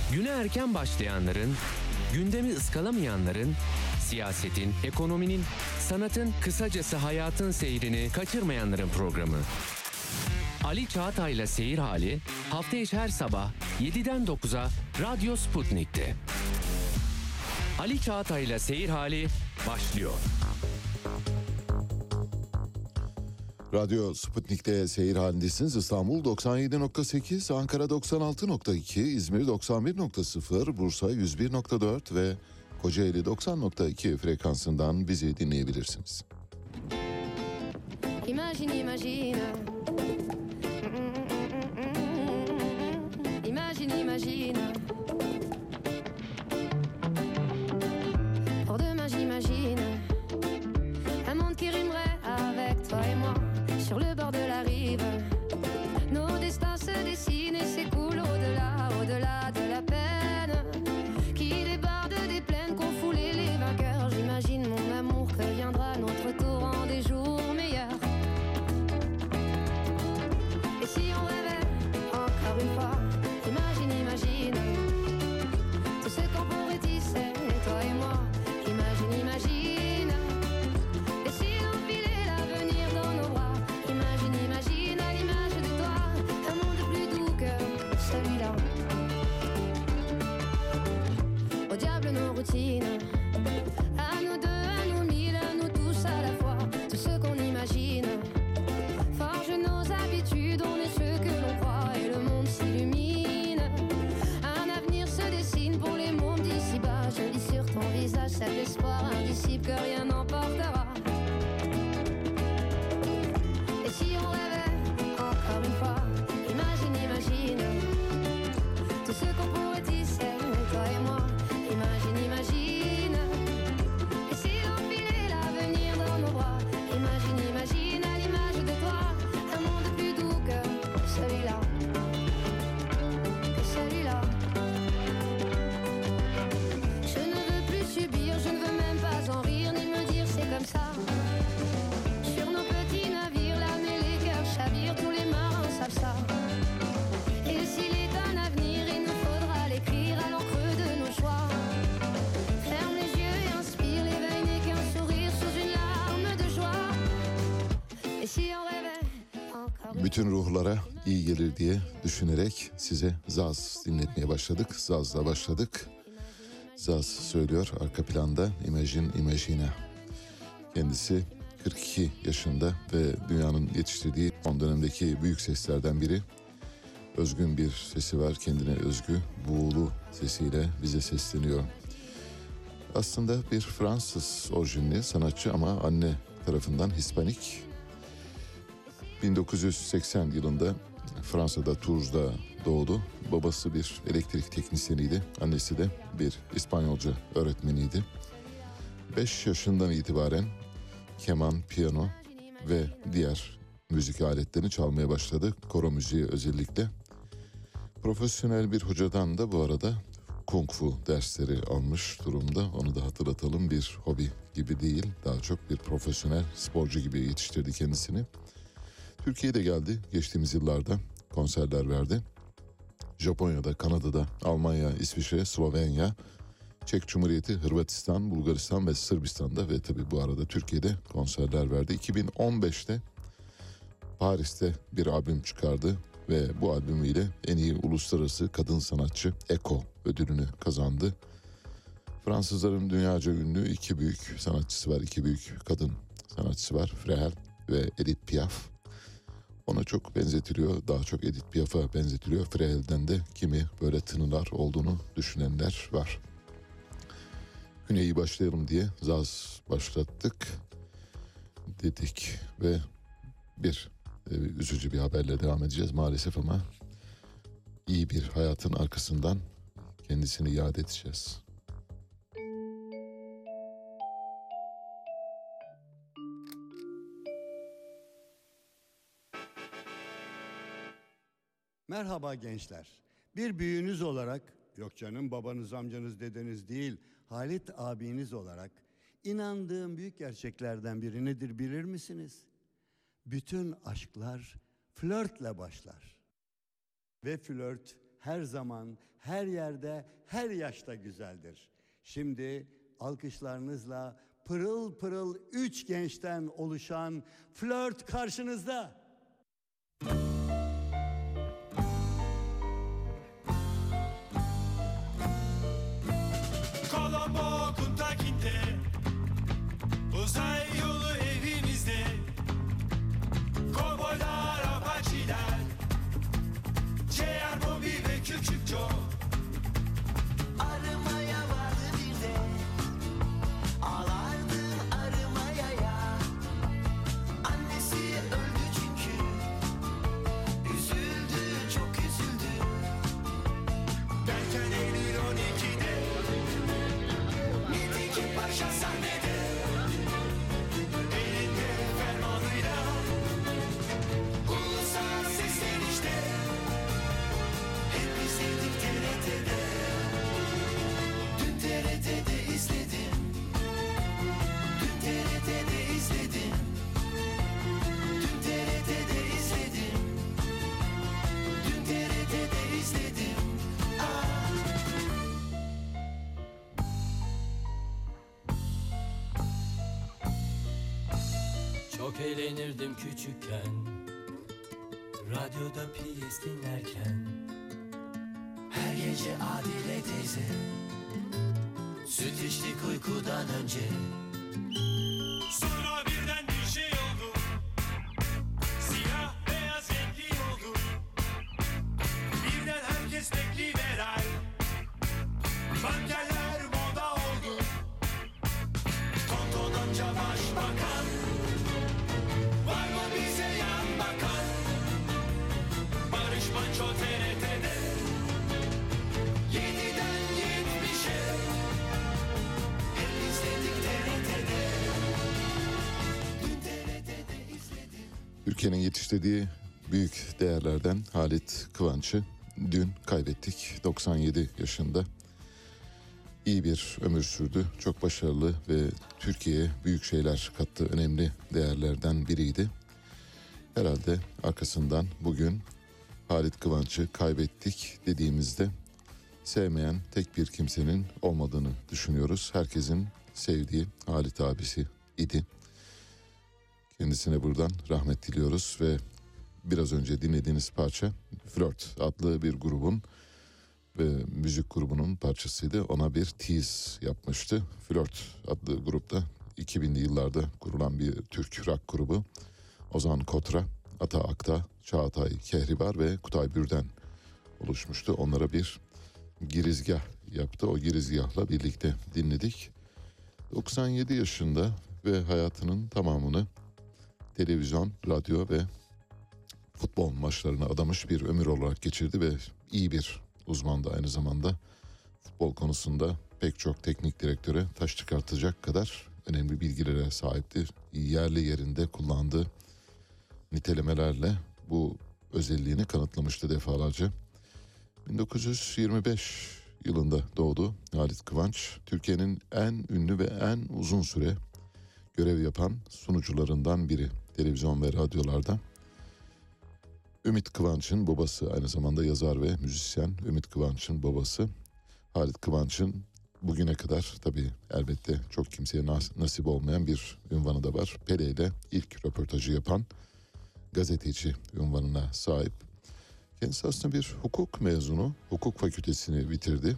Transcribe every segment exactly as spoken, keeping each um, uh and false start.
Güne erken başlayanların, gündemi ıskalamayanların, siyasetin, ekonominin, sanatın, kısacası hayatın seyrini kaçırmayanların programı. Ali Çağatay'la Seyir Hali hafta içi her sabah yediden dokuza Radyo Sputnik'te. Ali Çağatay'la Seyir Hali başlıyor. Radyo Sputnik'te seyir halindesiniz. İstanbul doksan yedi nokta sekiz, Ankara doksan altı nokta iki, İzmir doksan bir nokta sıfır, Bursa yüz bir nokta dört ve Kocaeli doksan nokta iki frekansından bizi dinleyebilirsiniz. Imagine, imagine. Imagine, imagine. Pour demain, j'imagine un monde qui rimerait avec toi et moi sur le bord de la rive. Nos destins se dessinent et s'écoulent au-delà, au-delà de la peine qui déborde des plaines qu'ont foulées les vainqueurs. J'imagine mon amour que viendra notre tour en des jours meilleurs. Et si on rêvait encore une fois, imagine, imagine tout ce qu'on pourrait tisser, toi et moi. Imagine, imagine. Et si l'on filait l'avenir dans nos bras, imagine, imagine à l'image de toi un monde plus doux que celui-là. Au diable nos routines, à nous deux, à nous mille, à nous tous à la fois. Tout ce qu'on imagine forge nos habitudes, on est ce que l'on croit et le monde s'illumine. Un avenir se dessine pour les mômes d'ici-bas. Je lis sur ton visage cet espoir indicible que rien n'emportera. Et si on rêvait encore une fois, imagine, imagine tout ce qu'on pourrait tisser, toi et moi. Imagine, imagine. Et si l'on filait l'avenir dans nos bras, imagine, imagine à l'image de toi un monde plus doux que celui-là, que celui-là. Je ne veux plus subir, je ne veux même pas en rire ni me dire c'est comme ça. Sur nos petits navires, l'âme et les cœurs chavirent, tous les marins savent ça. Et s'il est un avenir, il nous faudra l'écrire à l'encre de nos choix. Ferme les yeux et inspire, l'éveil n'est qu'un sourire sous une larme de joie. Et si on rêvait encore une Bütün ruhlara iyi gelir diye düşünerek size Zaz dinletmeye başladık. Zaz'la başladık. Zaz söylüyor arka planda Imagine, Imagine. Kendisi kırk iki yaşında ve dünyanın yetiştirdiği son dönemdeki büyük seslerden biri. Özgün bir sesi var, kendine özgü, buğulu sesiyle bize sesleniyor. Aslında bir Fransız orijinli sanatçı ama anne tarafından Hispanik. bin dokuz yüz seksen yılında Fransa'da Toulous'da doğdu. Babası bir elektrik teknisyeniydi. Annesi de bir İspanyolca öğretmeniydi. beş yaşından itibaren keman, piyano ve diğer müzik aletlerini çalmaya başladı. Koro müziği özellikle. Profesyonel bir hocadan da bu arada kung fu dersleri almış durumda. Onu da hatırlatalım, bir hobi gibi değil, daha çok bir profesyonel sporcu gibi yetiştirdi kendisini. Türkiye'ye de geldi geçtiğimiz yıllarda, konserler verdi. Japonya'da, Kanada'da, Almanya, İsviçre, Slovenya, Çek Cumhuriyeti, Hırvatistan, Bulgaristan ve Sırbistan'da ve tabii bu arada Türkiye'de konserler verdi. iki bin on beşte Paris'te bir albüm çıkardı ve bu albümüyle en iyi uluslararası kadın sanatçı Eko ödülünü kazandı. Fransızların dünyaca ünlü iki büyük sanatçısı var, iki büyük kadın sanatçısı var, Frehel ve Edith Piaf. Ona çok benzetiliyor, daha çok Edith Piaf'a benzetiliyor. Frehel'den de kimi böyle tınılar olduğunu düşünenler var. Güne iyi başlayalım diye Zaz başlattık dedik ve bir e, üzücü bir haberle devam edeceğiz maalesef ama iyi bir hayatın arkasından kendisini yad edeceğiz. Merhaba gençler. Bir büyüğünüz olarak, yok canım babanız, amcanız, dedeniz değil, Halit abiniz olarak inandığım büyük gerçeklerden biri nedir bilir misiniz? Bütün aşklar flörtle başlar. Ve flört her zaman, her yerde, her yaşta güzeldir. Şimdi alkışlarınızla pırıl pırıl üç gençten oluşan Flört karşınızda. Colombo, Kunta Kinte, uzay yolu evimizde. Kovboylar, apaçiler, J R. Bobby ve Küçük Joe. Arımaya vardı bir de, ağlardın arımayaya. Annesi öldü çünkü, üzüldü, çok üzüldü. Derken Eylül on ikide, Nitekim Paşa sahnede. Elinde fermanıyla, ulusal seslenişte. Hep izledik T R T'de. Dün T R T'de izledim. Dün T R T'de izledim. Dün T R T'de izledim. Dün T R T'de izledim. Ah. Çok eğlenirdim küçükken, radyoda P S dinlerken. Her gece Adile teyze, süt içtik uykudan önce. Sonra birden bir şey oldu. Siyah beyaz renkli oldu. Birden herkes bekliverer. Bankerler moda oldu. Tonton amca başbakan. Var mı bize yan bakan? Barış Manço T R T'de. Yediden yetmişe. Hep izledik T R T'de. Dün T R T'de izledim. Türkiye'nin yetiştirdiği büyük değerlerden Halit Kıvanç'ı dün kaybettik. doksan yedi yaşında. İyi bir ömür sürdü. Çok başarılı ve Türkiye'ye büyük şeyler kattı. Önemli değerlerden biriydi. Herhalde arkasından bugün Halit Kıvanç'ı kaybettik dediğimizde sevmeyen tek bir kimsenin olmadığını düşünüyoruz. Herkesin sevdiği Halit abisi idi. Kendisine buradan rahmet diliyoruz ve biraz önce dinlediğiniz parça Flört adlı bir grubun ve müzik grubunun parçasıydı. Ona bir tease yapmıştı. Flört adlı grupta iki binli yıllarda kurulan bir Türk rock grubu. Ozan Kotra, Ata Akta, Çağatay Kehribar ve Kutay Bürden oluşmuştu. Onlara bir girizgah yaptı. O girizgahla birlikte dinledik. doksan yedi yaşında ve hayatının tamamını televizyon, radyo ve futbol maçlarına adamış bir ömür olarak geçirdi ve iyi bir uzmandı aynı zamanda. Futbol konusunda pek çok teknik direktöre taş çıkartacak kadar önemli bilgilere sahipti. Yerli yerinde kullandığı nitelemelerle bu özelliğini kanıtlamıştı defalarca. bin dokuz yüz yirmi beş yılında doğdu Halit Kıvanç. Türkiye'nin en ünlü ve en uzun süre görev yapan sunucularından biri televizyon ve radyolarda. Ümit Kıvanç'ın babası, aynı zamanda yazar ve müzisyen Ümit Kıvanç'ın babası. Halit Kıvanç'ın bugüne kadar tabii elbette çok kimseye nas- nasip olmayan bir ünvanı da var. Pele ile ilk röportajı yapan gazeteci ünvanına sahip. Kendisi aslında bir hukuk mezunu, hukuk fakültesini bitirdi.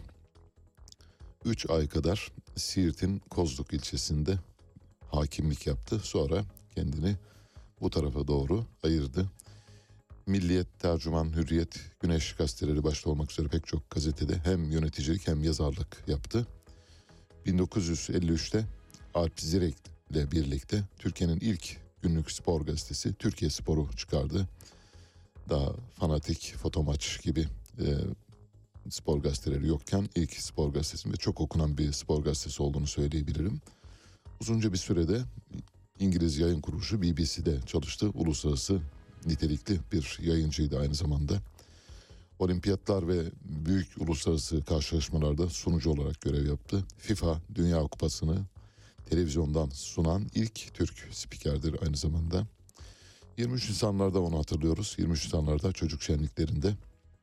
Üç ay kadar Siirt'in Kozluk ilçesinde hakimlik yaptı. Sonra kendini bu tarafa doğru ayırdı. Milliyet, Tercüman, Hürriyet, Güneş gazeteleri başta olmak üzere pek çok gazetede hem yöneticilik hem yazarlık yaptı. bin dokuz yüz elli üçte Alp Zirek ile birlikte Türkiye'nin ilk günlük spor gazetesi Türkiye Spor'u çıkardı. Daha fanatik, Fotomaç gibi e, spor gazeteleri yokken ilk spor gazetesi ve çok okunan bir spor gazetesi olduğunu söyleyebilirim. Uzunca bir sürede İngiliz yayın kuruluşu B B C'de çalıştı. Uluslararası nitelikli bir yayıncıydı aynı zamanda. Olimpiyatlar ve büyük uluslararası karşılaşmalarda sunucu olarak görev yaptı. FIFA Dünya Kupası'nı televizyondan sunan ilk Türk spikerdir aynı zamanda. yirmi üç Nisanlarda onu hatırlıyoruz. yirmi üç Nisanlarda çocuk şenliklerinde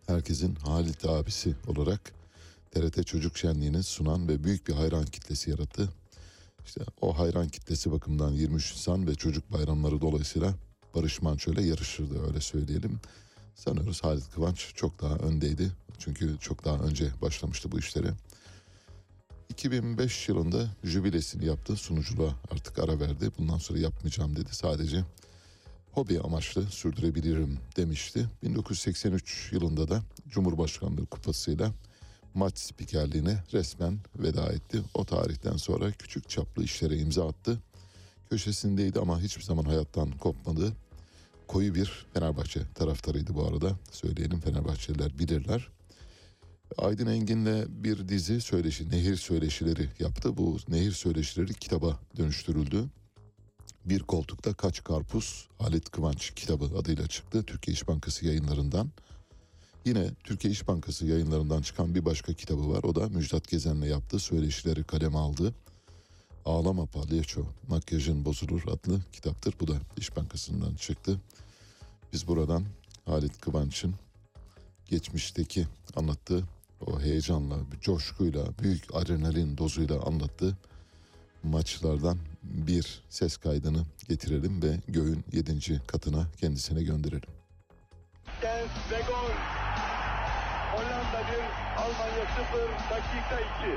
herkesin Halit abisi olarak T R T Çocuk Şenliği'ni sunan ve büyük bir hayran kitlesi yarattı. İşte o hayran kitlesi bakımından yirmi üç Nisan ve çocuk bayramları dolayısıyla Barış Manço ile yarışırdı, öyle söyleyelim. Sanıyoruz Halit Kıvanç çok daha öndeydi. Çünkü çok daha önce başlamıştı bu işlere. iki bin beş yılında jübilesini yaptı. Sunuculuğa artık ara verdi. Bundan sonra yapmayacağım dedi. Sadece hobi amaçlı sürdürebilirim demişti. bin dokuz yüz seksen üç yılında da Cumhurbaşkanlığı kupasıyla maç spikerliğine resmen veda etti. O tarihten sonra küçük çaplı işlere imza attı. Köşesindeydi ama hiçbir zaman hayattan kopmadı. Koyu bir Fenerbahçe taraftarıydı bu arada. Söyleyelim, Fenerbahçeliler bilirler. Aydın Engin'le bir dizi söyleşi, Nehir Söyleşileri yaptı. Bu Nehir Söyleşileri kitaba dönüştürüldü. Bir Koltukta Kaç Karpuz, Halit Kıvanç kitabı adıyla çıktı Türkiye İş Bankası yayınlarından. Yine Türkiye İş Bankası yayınlarından çıkan bir başka kitabı var. O da Müjdat Gezen'le yaptığı söyleşileri kaleme aldı. Ağlama Palyaço, Makyajın Bozulur adlı kitaptır. Bu da İş Bankası'ndan çıktı. Biz buradan Halit Kıvanç'ın geçmişteki anlattığı o heyecanla, coşkuyla, büyük adrenalin dozuyla anlattığı maçlardan bir ses kaydını getirelim ve göğün yedinci katına kendisine gönderelim. Ve gol. Hollanda bir, Almanya sıfır, dakika iki.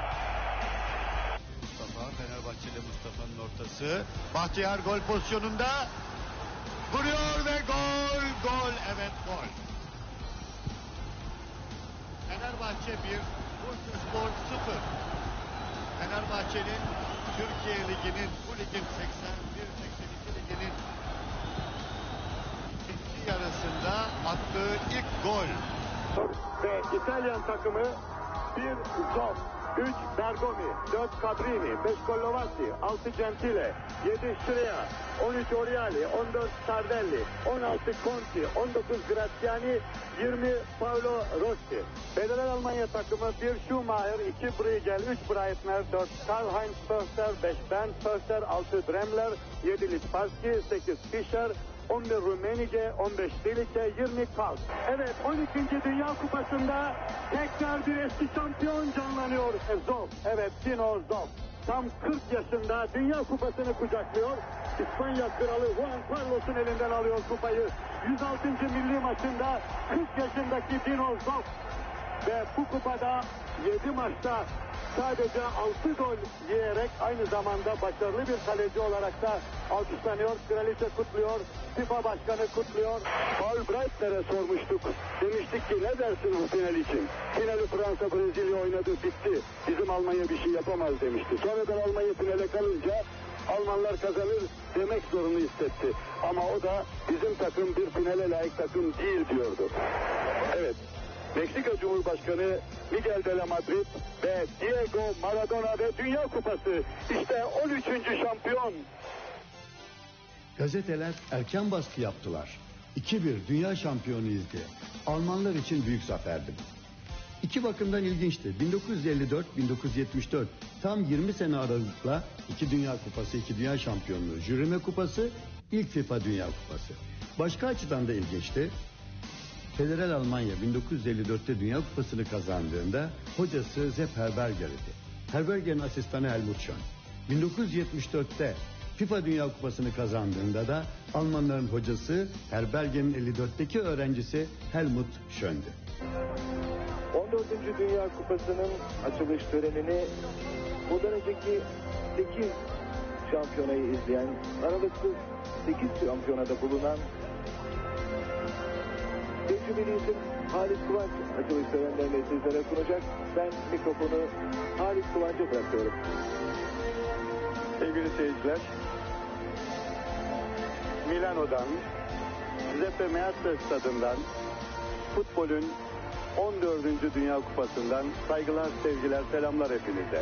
Mustafa, Fenerbahçeli Mustafa'nın ortası. Bahtiyar gol pozisyonunda vuruyor ve gol, gol, evet gol. Fenerbahçe bir, Bursaspor sıfır. Fenerbahçe'nin Türkiye Ligi'nin, bu ligin seksen bir seksen iki liginin ikinci yarısında attığı ilk gol. Ve İtalyan takımı bir Zoff, üç Bergomi, dört Cabrini, beş Collovati, altı Gentile, yedi Şirea, on üç Oriali, on dört Sardelli, on altı Conti, on dokuz Graziani, yirmi Paolo Rossi. Federal Almanya takımı bir Schumacher, iki Briegel, üç Breitner, dört Karl-Heinz Förster, beş Bernd Förster, altı Dremler, yedi Littbarski, sekiz Fischer, on bir Rummenigge, on beş Delice, yirmi Kalk. Evet, on ikinci Dünya Kupası'nda tekrar bir eski şampiyon canlanıyor. Zoff, evet Dino Zoff. Tam kırk yaşında Dünya Kupası'nı kucaklıyor. İspanya Kralı Juan Carlos'un elinden alıyor kupayı. yüz altıncı milli maçında kırk yaşındaki Dino Zoff. Ve bu kupada yedi maçta sadece altı gol yiyerek aynı zamanda başarılı bir kaleci olarak da alkışlanıyor. Kraliçe kutluyor, FIFA Başkanı kutluyor. Paul Breitner'e sormuştuk. Demiştik ki ne dersin bu final için? Finali Fransa Brezilya oynadı, bitti. Bizim Almanya bir şey yapamaz demişti. Sonradan Almanya finale kalınca Almanlar kazanır demek zorunu hissetti. Ama o da bizim takım bir finale layık takım değil diyordu. Evet. Meksika Cumhurbaşkanı Miguel de la Madrid ve Diego Maradona ve Dünya Kupası. İşte on üçüncü şampiyon. Gazeteler erken baskı yaptılar. iki bir dünya şampiyonuyuz diye. Almanlar için büyük zaferdi. İki bakımdan ilginçti. bin dokuz yüz elli dört bin dokuz yüz yetmiş dört tam yirmi sene aralıkla iki Dünya Kupası, iki Dünya Şampiyonluğu, Jürime Kupası, ilk FIFA Dünya Kupası. Başka açıdan da ilginçti. Federal Almanya bin dokuz yüz elli dörtte Dünya Kupası'nı kazandığında hocası Sepp Herberger idi. Herberger'in asistanı Helmut Schön. bin dokuz yüz yetmiş dörtte FIFA Dünya Kupası'nı kazandığında da Almanların hocası Herberger'in elli dörtteki öğrencisi Helmut Schön'dü. on dördüncü Dünya Kupası'nın açılış törenini bundan önceki sekiz şampiyonayı izleyen, aralıksız sekiz şampiyonada bulunan tecrübeli isim Halit Kıvanç açılış törenlerini sizlere sunacak. Ben mikrofonu Halit Kıvanç'a bırakıyorum. Sevgili seyirciler, Milano'dan, Giuseppe Meazza stadından, futbolun on dördüncü Dünya Kupası'ndan saygılar, sevgiler, selamlar hepinize.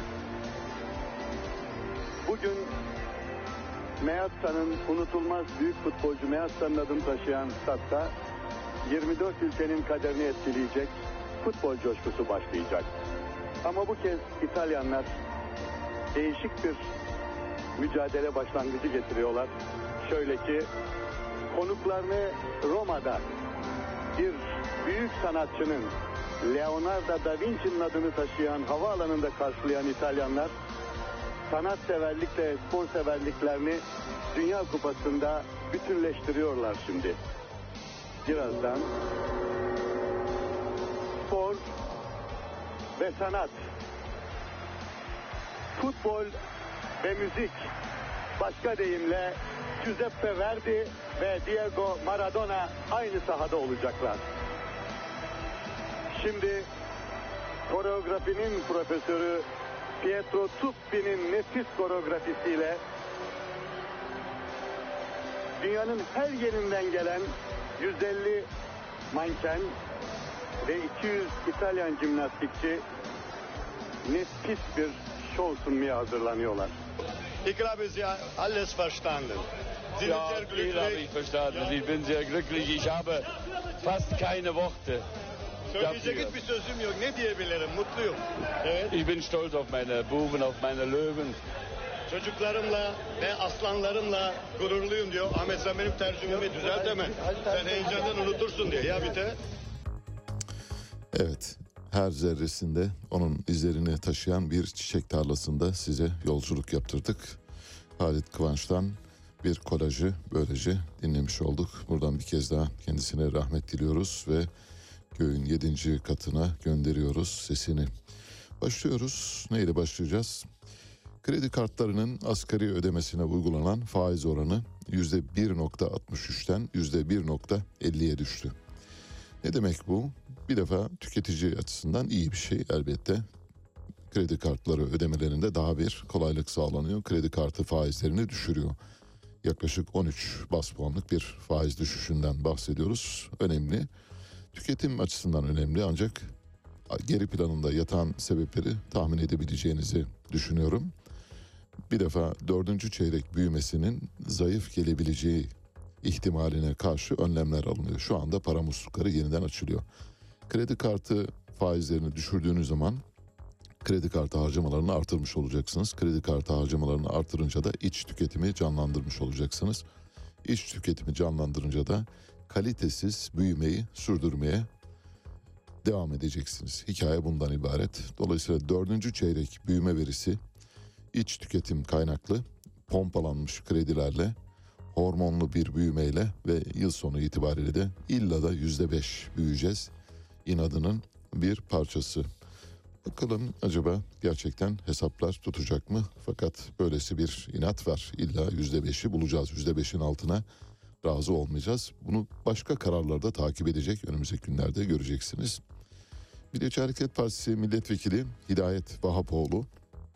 Bugün Meazza'nın unutulmaz büyük futbolcu Meazza'nın adını taşıyan statta yirmi dört ülkenin kaderini etkileyecek futbol coşkusu başlayacak. Ama bu kez İtalyanlar değişik bir mücadele başlangıcı getiriyorlar. Şöyle ki konuklarını Roma'da bir büyük sanatçının Leonardo da Vinci'nin adını taşıyan havaalanında karşılayan İtalyanlar sanat severlikle spor severliklerini Dünya Kupası'nda bütünleştiriyorlar şimdi. Birazdan spor ve sanat, futbol ve müzik, başka deyimle Giuseppe Verdi ve Diego Maradona aynı sahada olacaklar. Şimdi koreografinin profesörü Pietro Tuppi'nin nefis koreografisiyle dünyanın her yerinden gelen yüz elli manken ve iki yüz İtalyan jimnastikçi nefis bir şov sunmaya hazırlanıyorlar. Ich glaube, Sie haben alles verstanden. Sie Ja, sind sehr viel habe ich glücklich. verstanden. Ich bin sehr glücklich. Ich habe fast keine Worte. Söyleyecek hiçbir sözüm yok. Ne diyebilirim? Mutluyum. Evet. Ich bin stolz auf meine Buben, auf meine Löwen. Çocuklarımla ve aslanlarımla gururluyum diyor. Ahmet sen benim tercümemi düzelt hemen. Sen heyecandan unutursun diye. Ya bite. Evet, her zerresinde onun izlerini taşıyan bir çiçek tarlasında size yolculuk yaptırdık. Halit Kıvanç'tan bir kolajı böylece dinlemiş olduk. Buradan bir kez daha kendisine rahmet diliyoruz ve göğün yedinci katına gönderiyoruz sesini. Başlıyoruz. Neyle başlayacağız? Kredi kartlarının asgari ödemesine uygulanan faiz oranı yüzde bir nokta altmış üçten yüzde bir nokta elliye düştü. Ne demek bu? Bir defa tüketici açısından iyi bir şey elbette. Kredi kartları ödemelerinde daha bir kolaylık sağlanıyor. Kredi kartı faizlerini düşürüyor. Yaklaşık on üç bas puanlık bir faiz düşüşünden bahsediyoruz. Önemli. Tüketim açısından önemli ancak geri planında yatan sebepleri tahmin edebileceğinizi düşünüyorum. Bir defa dördüncü çeyrek büyümesinin zayıf gelebileceği ihtimaline karşı önlemler alınıyor. Şu anda para muslukları yeniden açılıyor. Kredi kartı faizlerini düşürdüğünüz zaman kredi kartı harcamalarını artırmış olacaksınız. Kredi kartı harcamalarını artırınca da iç tüketimi canlandırmış olacaksınız. İç tüketimi canlandırınca da kalitesiz büyümeyi sürdürmeye devam edeceksiniz. Hikaye bundan ibaret. Dolayısıyla dördüncü çeyrek büyüme verisi iç tüketim kaynaklı pompalanmış kredilerle, hormonlu bir büyümeyle ve yıl sonu itibariyle de illa da yüzde beş büyüyeceğiz. İnadının bir parçası. Bakalım acaba gerçekten hesaplar tutacak mı? Fakat böylesi bir inat var. İlla yüzde beşi bulacağız. Yüzde beşin altına razı olmayacağız. Bunu başka kararlarda takip edecek. Önümüzdeki günlerde göreceksiniz. Milliyetçi Hareket Partisi Milletvekili Hidayet Vahapoğlu,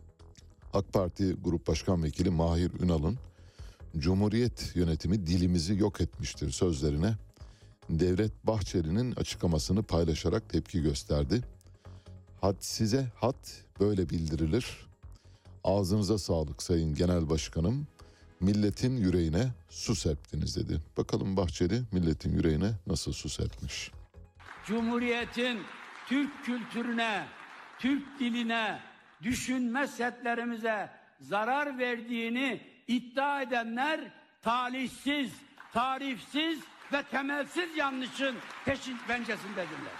AK Parti Grup Başkan Vekili Mahir Ünal'ın Cumhuriyet yönetimi dilimizi yok etmiştir sözlerine Devlet Bahçeli'nin açıklamasını paylaşarak tepki gösterdi. Had size hat böyle bildirilir. Ağzınıza sağlık Sayın Genel Başkanım. Milletin yüreğine su serptiniz dedi. Bakalım Bahçeli milletin yüreğine nasıl su serpmiş? Cumhuriyetin Türk kültürüne, Türk diline, düşünme setlerimize zarar verdiğini iddia edenler talihsiz, tarifsiz ve temelsiz yanlışın peşin pencesindedirler.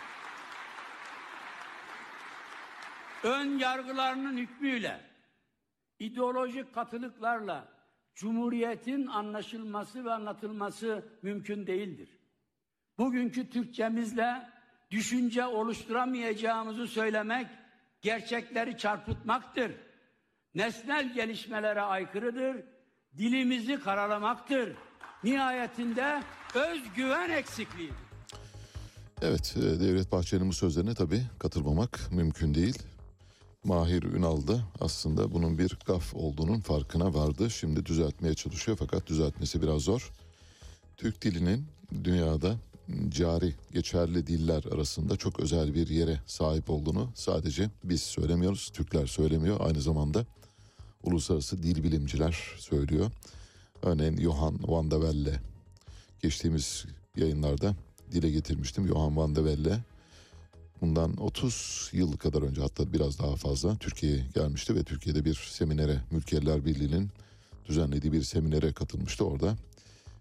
Ön yargılarının hükmüyle, ideolojik katılıklarla Cumhuriyetin anlaşılması ve anlatılması mümkün değildir. Bugünkü Türkçemizle düşünce oluşturamayacağımızı söylemek gerçekleri çarpıtmaktır. Nesnel gelişmelere aykırıdır, dilimizi karalamaktır. Nihayetinde özgüven eksikliğidir. Evet, Devlet Bahçeli'nin bu sözlerine tabii katılmamak mümkün değil. Mahir Ünal da aslında bunun bir gaf olduğunun farkına vardı. Şimdi düzeltmeye çalışıyor fakat düzeltmesi biraz zor. Türk dilinin dünyada cari, geçerli diller arasında çok özel bir yere sahip olduğunu sadece biz söylemiyoruz, Türkler söylemiyor. Aynı zamanda uluslararası dil bilimciler söylüyor. Örneğin Johann van der Velde, geçtiğimiz yayınlarda dile getirmiştim. Johann van der Velde bundan otuz yıl kadar önce, hatta biraz daha fazla Türkiye'ye gelmişti ve Türkiye'de bir seminere, Mülkiyeler Birliği'nin düzenlediği bir seminere katılmıştı. Orada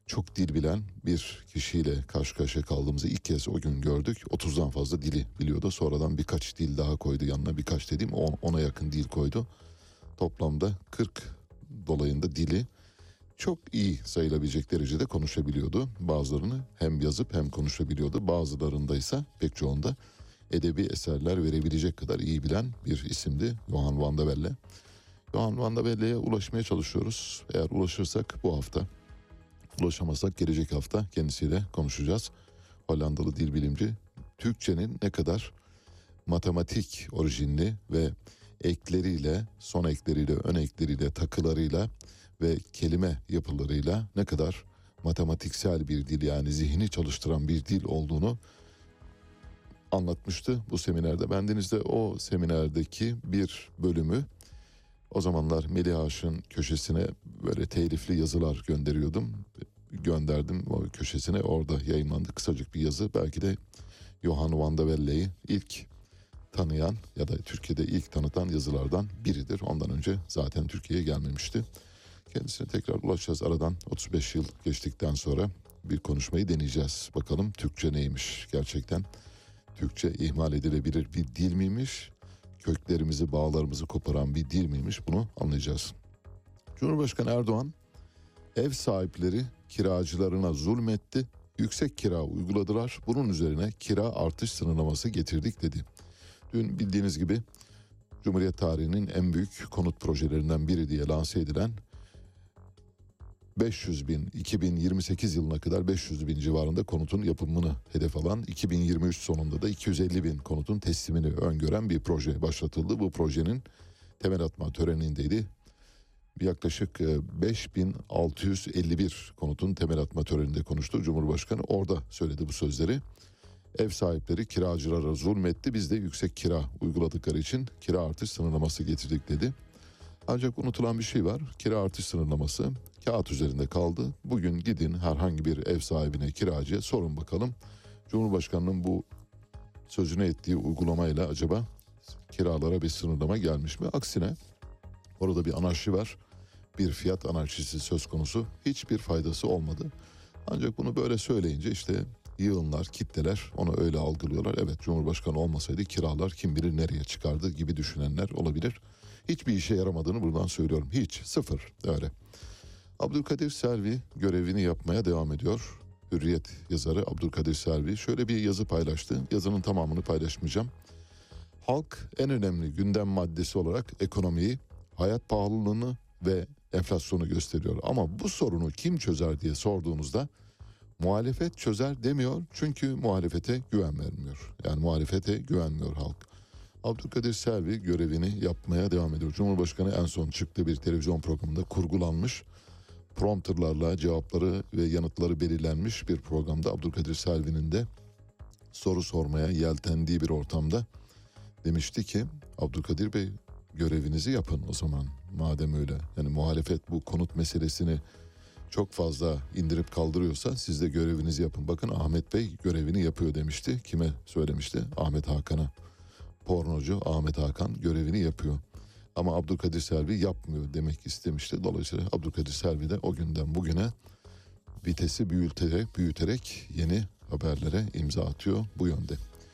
çok dil bilen bir kişiyle karşı karşıya kaldığımızı ilk kez o gün gördük. otuzdan fazla dili biliyordu. Sonradan birkaç dil daha koydu yanına. Birkaç dediğim ona yakın dil koydu. Toplamda kırk dolayında dili çok iyi sayılabilecek derecede konuşabiliyordu. Bazılarını hem yazıp hem konuşabiliyordu. Bazılarında ise pek çoğunda edebi eserler verebilecek kadar iyi bilen bir isimdi Johan van der Velde. Johan van der Velde'ye ulaşmaya çalışıyoruz. Eğer ulaşırsak bu hafta, ulaşamazsak gelecek hafta kendisiyle konuşacağız. Hollandalı dil bilimci Türkçenin ne kadar matematik orijinli ve ekleriyle, son ekleriyle, ön ekleriyle, takılarıyla ve kelime yapılarıyla ne kadar matematiksel bir dil, yani zihni çalıştıran bir dil olduğunu anlatmıştı bu seminerde. Bendeniz de o seminerdeki bir bölümü, o zamanlar Melih Aşık'ın köşesine böyle telifli yazılar gönderiyordum. Gönderdim o köşesine, orada yayınlandı kısacık bir yazı. Belki de Johan van der Velde'yi ilk tanıyan ya da Türkiye'de ilk tanıtan yazılardan biridir. Ondan önce zaten Türkiye'ye gelmemişti. Kendisine tekrar ulaşacağız. Aradan otuz beş yıl geçtikten sonra bir konuşmayı deneyeceğiz. Bakalım Türkçe neymiş gerçekten? Türkçe ihmal edilebilir bir dil miymiş? Köklerimizi, bağlarımızı koparan bir dil miymiş? Bunu anlayacağız. Cumhurbaşkanı Erdoğan, ev sahipleri kiracılarına zulmetti, yüksek kira uyguladılar. Bunun üzerine kira artış sınırlaması getirdik dedi. Dün bildiğiniz gibi Cumhuriyet tarihinin en büyük konut projelerinden biri diye lanse edilen beş yüz bin, iki bin yirmi sekiz yılına kadar beş yüz bin civarında konutun yapımını hedef alan, iki bin yirmi üç sonunda da iki yüz elli bin konutun teslimini öngören bir proje başlatıldı. Bu projenin temel atma törenindeydi. Yaklaşık beş bin altı yüz elli bir konutun temel atma töreninde konuştu Cumhurbaşkanı. Orada söyledi bu sözleri. Ev sahipleri kiracılara zulmetti. Biz de yüksek kira uyguladıkları için kira artış sınırlaması getirdik dedi. Ancak unutulan bir şey var. Kira artış sınırlaması kağıt üzerinde kaldı. Bugün gidin herhangi bir ev sahibine, kiracıya sorun bakalım. Cumhurbaşkanının bu sözünü ettiği uygulamayla acaba kiralara bir sınırlama gelmiş mi? Aksine orada bir anarşi var. Bir fiyat anarşisi söz konusu. Hiçbir faydası olmadı. Ancak bunu böyle söyleyince işte yığınlar, kitleler onu öyle algılıyorlar. Evet, Cumhurbaşkanı olmasaydı kiralar kim bilir nereye çıkardı gibi düşünenler olabilir. Hiçbir işe yaramadığını buradan söylüyorum. Hiç, sıfır, öyle. Abdülkadir Selvi görevini yapmaya devam ediyor. Hürriyet yazarı Abdülkadir Selvi şöyle bir yazı paylaştı. Yazının tamamını paylaşmayacağım. Halk en önemli gündem maddesi olarak ekonomiyi, hayat pahalılığını ve enflasyonu gösteriyor. Ama bu sorunu kim çözer diye sorduğunuzda muhalefet çözer demiyor. Çünkü muhalefete güven vermiyor. Yani muhalefete güvenmiyor halk. Abdülkadir Selvi görevini yapmaya devam ediyor. Cumhurbaşkanı en son çıktığı bir televizyon programında kurgulanmış, prompterlarla cevapları ve yanıtları belirlenmiş bir programda Abdülkadir Selvi'nin de soru sormaya yeltendiği bir ortamda demişti ki, Abdülkadir Bey görevinizi yapın o zaman madem öyle. Yani muhalefet bu konut meselesini çok fazla indirip kaldırıyorsa siz de görevinizi yapın. Bakın Ahmet Bey görevini yapıyor demişti. Kime söylemişti? Ahmet Hakan'a. Pornocu Ahmet Hakan görevini yapıyor. Ama Abdülkadir Selvi yapmıyor demek istemişti. Dolayısıyla Abdülkadir Selvi de o günden bugüne vitesi büyüterek, büyüterek yeni haberlere imza atıyor bu yönde.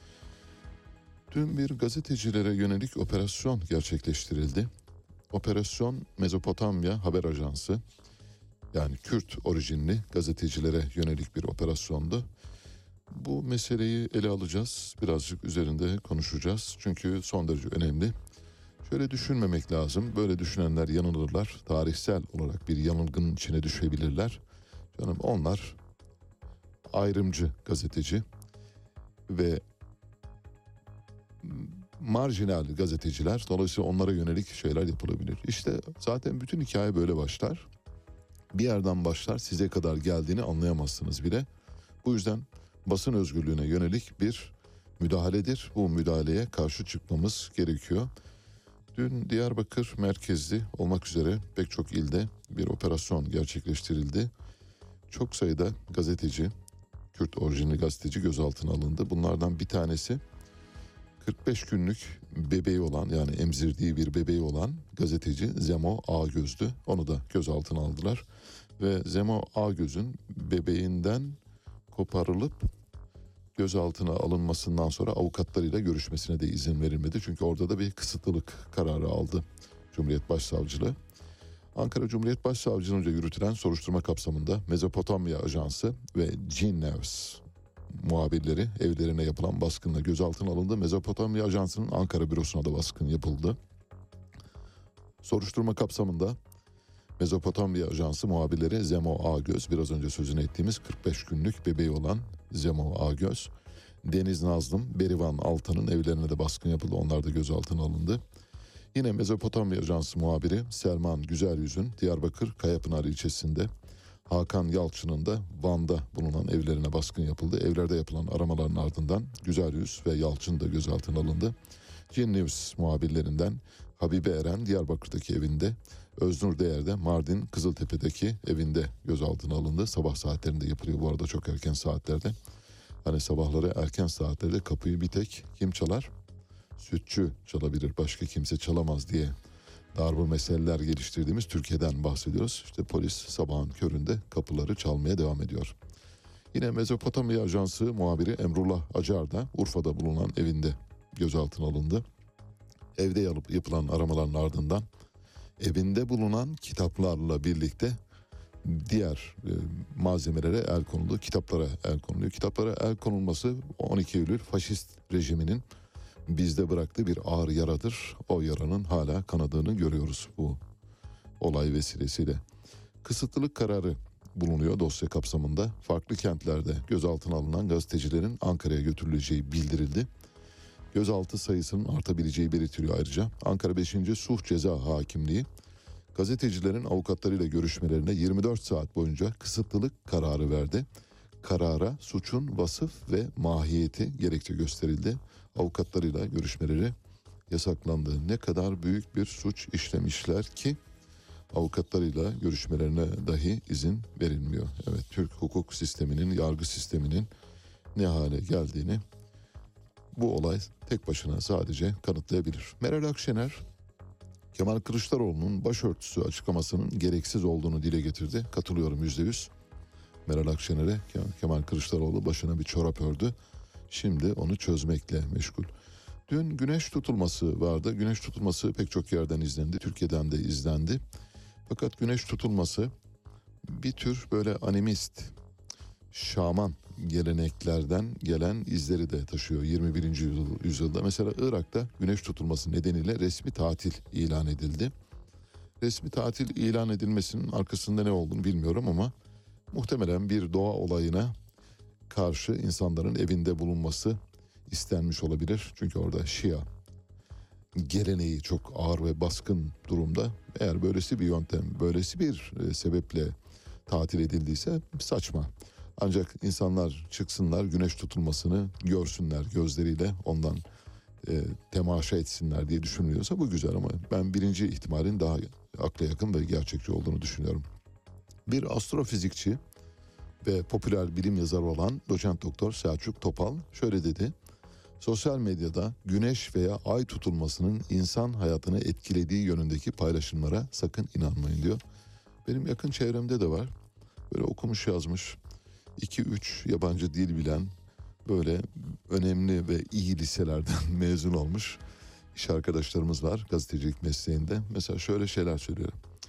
Dün bir gazetecilere yönelik operasyon gerçekleştirildi. Operasyon Mezopotamya Haber Ajansı, yani Kürt orijinli gazetecilere yönelik bir operasyondu. Bu meseleyi ele alacağız, birazcık üzerinde konuşacağız çünkü son derece önemli. Şöyle düşünmemek lazım, böyle düşünenler yanılırlar, tarihsel olarak bir yanılgının içine düşebilirler. Canım onlar ayrımcı gazeteci ve marjinal gazeteciler, dolayısıyla onlara yönelik şeyler yapılabilir. İşte zaten bütün hikaye böyle başlar. Bir yerden başlar, size kadar geldiğini anlayamazsınız bile. Bu yüzden basın özgürlüğüne yönelik bir müdahaledir. Bu müdahaleye karşı çıkmamız gerekiyor. Dün Diyarbakır merkezli olmak üzere pek çok ilde bir operasyon gerçekleştirildi. Çok sayıda gazeteci, Kürt orijinli gazeteci gözaltına alındı. Bunlardan bir tanesi kırk beş günlük bebeği olan, yani emzirdiği bir bebeği olan gazeteci Zemo Ağgöz'dü. Onu da gözaltına aldılar. Ve Zemo Ağgöz'ün bebeğinden koparılıp gözaltına alınmasından sonra avukatlarıyla görüşmesine de izin verilmedi. Çünkü orada da bir kısıtlılık kararı aldı Cumhuriyet Başsavcılığı. Ankara Cumhuriyet Başsavcılığı'nca yürütülen soruşturma kapsamında Mezopotamya Ajansı ve Cin News muhabirleri evlerine yapılan baskınla gözaltına alındı. Mezopotamya Ajansı'nın Ankara bürosuna da baskın yapıldı. Soruşturma kapsamında Mezopotamya Ajansı muhabirleri Zemo Ağgöz, biraz önce sözünü ettiğimiz kırk beş günlük bebeği olan Zemo Ağgöz, Deniz Nazlım, Berivan Altan'ın evlerine de baskın yapıldı. Onlar da gözaltına alındı. Yine Mezopotamya Ajansı muhabiri Selman Güzelyüz'ün Diyarbakır Kayapınar ilçesinde, Hakan Yalçın'ın da Van'da bulunan evlerine baskın yapıldı. Evlerde yapılan aramaların ardından Güzelyüz ve Yalçın da gözaltına alındı. Cin News muhabirlerinden Habibe Eren Diyarbakır'daki evinde, Öznur Değer'de Mardin Kızıltepe'deki evinde gözaltına alındı. Sabah saatlerinde yapılıyor bu arada, çok erken saatlerde. Hani sabahları erken saatlerde kapıyı bir tek kim çalar? Sütçü çalabilir, başka kimse çalamaz diye darbe meseleler geliştirdiğimiz Türkiye'den bahsediyoruz. İşte polis sabahın köründe kapıları çalmaya devam ediyor. Yine Mezopotamya Ajansı muhabiri Emrullah Acar da Urfa'da bulunan evinde gözaltına alındı. Evde yapılan aramaların ardından evinde bulunan kitaplarla birlikte diğer e, malzemelere el konuldu. Kitaplara el konuluyor. Kitaplara el konulması on iki Eylül faşist rejiminin bizde bıraktığı bir ağır yaradır. O yaranın hala kanadığını görüyoruz bu olay vesilesiyle. Kısıtlılık kararı bulunuyor dosya kapsamında. Farklı kentlerde gözaltına alınan gazetecilerin Ankara'ya götürüleceği bildirildi. Gözaltı sayısının artabileceği belirtiliyor ayrıca. Ankara beşinci Suh Ceza Hakimliği gazetecilerin avukatlarıyla görüşmelerine yirmi dört saat boyunca kısıtlılık kararı verdi. Karara suçun vasıf ve mahiyeti gerekçe gösterildi. Avukatlarıyla görüşmeleri yasaklandı. Ne kadar büyük bir suç işlemişler ki avukatlarıyla görüşmelerine dahi izin verilmiyor. Evet, Türk hukuk sisteminin, yargı sisteminin ne hale geldiğini bu olay tek başına sadece kanıtlayabilir. Meral Akşener, Kemal Kılıçdaroğlu'nun başörtüsü açıklamasının gereksiz olduğunu dile getirdi. Katılıyorum yüzde yüz. Meral Akşener'e Kemal Kılıçdaroğlu başına bir çorap ördü. Şimdi onu çözmekle meşgul. Dün güneş tutulması vardı. Güneş tutulması pek çok yerden izlendi. Türkiye'den de izlendi. Fakat güneş tutulması bir tür böyle animist, şaman geleneklerden gelen izleri de taşıyor yirmi birinci yüzyılda. Mesela Irak'ta güneş tutulması nedeniyle resmi tatil ilan edildi. Resmi tatil ilan edilmesinin arkasında ne olduğunu bilmiyorum ama muhtemelen bir doğa olayına karşı insanların evinde bulunması istenmiş olabilir. Çünkü orada Şia geleneği çok ağır ve baskın durumda. Eğer böylesi bir yöntem, böylesi bir e, sebeple tatil edildiyse saçma. Ancak insanlar çıksınlar, güneş tutulmasını görsünler gözleriyle, ondan e, temaşa etsinler diye düşünülüyorsa bu güzel, ama ben birinci ihtimalin daha akla yakın ve gerçekçi olduğunu düşünüyorum. Bir astrofizikçi ve popüler bilim yazarı olan doçent doktor Selçuk Topal şöyle dedi: sosyal medyada güneş veya ay tutulmasının insan hayatını etkilediği yönündeki paylaşımlara sakın inanmayın diyor. Benim yakın çevremde de var. Böyle okumuş yazmış, iki üç yabancı dil bilen, böyle önemli ve iyi liselerden mezun olmuş iş arkadaşlarımız var gazetecilik mesleğinde. Mesela şöyle şeyler söylüyor.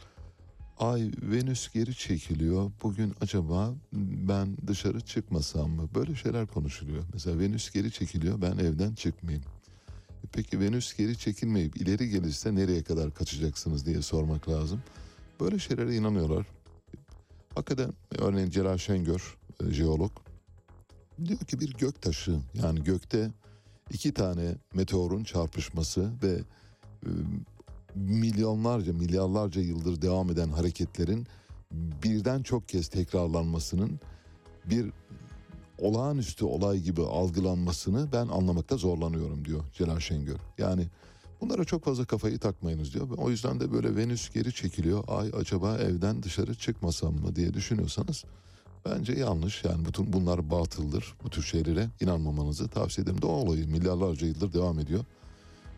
Ay, Venüs geri çekiliyor. Bugün acaba ben dışarı çıkmasam mı? Böyle şeyler konuşuluyor. Mesela Venüs geri çekiliyor, ben evden çıkmayayım. Peki Venüs geri çekilmeyip ileri gelirse nereye kadar kaçacaksınız diye sormak lazım. Böyle şeylere inanıyorlar. Hakikaten örneğin Celal Şengör, jeolog, diyor ki bir göktaşı, yani gökte iki tane meteorun çarpışması ve e, milyonlarca, milyarlarca yıldır devam eden hareketlerin birden çok kez tekrarlanmasının bir olağanüstü olay gibi algılanmasını ben anlamakta zorlanıyorum diyor Celal Şengör. Yani bunlara çok fazla kafayı takmayınız diyor. O yüzden de böyle Venüs geri çekiliyor, ay acaba evden dışarı çıkmasam mı diye düşünüyorsanız bence yanlış. Yani bütün bunlar batıldır. Bu tür şeylere inanmamanızı tavsiye ederim. Doğa olayı milyarlarca yıldır devam ediyor.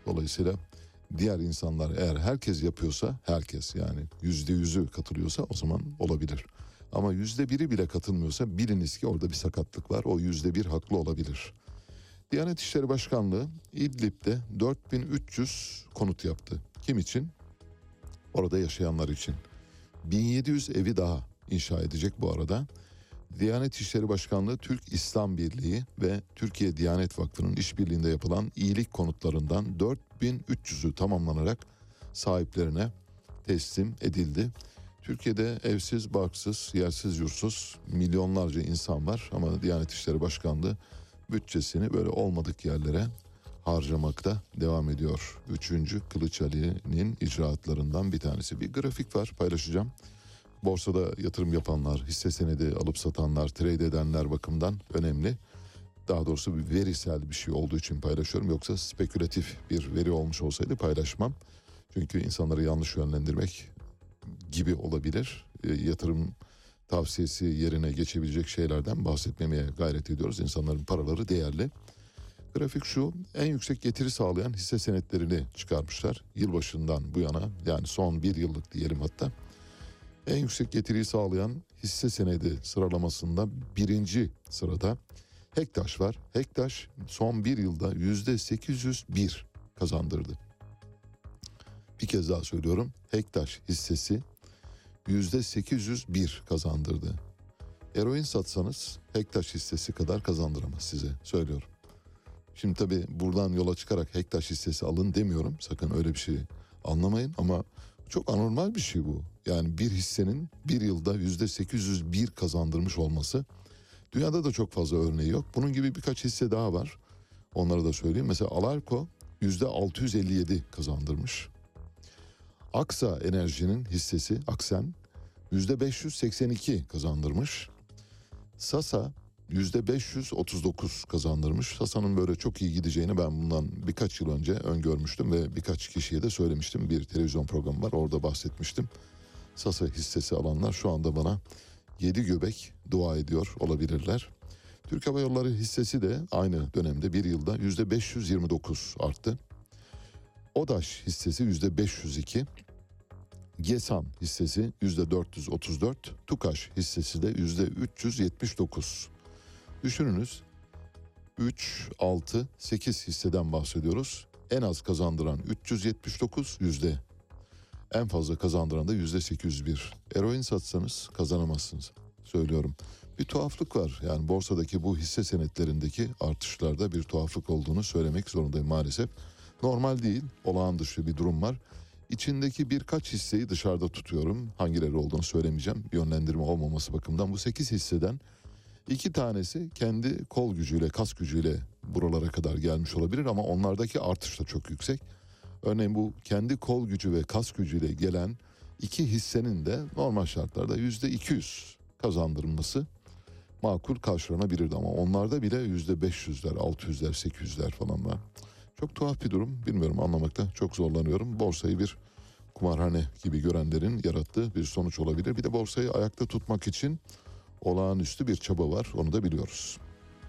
Dolayısıyla diğer insanlar eğer herkes yapıyorsa, herkes yani yüzde yüzü katılıyorsa o zaman olabilir. Ama yüzde biri bile katılmıyorsa biliniz ki orada bir sakatlık var. O yüzde bir haklı olabilir. Diyanet İşleri Başkanlığı İdlib'de dört bin üç yüz konut yaptı. Kim için? Orada yaşayanlar için. bin yedi yüz evi daha inşa edecek bu arada. Diyanet İşleri Başkanlığı Türk İslam Birliği ve Türkiye Diyanet Vakfı'nın işbirliğinde yapılan iyilik konutlarından dört bin üç yüzü tamamlanarak sahiplerine teslim edildi. Türkiye'de evsiz, barksız, yersiz, yursuz milyonlarca insan var ama Diyanet İşleri Başkanlığı bütçesini böyle olmadık yerlere harcamakta devam ediyor. Üçüncü Kılıç Ali'nin icraatlarından bir tanesi. Bir grafik var, paylaşacağım. Borsada yatırım yapanlar, hisse senedi alıp satanlar, trade edenler bakımından önemli. Daha doğrusu bir verisel bir şey olduğu için paylaşıyorum. Yoksa spekülatif bir veri olmuş olsaydı paylaşmam. Çünkü insanları yanlış yönlendirmek gibi olabilir. E, yatırım tavsiyesi yerine geçebilecek şeylerden bahsetmemeye gayret ediyoruz. İnsanların paraları değerli. Grafik şu, en yüksek getiri sağlayan hisse senetlerini çıkarmışlar. Yılbaşından bu yana, yani son bir yıllık diyelim hatta. En yüksek getiriyi sağlayan hisse senedi sıralamasında birinci sırada Hektaş var. Hektaş son bir yılda yüzde sekiz yüz bir kazandırdı. Bir kez daha söylüyorum. Hektaş hissesi yüzde sekiz yüz bir kazandırdı. Eroin satsanız Hektaş hissesi kadar kazandıramaz size, söylüyorum. Şimdi tabii buradan yola çıkarak Hektaş hissesi alın demiyorum. Sakın öyle bir şey anlamayın ama çok anormal bir şey bu. Yani bir hissenin bir yılda yüzde sekiz yüz bir kazandırmış olması. Dünyada da çok fazla örneği yok. Bunun gibi birkaç hisse daha var. Onları da söyleyeyim. Mesela Alarko yüzde altı yüz elli yedi kazandırmış. Aksa Enerji'nin hissesi Aksen yüzde beş yüz seksen iki kazandırmış. Sasa yüzde beş yüz otuz dokuz kazandırmış. Sasa'nın böyle çok iyi gideceğini ben bundan birkaç yıl önce öngörmüştüm ve birkaç kişiye de söylemiştim. Bir televizyon programı var, orada bahsetmiştim. Sasa hissesi alanlar şu anda bana yedi göbek dua ediyor olabilirler. Türk Hava Yolları hissesi de aynı dönemde bir yılda yüzde beş yüz yirmi dokuz arttı. Odaş hissesi yüzde beş yüz iki. Gesan hissesi yüzde dört yüz otuz dört. Tukaş hissesi de yüzde üç yüz yetmiş dokuz. Düşününüz, üç, altı, sekiz hisseden bahsediyoruz. En az kazandıran üç yüz yetmiş dokuz yüzde. En fazla kazandıran da yüzde sekiz yüz bir. Eroin satsanız kazanamazsınız, söylüyorum. Bir tuhaflık var. Yani borsadaki bu hisse senetlerindeki artışlarda bir tuhaflık olduğunu söylemek zorundayım maalesef. Normal değil, olağan dışı bir durum var. İçindeki birkaç hisseyi dışarıda tutuyorum. Hangileri olduğunu söylemeyeceğim. Yönlendirme olmaması bakımından bu sekiz hisseden iki tanesi kendi kol gücüyle, kas gücüyle buralara kadar gelmiş olabilir ama onlardaki artış da çok yüksek. Örneğin bu kendi kol gücü ve kas gücüyle gelen iki hissenin de normal şartlarda yüzde iki yüz kazandırılması makul karşılanabilirdi ama onlarda bile yüzde beş yüzler, altı yüzler, sekiz yüzler falan var. Çok tuhaf bir durum, bilmiyorum, anlamakta çok zorlanıyorum. Borsayı bir kumarhane gibi görenlerin yarattığı bir sonuç olabilir. Bir de borsayı ayakta tutmak için olağanüstü bir çaba var, onu da biliyoruz.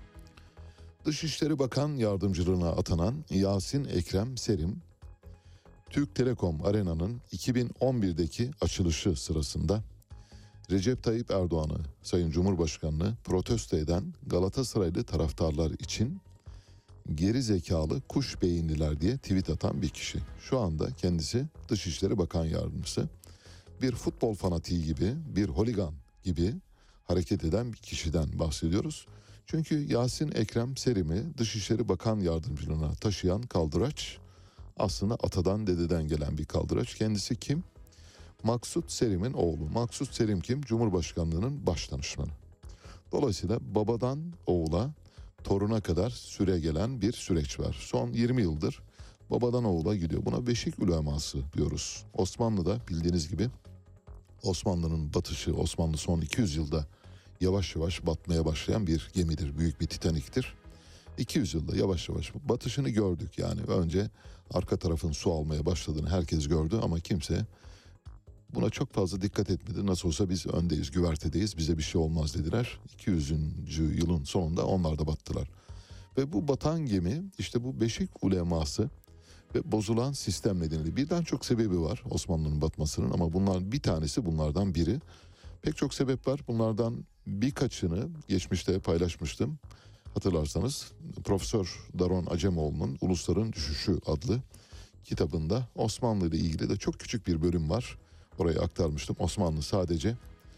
Dışişleri Bakan Yardımcılığına atanan Yasin Ekrem Serim, Türk Telekom Arena'nın iki bin on birdeki açılışı sırasında Recep Tayyip Erdoğan'ı, Sayın Cumhurbaşkanı'nı protesto eden Galatasaraylı taraftarlar için geri zekalı kuş beyinliler diye tweet atan bir kişi. Şu anda kendisi Dışişleri Bakan Yardımcısı. Bir futbol fanatiği gibi, bir holigan gibi hareket eden bir kişiden bahsediyoruz. Çünkü Yasin Ekrem Serim'i Dışişleri Bakan Yardımcılığına taşıyan kaldıraç aslında atadan dededen gelen bir kaldıraç. Kendisi kim? Maksut Serim'in oğlu. Maksut Serim kim? Cumhurbaşkanlığının başdanışmanı. Dolayısıyla babadan oğula, toruna kadar süre gelen bir süreç var. Son yirmi yıldır babadan oğula gidiyor. Buna beşik uleması diyoruz. Osmanlı'da bildiğiniz gibi Osmanlı'nın batışı, Osmanlı son iki yüz yılda yavaş yavaş batmaya başlayan bir gemidir. Büyük bir Titanik'tir. iki yüz yılda yavaş yavaş batışını gördük. Yani önce arka tarafın su almaya başladığını herkes gördü ama kimse buna çok fazla dikkat etmedi. Nasıl olsa biz öndeyiz, güvertedeyiz, bize bir şey olmaz dediler. iki yüzüncü yılın sonunda onlar da battılar. Ve bu batan gemi işte bu beşik uleması ve bozulan sistem nedeniyle. Birden çok sebebi var Osmanlı'nın batmasının ama bunlar bir tanesi bunlardan biri. Pek çok sebep var. Bunlardan birkaçını geçmişte paylaşmıştım. Hatırlarsanız Profesör Daron Acemoğlu'nun Ulusların Düşüşü adlı kitabında Osmanlı ile ilgili de çok küçük bir bölüm var. Orayı aktarmıştım. Osmanlı sadece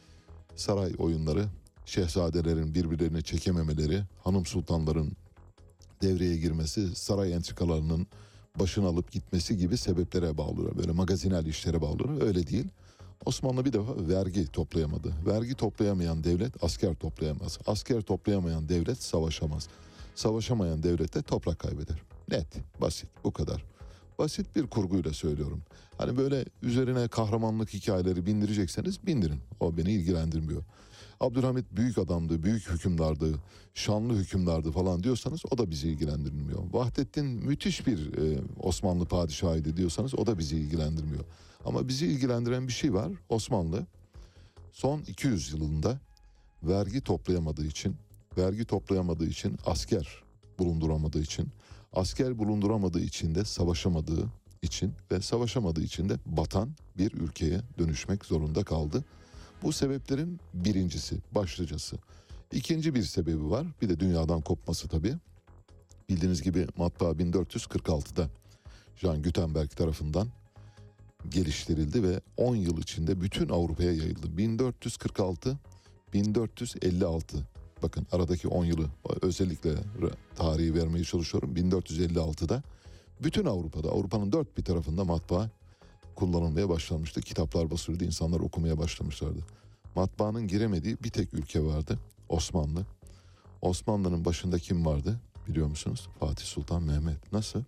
saray oyunları, şehzadelerin birbirlerini çekememeleri, hanım sultanların devreye girmesi, saray entrikalarının başını alıp gitmesi gibi sebeplere bağlıdır. Böyle magazinel işlere bağlıdır. Öyle değil. Osmanlı bir defa vergi toplayamadı. Vergi toplayamayan devlet asker toplayamaz. Asker toplayamayan devlet savaşamaz. Savaşamayan devlet de toprak kaybeder. Net, basit, bu kadar. Basit bir kurguyla söylüyorum. Hani böyle üzerine kahramanlık hikayeleri bindirecekseniz bindirin. O beni ilgilendirmiyor. Abdülhamit büyük adamdı, büyük hükümdardı, şanlı hükümdardı falan diyorsanız o da bizi ilgilendirmiyor. Vahdettin müthiş bir e, Osmanlı padişahıydı diyorsanız o da bizi ilgilendirmiyor. Ama bizi ilgilendiren bir şey var. Osmanlı son iki yüz yılında vergi toplayamadığı için, vergi toplayamadığı için asker bulunduramadığı için, asker bulunduramadığı için de savaşamadığı için ve savaşamadığı için de batan bir ülkeye dönüşmek zorunda kaldı. Bu sebeplerin birincisi, başlıcası. İkinci bir sebebi var. Bir de dünyadan kopması tabii. Bildiğiniz gibi matbaa bin dört yüz kırk altıda Jean Gutenberg tarafından geliştirildi ve on yıl içinde bütün Avrupa'ya yayıldı. bin dört yüz kırk altı bin dört yüz elli altı. Bakın aradaki on yılı özellikle tarihi vermeye çalışıyorum. bin dört yüz elli altıda bütün Avrupa'da, Avrupa'nın dört bir tarafında matbaa kullanılmaya başlanmıştı. Kitaplar basıldı, insanlar okumaya başlamışlardı. Matbaanın giremediği bir tek ülke vardı. Osmanlı. Osmanlı'nın başında kim vardı biliyor musunuz? Fatih Sultan Mehmet. Nasıl?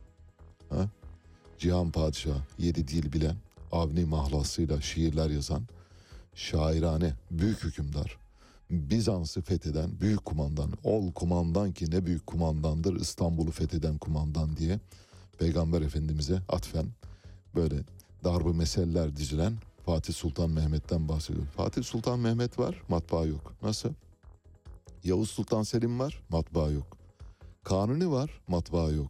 Ha? Cihan Padişahı, yedi dil bilen, Avni mahlasıyla şiirler yazan, şairane, büyük hükümdar, Bizans'ı fetheden büyük kumandan, ol kumandan ki ne büyük kumandandır, İstanbul'u fetheden kumandan diye Peygamber Efendimiz'e atfen böyle darbe meseleler dizilen Fatih Sultan Mehmet'ten bahsediyor. Fatih Sultan Mehmet var, matbaa yok. Nasıl? Yavuz Sultan Selim var, matbaa yok. Kanuni var, matbaa yok.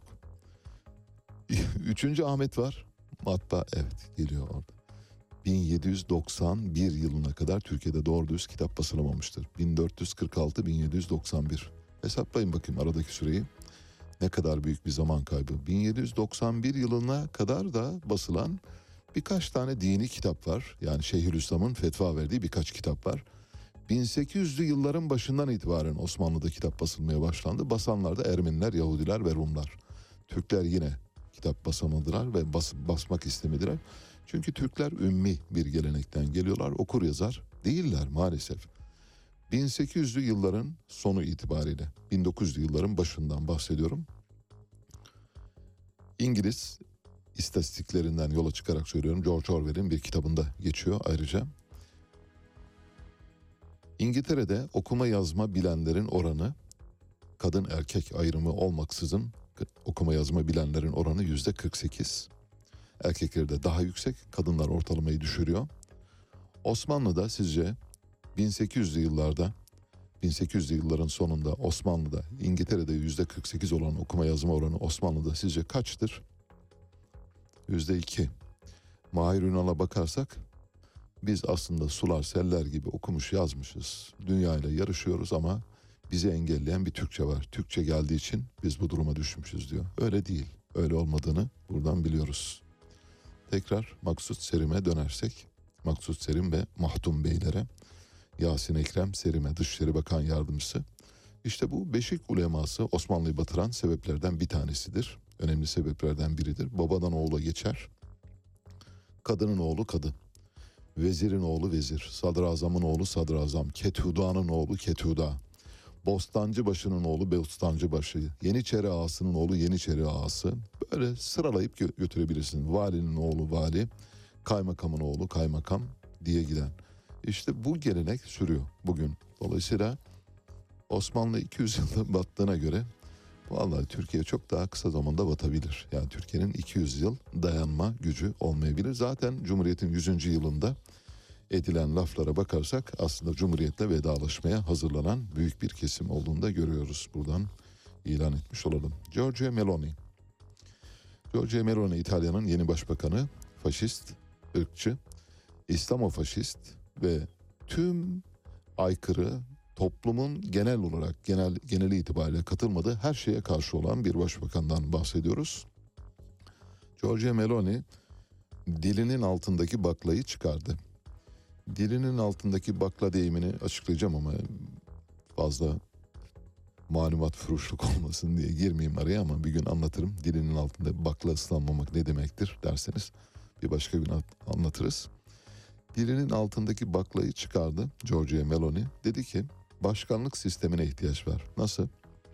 Üçüncü Ahmet var, matbaa evet geliyor orada. bin yedi yüz doksan bir yılına kadar Türkiye'de doğru düz kitap basılamamıştır. bin dört yüz kırk altı bin yedi yüz doksan bir. Hesaplayın bakayım aradaki süreyi. Ne kadar büyük bir zaman kaybı. bin yedi yüz doksan bir yılına kadar da basılan birkaç tane dini kitap var. Yani Şeyhülislam'ın fetva verdiği birkaç kitap var. bin sekiz yüzlü yılların başından itibaren Osmanlı'da kitap basılmaya başlandı. Basanlar da Ermeniler, Yahudiler ve Rumlar. Türkler yine kitap basamadılar ve bas, basmak istemediler. Çünkü Türkler ümmi bir gelenekten geliyorlar, okur yazar değiller maalesef. bin sekiz yüzlü yılların sonu itibariyle, bin dokuz yüzlü yılların başından bahsediyorum. İngiliz istatistiklerinden yola çıkarak söylüyorum. George Orwell'in bir kitabında geçiyor ayrıca. İngiltere'de okuma yazma bilenlerin oranı, kadın erkek ayrımı olmaksızın okuma yazma bilenlerin oranı yüzde kırk sekiz. Erkeklerde daha yüksek, kadınlar ortalamayı düşürüyor. Osmanlı'da sizce bin sekiz yüzlü yıllarda, bin sekiz yüzlü yılların sonunda Osmanlı'da, İngiltere'de yüzde kırk sekiz olan okuma yazma oranı Osmanlı'da sizce kaçtır? yüzde iki. Mahir Ünal'a bakarsak biz aslında sular seller gibi okumuş yazmışız. Dünyayla yarışıyoruz ama bizi engelleyen bir Türkçe var. Türkçe geldiği için biz bu duruma düşmüşüz diyor. Öyle değil. Öyle olmadığını buradan biliyoruz. Tekrar Maksut Serim'e dönersek, Maksut Serim ve Mahdum Beylere, Yasin Ekrem Serim'e Dışişleri Bakan Yardımcısı. İşte bu Beşik uleması Osmanlı'yı batıran sebeplerden bir tanesidir. Önemli sebeplerden biridir. Babadan oğula geçer. Kadının oğlu kadın. Vezirin oğlu vezir. Sadrazamın oğlu sadrazam. Kethuda'nın oğlu kethuda. Bostancıbaşı'nın oğlu Bostancıbaşı. Yeniçeri ağasının oğlu Yeniçeri ağası. Böyle sıralayıp gö- götürebilirsin. Valinin oğlu vali. Kaymakamın oğlu kaymakam diye giden. İşte bu gelenek sürüyor bugün. Dolayısıyla Osmanlı iki yüz yılda battığına göre vallahi Türkiye çok daha kısa zamanda batabilir. Yani Türkiye'nin iki yüz yıl dayanma gücü olmayabilir. Zaten Cumhuriyet'in yüzüncü yılında edilen laflara bakarsak aslında Cumhuriyet'le vedalaşmaya hazırlanan büyük bir kesim olduğunu da görüyoruz. Buradan ilan etmiş olalım. Giorgia Meloni. Giorgia Meloni İtalya'nın yeni başbakanı, faşist, ırkçı, İslamofaşist ve tüm aykırı, toplumun genel olarak genel geneli itibariyle katılmadığı her şeye karşı olan bir başbakandan bahsediyoruz. Giorgia Meloni dilinin altındaki baklayı çıkardı. Dilinin altındaki bakla deyimini açıklayacağım ama fazla malumat furuşluk olmasın diye girmeyeyim araya, ama bir gün anlatırım. Dilinin altında bakla ıslanmamak ne demektir derseniz bir başka gün anlatırız. Dilinin altındaki baklayı çıkardı Giorgia Meloni. Dedi ki başkanlık sistemine ihtiyaç var. Nasıl?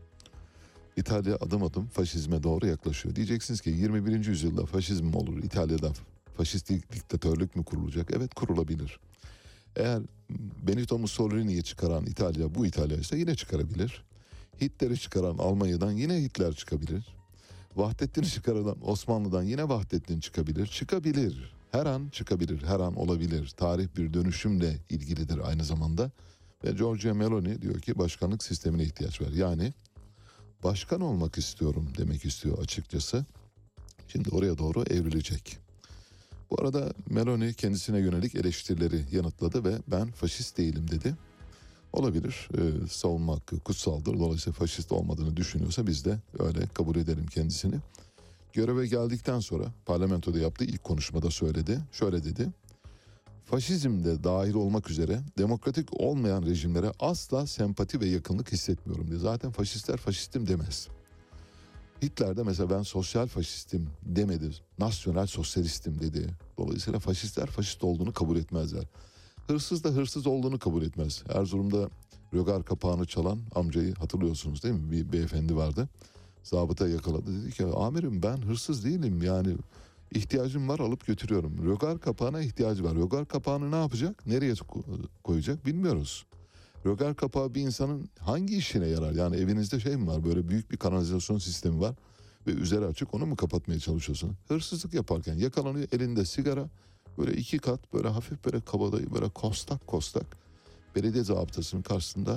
İtalya adım adım faşizme doğru yaklaşıyor. Diyeceksiniz ki yirmi birinci yüzyılda faşizm mi olur? İtalya'da faşist diktatörlük mü kurulacak? Evet, kurulabilir. Eğer Benito Mussolini'yi çıkaran İtalya bu İtalya ise yine çıkarabilir. Hitler'i çıkaran Almanya'dan yine Hitler çıkabilir. Vahdettin'i çıkaran Osmanlı'dan yine Vahdettin çıkabilir. Çıkabilir. Her an çıkabilir. Her an olabilir. Tarih bir dönüşümle ilgilidir aynı zamanda. Ve Giorgia Meloni diyor ki başkanlık sistemine ihtiyaç var. Yani başkan olmak istiyorum demek istiyor açıkçası. Şimdi oraya doğru evrilecek. Bu arada Meloni kendisine yönelik eleştirileri yanıtladı ve ben faşist değilim dedi. Olabilir, ee, savunma hakkı kutsaldır. Dolayısıyla faşist olmadığını düşünüyorsa biz de öyle kabul edelim kendisini. Göreve geldikten sonra parlamentoda yaptığı ilk konuşmada söyledi. Şöyle dedi: faşizm de dahil olmak üzere demokratik olmayan rejimlere asla sempati ve yakınlık hissetmiyorum diye. Zaten faşistler faşistim demez. Hitler de mesela ben sosyal faşistim demedi. Nasyonel sosyalistim dedi. Dolayısıyla faşistler faşist olduğunu kabul etmezler. Hırsız da hırsız olduğunu kabul etmez. Erzurum'da rögar kapağını çalan amcayı hatırlıyorsunuz değil mi? Bir beyefendi vardı. Zabıta yakaladı. Dedi ki amirim ben hırsız değilim, yani ihtiyacım var alıp götürüyorum. Rögar kapağına ihtiyacı var. Rögar kapağını ne yapacak? Nereye koyacak bilmiyoruz. Rögar kapağı bir insanın hangi işine yarar? Yani evinizde şey mi var, böyle büyük bir kanalizasyon sistemi var ve üzeri açık, onu mu kapatmaya çalışıyorsun? Hırsızlık yaparken yakalanıyor, elinde sigara, böyle iki kat böyle hafif böyle kabadayı böyle kostak kostak belediye zabıtasının karşısında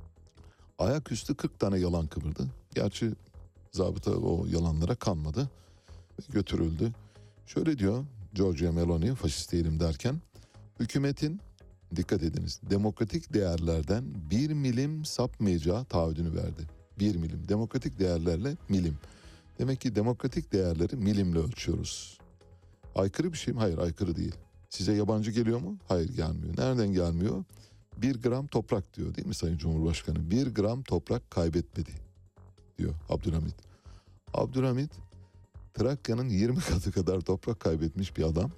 ayaküstü kırk tane yalan kıvırdı. Gerçi zabıta o yalanlara kanmadı ve götürüldü. Şöyle diyor Giorgia Meloni faşist değilim derken, hükümetin, dikkat ediniz, demokratik değerlerden bir milim sapmayacağı taahhüdünü verdi. Bir milim. Demokratik değerlerle milim. Demek ki demokratik değerleri milimle ölçüyoruz. Aykırı bir şey mi? Hayır, aykırı değil. Size yabancı geliyor mu? Hayır, gelmiyor. Nereden gelmiyor? Bir gram toprak diyor değil mi Sayın Cumhurbaşkanı? Bir gram toprak kaybetmedi diyor Abdülhamit. Abdülhamit Trakya'nın yirmi katı kadar toprak kaybetmiş bir adam.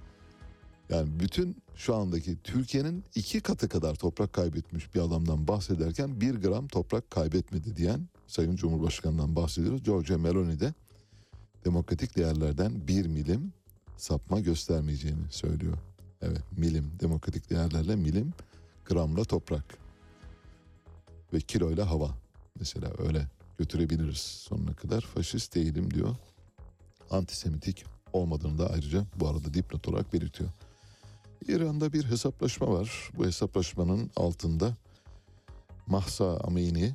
Yani bütün şu andaki Türkiye'nin iki katı kadar toprak kaybetmiş bir adamdan bahsederken bir gram toprak kaybetmedi diyen Sayın Cumhurbaşkanı'ndan bahsediyoruz. Giorgia Meloni de demokratik değerlerden bir milim sapma göstermeyeceğini söylüyor. Evet, milim, demokratik değerlerle milim, gramla toprak ve kiloyla hava. Mesela öyle götürebiliriz sonuna kadar. Faşist değilim diyor. Antisemitik olmadığını da ayrıca bu arada dipnot olarak belirtiyor. İran'da bir hesaplaşma var. Bu hesaplaşmanın altında Mahsa Amini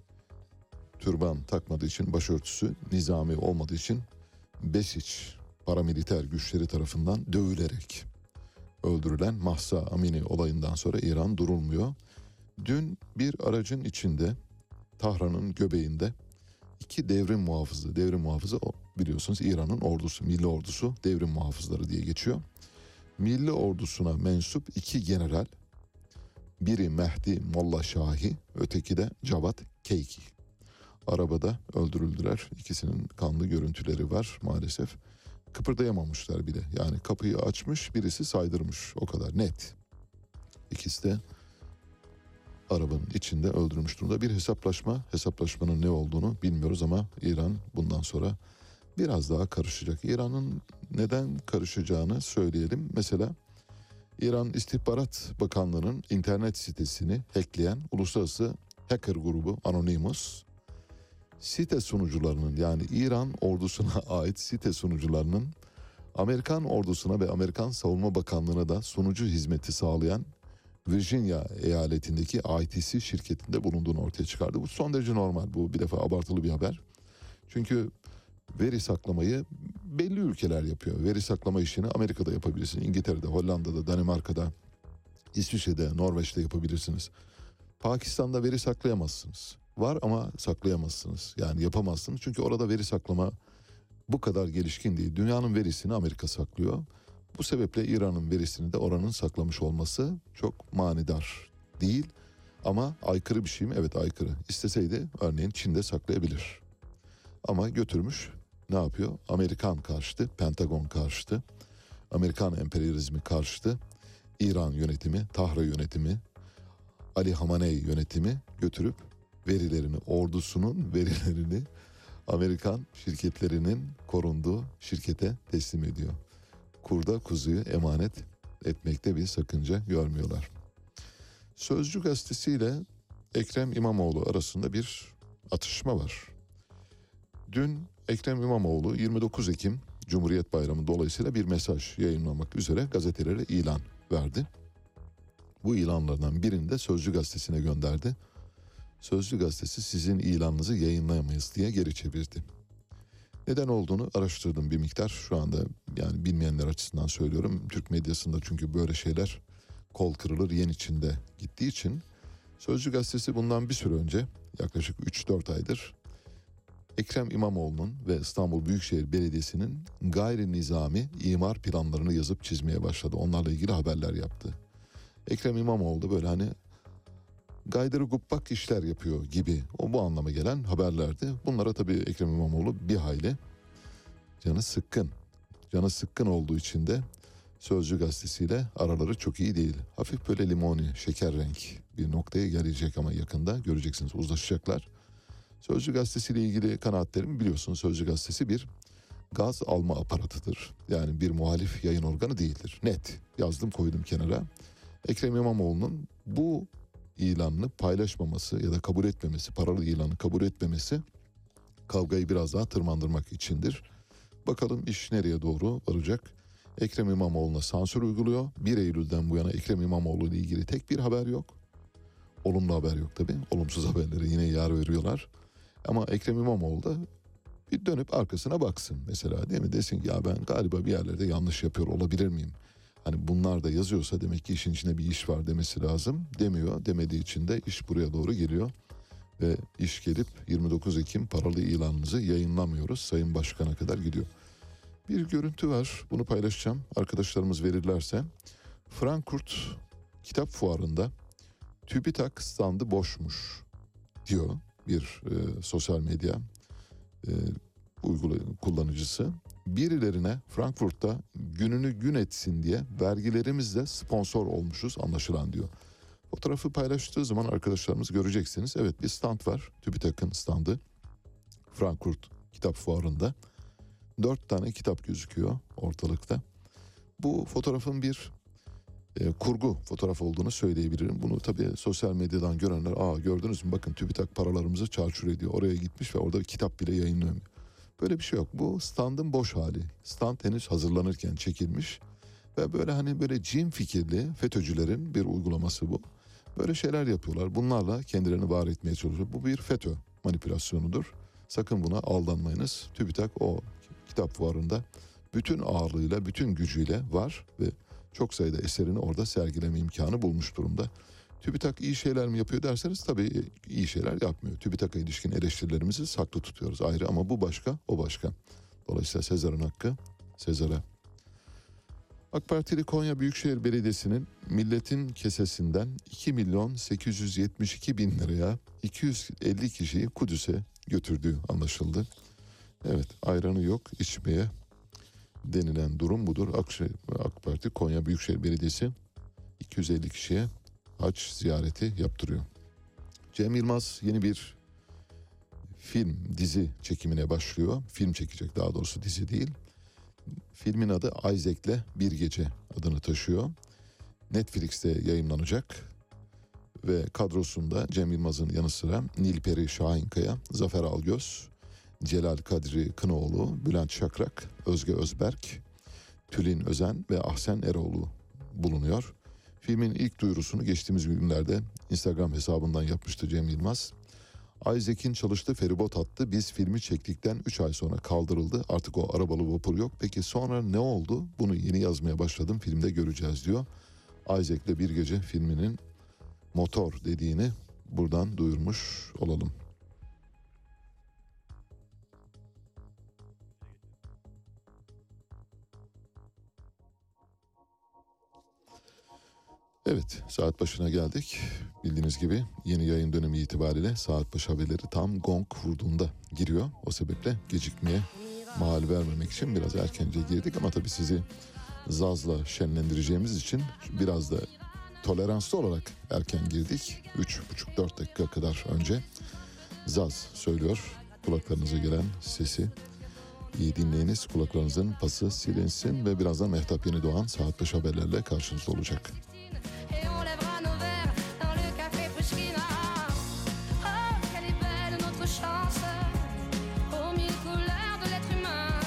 türban takmadığı için, başörtüsü nizami olmadığı için Besiç paramiliter güçleri tarafından dövülerek öldürülen Mahsa Amini olayından sonra İran durulmuyor. Dün bir aracın içinde Tahran'ın göbeğinde iki devrim muhafızı, devrim muhafızı biliyorsunuz İran'ın ordusu, milli ordusu devrim muhafızları diye geçiyor. Milli ordusuna mensup iki general, biri Mehdi Molla Şahi, öteki de Cavat Keyki. Arabada öldürüldüler. İkisinin kanlı görüntüleri var maalesef. Kıpırdayamamışlar bile. Yani kapıyı açmış, birisi saydırmış. O kadar net. İkisi de arabanın içinde öldürülmüş durumda. Bir hesaplaşma, hesaplaşmanın ne olduğunu bilmiyoruz ama İran bundan sonra biraz daha karışacak. İran'ın neden karışacağını söyleyelim. Mesela İran İstihbarat Bakanlığı'nın internet sitesini hackleyen uluslararası hacker grubu Anonymous, site sunucularının, yani İran ordusuna ait site sunucularının Amerikan ordusuna ve Amerikan Savunma Bakanlığı'na da sunucu hizmeti sağlayan Virginia eyaletindeki I T C şirketinde bulunduğunu ortaya çıkardı. Bu son derece normal. Bu bir defa abartılı bir haber. Çünkü Veri saklamayı belli ülkeler yapıyor. Veri saklama işini Amerika'da yapabilirsiniz. İngiltere'de, Hollanda'da, Danimarka'da, İsviçre'de, Norveç'te yapabilirsiniz. Pakistan'da veri saklayamazsınız. Var ama saklayamazsınız. Yani yapamazsınız. Çünkü orada veri saklama bu kadar gelişkin değil. Dünyanın verisini Amerika saklıyor. Bu sebeple İran'ın verisini de oranın saklamış olması çok manidar değil. Ama aykırı bir şey mi? Evet, aykırı. İsteseydi örneğin Çin'de saklayabilir. Ama götürmüş, ne yapıyor? Amerikan karşıtı, Pentagon karşıtı, Amerikan emperyalizmi karşıtı, İran yönetimi, Tahra yönetimi, Ali Hamenei yönetimi götürüp verilerini, ordusunun verilerini Amerikan şirketlerinin korunduğu şirkete teslim ediyor. Kurda kuzuyu emanet etmekte bir sakınca görmüyorlar. Sözcü gazetesi ile Ekrem İmamoğlu arasında bir atışma var. Dün Ekrem İmamoğlu yirmi dokuz Ekim Cumhuriyet Bayramı dolayısıyla bir mesaj yayınlamak üzere gazetelere ilan verdi. Bu ilanlardan birini de Sözcü gazetesine gönderdi. Sözcü gazetesi sizin ilanınızı yayınlayamayız diye geri çevirdi. Neden olduğunu araştırdım bir miktar. Şu anda yani bilmeyenler açısından söylüyorum. Türk medyasında çünkü böyle şeyler kol kırılır yen içinde gittiği için Sözcü gazetesi bundan bir süre önce yaklaşık üç dört aydır Ekrem İmamoğlu'nun ve İstanbul Büyükşehir Belediyesi'nin gayri nizami imar planlarını yazıp çizmeye başladı. Onlarla ilgili haberler yaptı. Ekrem İmamoğlu da böyle hani gaydırı gubbak işler yapıyor gibi o bu anlama gelen haberlerdi. Bunlara tabii Ekrem İmamoğlu bir hayli canı sıkkın. Canı sıkkın olduğu için de Sözcü gazetesiyle araları çok iyi değil. Hafif böyle limoni, şeker renk bir noktaya gelecek ama yakında göreceksiniz, uzlaşacaklar. Sözcü gazetesiyle ilgili kanaatlerimi biliyorsunuz. Sözcü gazetesi bir gaz alma aparatıdır. Yani bir muhalif yayın organı değildir. Net yazdım, koydum kenara. Ekrem İmamoğlu'nun bu ilanını paylaşmaması ya da kabul etmemesi, paralı ilanı kabul etmemesi kavgayı biraz daha tırmandırmak içindir. Bakalım iş nereye doğru varacak? Ekrem İmamoğlu'na sansür uyguluyor. bir Eylül'den bu yana Ekrem İmamoğlu ile ilgili tek bir haber yok. Olumlu haber yok tabii. Olumsuz haberleri yine yer veriyorlar. Ama Ekrem İmamoğlu da bir dönüp arkasına baksın mesela, değil mi? Desin ki ya ben galiba bir yerlerde yanlış yapıyor olabilir miyim? Hani bunlar da yazıyorsa demek ki işin içinde bir iş var demesi lazım. Demiyor. Demediği için de iş buraya doğru geliyor. Ve iş gelip yirmi dokuz Ekim paralı ilanınızı yayınlamıyoruz Sayın Başkan'a kadar gidiyor. Bir görüntü var. Bunu paylaşacağım. Arkadaşlarımız verirlerse. Frankfurt Kitap Fuarı'nda TÜBİTAK standı boşmuş diyor bir e, sosyal medya e, uygula kullanıcısı. Birilerine Frankfurt'ta gününü gün etsin diye vergilerimizle sponsor olmuşuz anlaşılan diyor. Fotoğrafı paylaştığı zaman arkadaşlarımız göreceksiniz. Evet, bir stand var. TÜBİTAK'ın standı. Frankfurt Kitap Fuarı'nda. Dört tane kitap gözüküyor ortalıkta. Bu fotoğrafın bir e, kurgu fotoğraf olduğunu söyleyebilirim. Bunu tabii sosyal medyadan görenler, aa gördünüz mü bakın TÜBİTAK paralarımızı çarçur ediyor. Oraya gitmiş ve orada kitap bile yayınlanıyor. Böyle bir şey yok. Bu standın boş hali. Stand henüz hazırlanırken çekilmiş. Ve böyle hani böyle cin fikirli FETÖ'cülerin bir uygulaması bu. Böyle şeyler yapıyorlar. Bunlarla kendilerini var etmeye çalışıyor. Bu bir FETÖ manipülasyonudur. Sakın buna aldanmayınız. TÜBİTAK o kitap fuarında bütün ağırlığıyla, bütün gücüyle var ve çok sayıda eserini orada sergileme imkanı bulmuş durumda. TÜBİTAK iyi şeyler mi yapıyor derseniz tabii iyi şeyler yapmıyor. TÜBİTAK'a ilişkin eleştirilerimizi saklı tutuyoruz ayrı ama bu başka, o başka. Dolayısıyla Sezar'ın hakkı Sezar'a. AK Partili Konya Büyükşehir Belediyesi'nin milletin kesesinden iki milyon sekiz yüz yetmiş iki bin liraya iki yüz elli kişiyi Kudüs'e götürdüğü anlaşıldı. Evet, ayranı yok içmeye denilen durum budur. AK Parti Konya Büyükşehir Belediyesi iki yüz elli kişiye hac ziyareti yaptırıyor. Cem Yılmaz yeni bir film, dizi çekimine başlıyor. Film çekecek, daha doğrusu dizi değil. Filmin adı Isaac'le Bir Gece adını taşıyor. Netflix'te yayınlanacak ve kadrosunda Cem Yılmaz'ın yanı sıra Nilperi Şahinkaya, Zafer Algöz, Celal Kadri Kınoğlu, Bülent Şakrak, Özge Özberk, Tülin Özen ve Ahsen Eroğlu bulunuyor. Filmin ilk duyurusunu geçtiğimiz günlerde Instagram hesabından yapmıştı Cem Yılmaz. Isaac'in çalıştığı feribot hattı biz filmi çektikten üç ay sonra kaldırıldı. Artık o arabalı vapur yok. Peki sonra ne oldu? Bunu yeni yazmaya başladım. Filmde göreceğiz diyor. Isaac'le Bir Gece filminin motor dediğini buradan duyurmuş olalım. Evet, saat başına geldik. Bildiğiniz gibi yeni yayın dönemi itibariyle saat başı haberleri tam gong vurduğunda giriyor. O sebeple gecikmeye mahal vermemek için biraz erkence girdik. Ama tabii sizi Zaz'la şenlendireceğimiz için biraz da toleranslı olarak erken girdik. Üç buçuk dört dakika kadar önce Zaz söylüyor. Kulaklarınıza gelen sesi iyi dinleyiniz. Kulaklarınızın pası silinsin ve birazdan Mehtap Yeni Doğan saat beş haberlerle karşınızda olacak. Et on lèvera nos verres dans le café Pushkina. Oh, quelle est belle notre chance, aux mille couleurs de l'être humain,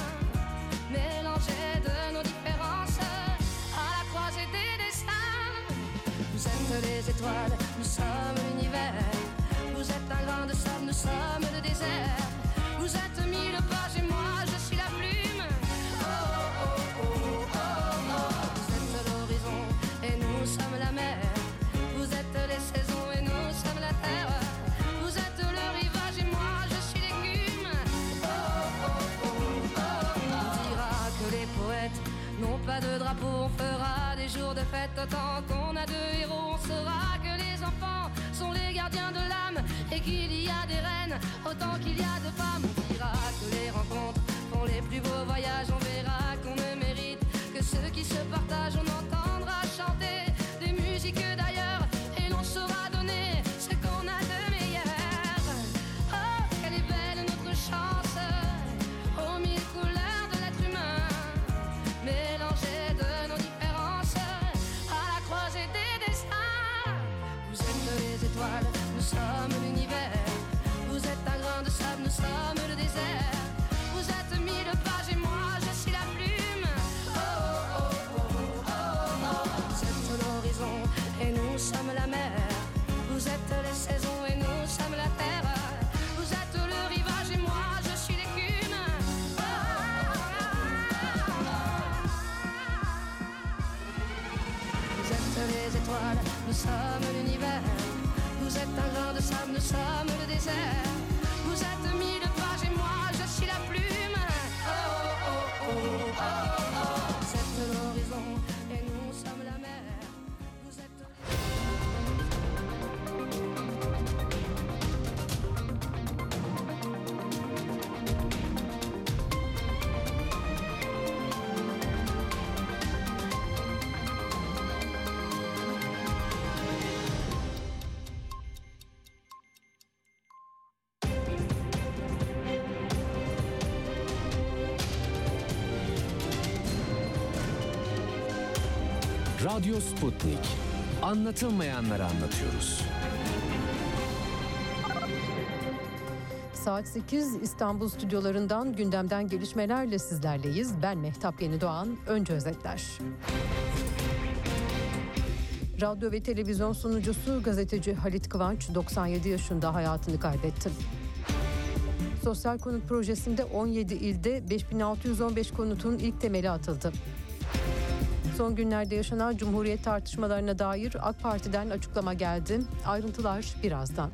mélangées de nos différences, à la croisée des destins. Vous êtes les étoiles, nous sommes l'univers. Vous êtes un grain de sable, nous sommes le désert. Vous êtes mille pages et moi je suis la plume. Oh, oh, oh, oh, oh, oh. Vous êtes l'horizon et nous sommes la mer. Vous êtes les saisons et nous sommes la terre. Vous êtes le rivage et moi je suis l'écume. Oh, oh, oh, oh, oh. On dira que les poètes n'ont pas de drapeau. On fera des jours de fête autant qu'on a de héros. On saura que les enfants sont les gardiens de l'âme et qu'il y a des reines autant qu'il y a de femmes. On dira que les rencontres font les plus beaux voyages. On verra qu'on ne mérite que ceux qui se partagent. On entendra chanter des musiques d'ailleurs et l'on saura donner ce qu'on a de meilleur. Oh, quelle est belle notre chance, aux mille couleurs de l'être humain, mélangées de nos différences, à la croisée des destins. Vous êtes les étoiles, nous sommes l'univers. Vous êtes un grain de sable, nous sommes le désert. Vous êtes mille pages et moi je suis la plume. Oh, oh, oh, oh, oh, oh. Vous êtes l'horizon et nous sommes la mer. Vous êtes les saisons et nous sommes la terre. Vous êtes le rivage et moi je suis l'écume. Oh, oh, oh, oh. Vous êtes les étoiles, nous sommes l'univers. Vous êtes un grain de sable, nous sommes le désert. Vous êtes mille pages et moi je suis la plume. Oh, oh, oh, oh, oh, oh. Vous êtes l'horizon et nous sommes la mer. Vous êtes... Radyo Sputnik. Anlatılmayanları anlatıyoruz. Saat sekiz İstanbul stüdyolarından gündemden gelişmelerle sizlerleyiz. Ben Mehtap Yeni Doğan. Önce özetler. Radyo ve televizyon sunucusu gazeteci Halit Kıvanç doksan yedi yaşında hayatını kaybetti. Sosyal konut projesinde on yedi ilde beş bin altı yüz on beş konutun ilk temeli atıldı. Son günlerde yaşanan Cumhuriyet tartışmalarına dair AK Parti'den açıklama geldi. Ayrıntılar birazdan.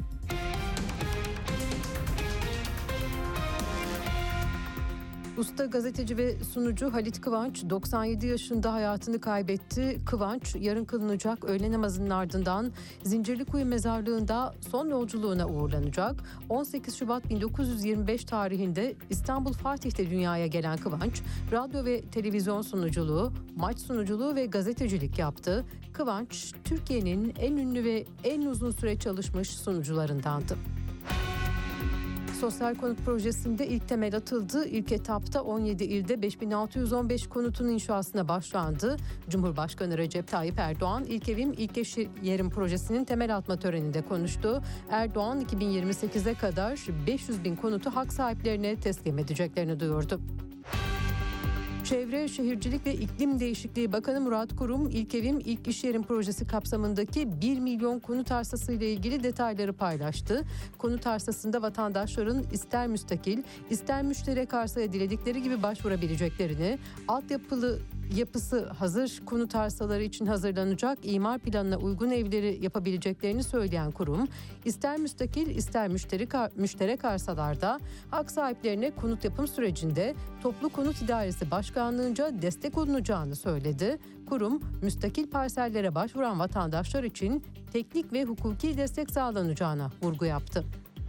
Usta gazeteci ve sunucu Halit Kıvanç doksan yedi yaşında hayatını kaybetti. Kıvanç yarın kılınacak öğle namazının ardından Zincirlikuyu Mezarlığı'nda son yolculuğuna uğurlanacak. on sekiz Şubat bin dokuz yüz yirmi beş tarihinde İstanbul Fatih'te dünyaya gelen Kıvanç, radyo ve televizyon sunuculuğu, maç sunuculuğu ve gazetecilik yaptı. Kıvanç, Türkiye'nin en ünlü ve en uzun süre çalışmış sunucularındandı. Sosyal konut projesinde ilk temel atıldı. İlk etapta on yedi ilde beş bin altı yüz on beş konutun inşasına başlandı. Cumhurbaşkanı Recep Tayyip Erdoğan ilk evim ilk eş yerim projesinin temel atma töreninde konuştu. Erdoğan iki bin yirmi sekize kadar beş yüz bin konutu hak sahiplerine teslim edeceklerini duyurdu. Çevre, Şehircilik ve İklim Değişikliği Bakanı Murat Kurum, İlk Evim İlk İş Yerim projesi kapsamındaki bir milyon konut arsası ile ilgili detayları paylaştı. Konut arsasında vatandaşların ister müstakil, ister müşterek arsaya diledikleri gibi başvurabileceklerini, altyapılı yapısı hazır konut arsaları için hazırlanacak imar planına uygun evleri yapabileceklerini söyleyen kurum, ister müstakil ister müşterek, müşterek arsalarda hak sahiplerine konut yapım sürecinde Toplu Konut İdaresi Başkanlığı'nca destek olunacağını söyledi. Kurum, müstakil parsellere başvuran vatandaşlar için teknik ve hukuki destek sağlanacağına vurgu yaptı.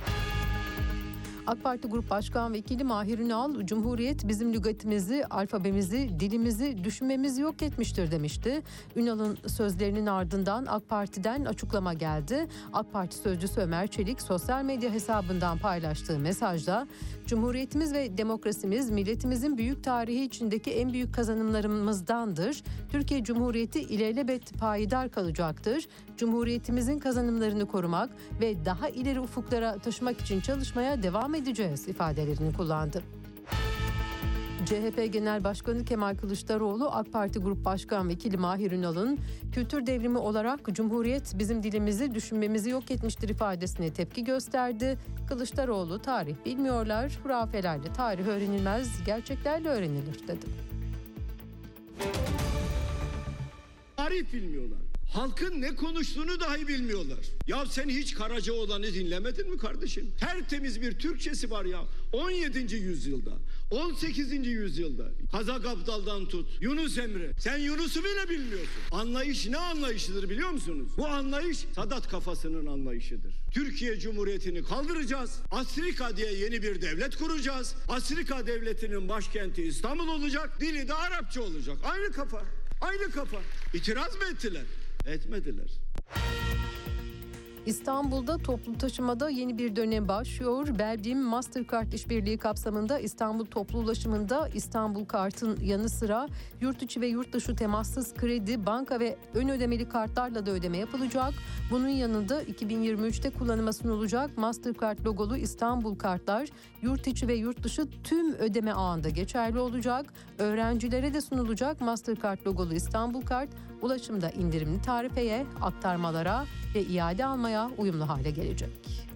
AK Parti Grup Başkan Vekili Mahir Ünal, Cumhuriyet bizim lügatimizi, alfabemizi, dilimizi düşünmemizi yok etmiştir demişti. Ünal'ın sözlerinin ardından AK Parti'den açıklama geldi. AK Parti sözcüsü Ömer Çelik sosyal medya hesabından paylaştığı mesajda, Cumhuriyetimiz ve demokrasimiz milletimizin büyük tarihi içindeki en büyük kazanımlarımızdandır. Türkiye Cumhuriyeti ilelebet payidar kalacaktır. Cumhuriyetimizin kazanımlarını korumak ve daha ileri ufuklara taşımak için çalışmaya devam edeceğiz ifadelerini kullandı. C H P Genel Başkanı Kemal Kılıçdaroğlu, AK Parti Grup Başkan Vekili Mahir Ünal'ın kültür devrimi olarak Cumhuriyet bizim dilimizi düşünmemizi yok etmiştir ifadesine tepki gösterdi. Kılıçdaroğlu, tarih bilmiyorlar, hurafelerle tarih öğrenilmez, gerçeklerle öğrenilir dedi. Tarih bilmiyorlar. Halkın ne konuştuğunu dahi bilmiyorlar. Ya sen hiç Karacaoğlan'ı dinlemedin mi kardeşim? Tertemiz bir Türkçesi var ya. on yedinci yüzyılda, on sekizinci yüzyılda. Kazak Abdal'dan tut, Yunus Emre. Sen Yunus'u bile bilmiyorsun. Anlayış ne anlayışıdır biliyor musunuz? Bu anlayış Sadat kafasının anlayışıdır. Türkiye Cumhuriyeti'ni kaldıracağız. Afrika diye yeni bir devlet kuracağız. Afrika devletinin başkenti İstanbul olacak. Dili de Arapça olacak. Aynı kafa. Aynı kafa. İtiraz mı ettiler? Etmediler. İstanbul'da toplu taşımada yeni bir dönem başlıyor. Belbim Mastercard işbirliği kapsamında İstanbul toplu ulaşımında İstanbul Kart'ın yanı sıra yurt içi ve yurt dışı temassız kredi, banka ve ön ödemeli kartlarla da ödeme yapılacak. Bunun yanında iki bin yirmi üçte kullanıma sunulacak Mastercard logolu İstanbul kartlar yurt içi ve yurt dışı tüm ödeme ağında geçerli olacak. Öğrencilere de sunulacak Mastercard logolu İstanbul kart ulaşımda indirimli tarifeye, aktarmalara ve iade almaya uyumlu hale gelecek.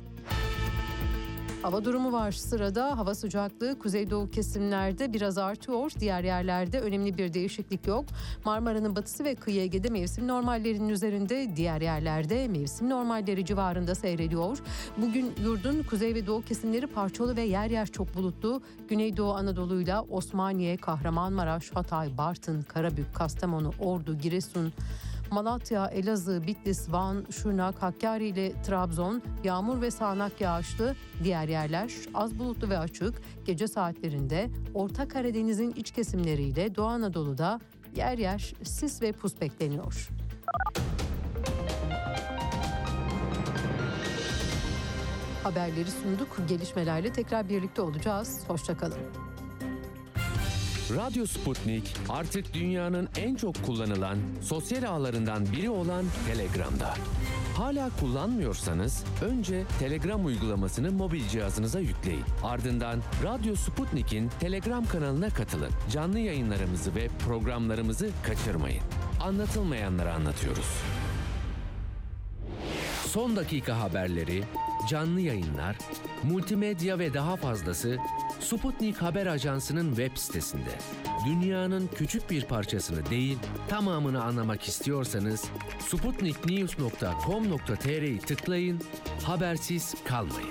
Hava durumu var sırada. Hava sıcaklığı kuzeydoğu kesimlerde biraz artıyor. Diğer yerlerde önemli bir değişiklik yok. Marmara'nın batısı ve kıyı Ege'de mevsim normallerinin üzerinde, diğer yerlerde mevsim normalleri civarında seyrediyor. Bugün yurdun kuzey ve doğu kesimleri parçalı ve yer yer çok bulutlu. Güneydoğu Anadolu'yla Osmaniye, Kahramanmaraş, Hatay, Bartın, Karabük, Kastamonu, Ordu, Giresun, Malatya, Elazığ, Bitlis, Van, Şırnak, Hakkari ile Trabzon yağmur ve sağanak yağışlı, diğer yerler az bulutlu ve açık. Gece saatlerinde Orta Karadeniz'in iç kesimleriyle Doğu Anadolu'da yer yer sis ve pus bekleniyor. Haberleri sunduk. Gelişmelerle tekrar birlikte olacağız. Hoşça kalın. Radyo Sputnik artık dünyanın en çok kullanılan sosyal ağlarından biri olan Telegram'da. Hala kullanmıyorsanız önce Telegram uygulamasını mobil cihazınıza yükleyin. Ardından Radyo Sputnik'in Telegram kanalına katılın. Canlı yayınlarımızı ve programlarımızı kaçırmayın. Anlatılmayanları anlatıyoruz. Son dakika haberleri, canlı yayınlar, multimedya ve daha fazlası Sputnik Haber Ajansı'nın web sitesinde. Dünyanın küçük bir parçasını değil, tamamını anlamak istiyorsanız sputniknews nokta com nokta tr'yi tıklayın, habersiz kalmayın.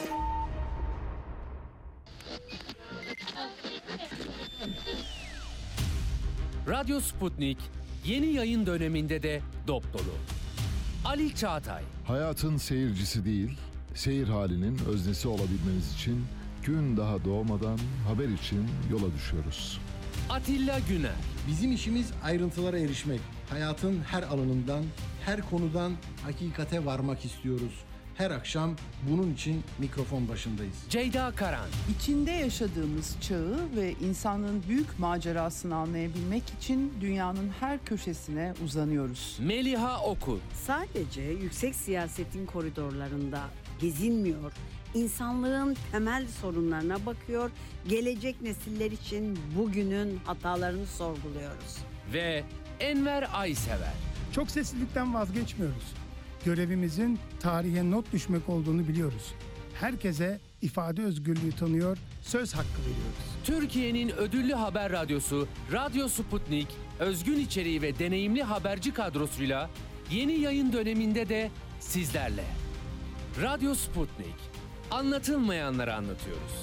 Radyo Sputnik yeni yayın döneminde de dop dolu. Ali Çağatay. Hayatın seyircisi değil, seyir halinin öznesi olabilmeniz için gün daha doğmadan haber için yola düşüyoruz. Atilla Güner. Bizim işimiz ayrıntılara erişmek. Hayatın her alanından, her konudan hakikate varmak istiyoruz. Her akşam bunun için mikrofon başındayız. Ceyda Karan. İçinde yaşadığımız çağı ve insanın büyük macerasını anlayabilmek için dünyanın her köşesine uzanıyoruz. Meliha Okur. Sadece yüksek siyasetin koridorlarında gezinmiyor, insanlığın temel sorunlarına bakıyor. Gelecek nesiller için bugünün hatalarını sorguluyoruz. Ve Enver Aysever. Çok seslilikten vazgeçmiyoruz. Görevimizin tarihe not düşmek olduğunu biliyoruz. Herkese ifade özgürlüğü tanıyor, söz hakkı veriyoruz. Türkiye'nin ödüllü haber radyosu Radyo Sputnik, özgün içeriği ve deneyimli haberci kadrosuyla yeni yayın döneminde de sizlerle. Radyo Sputnik, anlatılmayanları anlatıyoruz.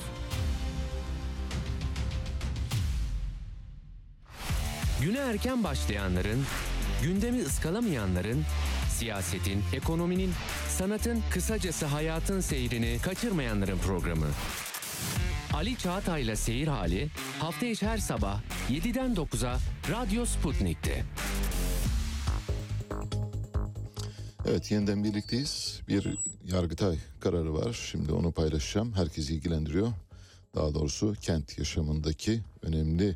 Güne erken başlayanların, gündemi ıskalamayanların, siyasetin, ekonominin, sanatın, kısacası hayatın seyrini kaçırmayanların programı. Ali Çağatay'la Seyir Hali hafta içi her sabah yediden dokuza Radyo Sputnik'te. Evet, yeniden birlikteyiz. Bir Yargıtay kararı var. Şimdi onu paylaşacağım. Herkesi ilgilendiriyor. Daha doğrusu kent yaşamındaki önemli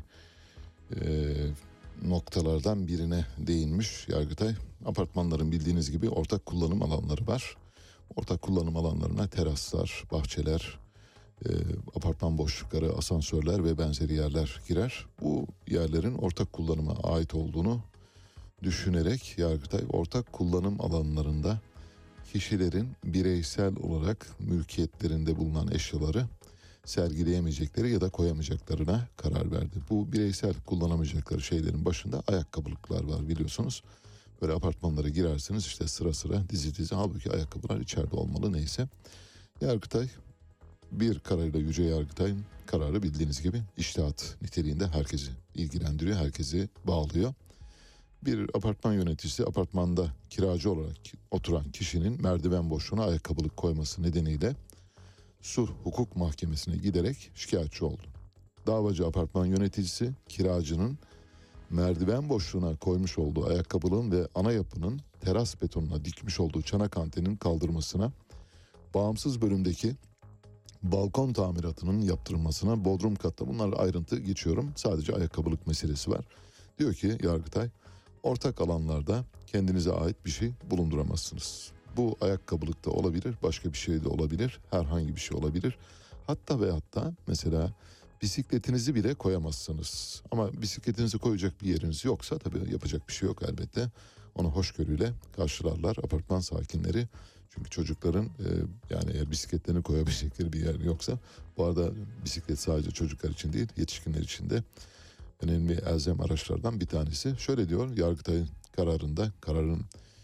e, noktalardan birine değinmiş Yargıtay. Apartmanların bildiğiniz gibi ortak kullanım alanları var. Ortak kullanım alanlarına teraslar, bahçeler, e, apartman boşlukları, asansörler ve benzeri yerler girer. Bu yerlerin ortak kullanıma ait olduğunu düşünerek Yargıtay ortak kullanım alanlarında kişilerin bireysel olarak mülkiyetlerinde bulunan eşyaları sergileyemeyecekleri ya da koyamayacaklarına karar verdi. Bu bireysel kullanamayacakları şeylerin başında ayakkabılıklar var, biliyorsunuz. Böyle apartmanlara girersiniz, işte sıra sıra, dizi dizi, halbuki ayakkabılar içeride olmalı, neyse. Yargıtay bir kararıyla, Yüce Yargıtay'ın kararı bildiğiniz gibi içtihat niteliğinde, herkesi ilgilendiriyor, herkesi bağlıyor. Bir apartman yöneticisi apartmanda kiracı olarak oturan kişinin merdiven boşluğuna ayakkabılık koyması nedeniyle Sulh Hukuk Mahkemesi'ne giderek şikayetçi oldu. Davacı apartman yöneticisi kiracının merdiven boşluğuna koymuş olduğu ayakkabılığın ve ana yapının teras betonuna dikmiş olduğu çanak antenin kaldırmasına, bağımsız bölümdeki balkon tamiratının yaptırılmasına, bodrum katta, bunlarla ayrıntı geçiyorum. Sadece ayakkabılık meselesi var. Diyor ki Yargıtay, ortak alanlarda kendinize ait bir şey bulunduramazsınız. Bu ayakkabılık da olabilir, başka bir şey de olabilir, herhangi bir şey olabilir. Hatta ve hatta mesela bisikletinizi bile koyamazsınız. Ama bisikletinizi koyacak bir yeriniz yoksa tabii yapacak bir şey yok elbette. Onu hoşgörüyle karşılarlar apartman sakinleri. Çünkü çocukların e, yani eğer bisikletlerini koyabilecekleri bir yer yoksa, bu arada bisiklet sadece çocuklar için değil, yetişkinler için de önemli elzem araçlardan bir tanesi. Şöyle diyor Yargıtay'ın kararında, kararın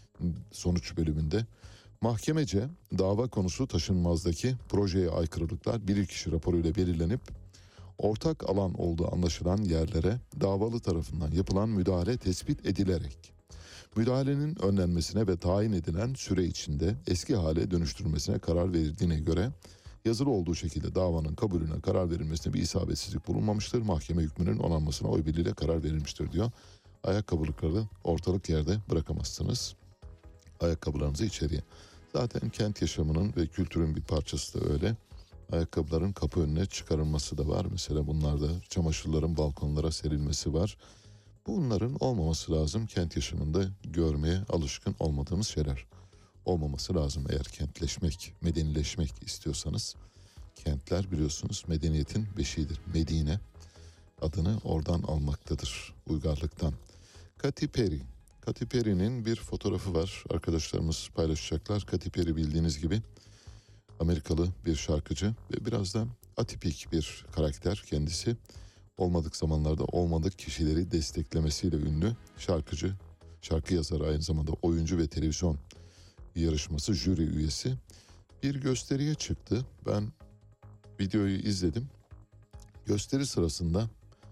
sonuç bölümünde: mahkemece dava konusu taşınmazdaki projeye aykırılıklar bilirkişi raporuyla belirlenip ortak alan olduğu anlaşılan yerlere davalı tarafından yapılan müdahale tespit edilerek müdahalenin önlenmesine ve tayin edilen süre içinde eski hale dönüştürülmesine karar verildiğine göre yazılı olduğu şekilde davanın kabulüne karar verilmesine bir isabetsizlik bulunmamıştır. Mahkeme hükmünün onanmasına oy birliğiyle karar verilmiştir diyor. Ayakkabılıkları ortalık yerde bırakamazsınız. Ayakkabılarınızı içeriye. Zaten kent yaşamının ve kültürün bir parçası da öyle. Ayakkabıların kapı önüne çıkarılması da var. Mesela bunlarda çamaşırların balkonlara serilmesi var. Bunların olmaması lazım. Kent yaşamında görmeye alışkın olmadığımız şeyler. Olmaması lazım eğer kentleşmek, medenileşmek istiyorsanız. Kentler biliyorsunuz medeniyetin beşiğidir. Medine adını oradan almaktadır, uygarlıktan. Katy Perry. Katy Perry'nin bir fotoğrafı var. Arkadaşlarımız paylaşacaklar. Katy Perry bildiğiniz gibi Amerikalı bir şarkıcı ve biraz da atipik bir karakter kendisi. Olmadık zamanlarda olmadık kişileri desteklemesiyle ünlü şarkıcı, şarkı yazarı, aynı zamanda oyuncu ve televizyon yarışması jüri üyesi. Bir gösteriye çıktı. Ben videoyu izledim. Gösteri sırasında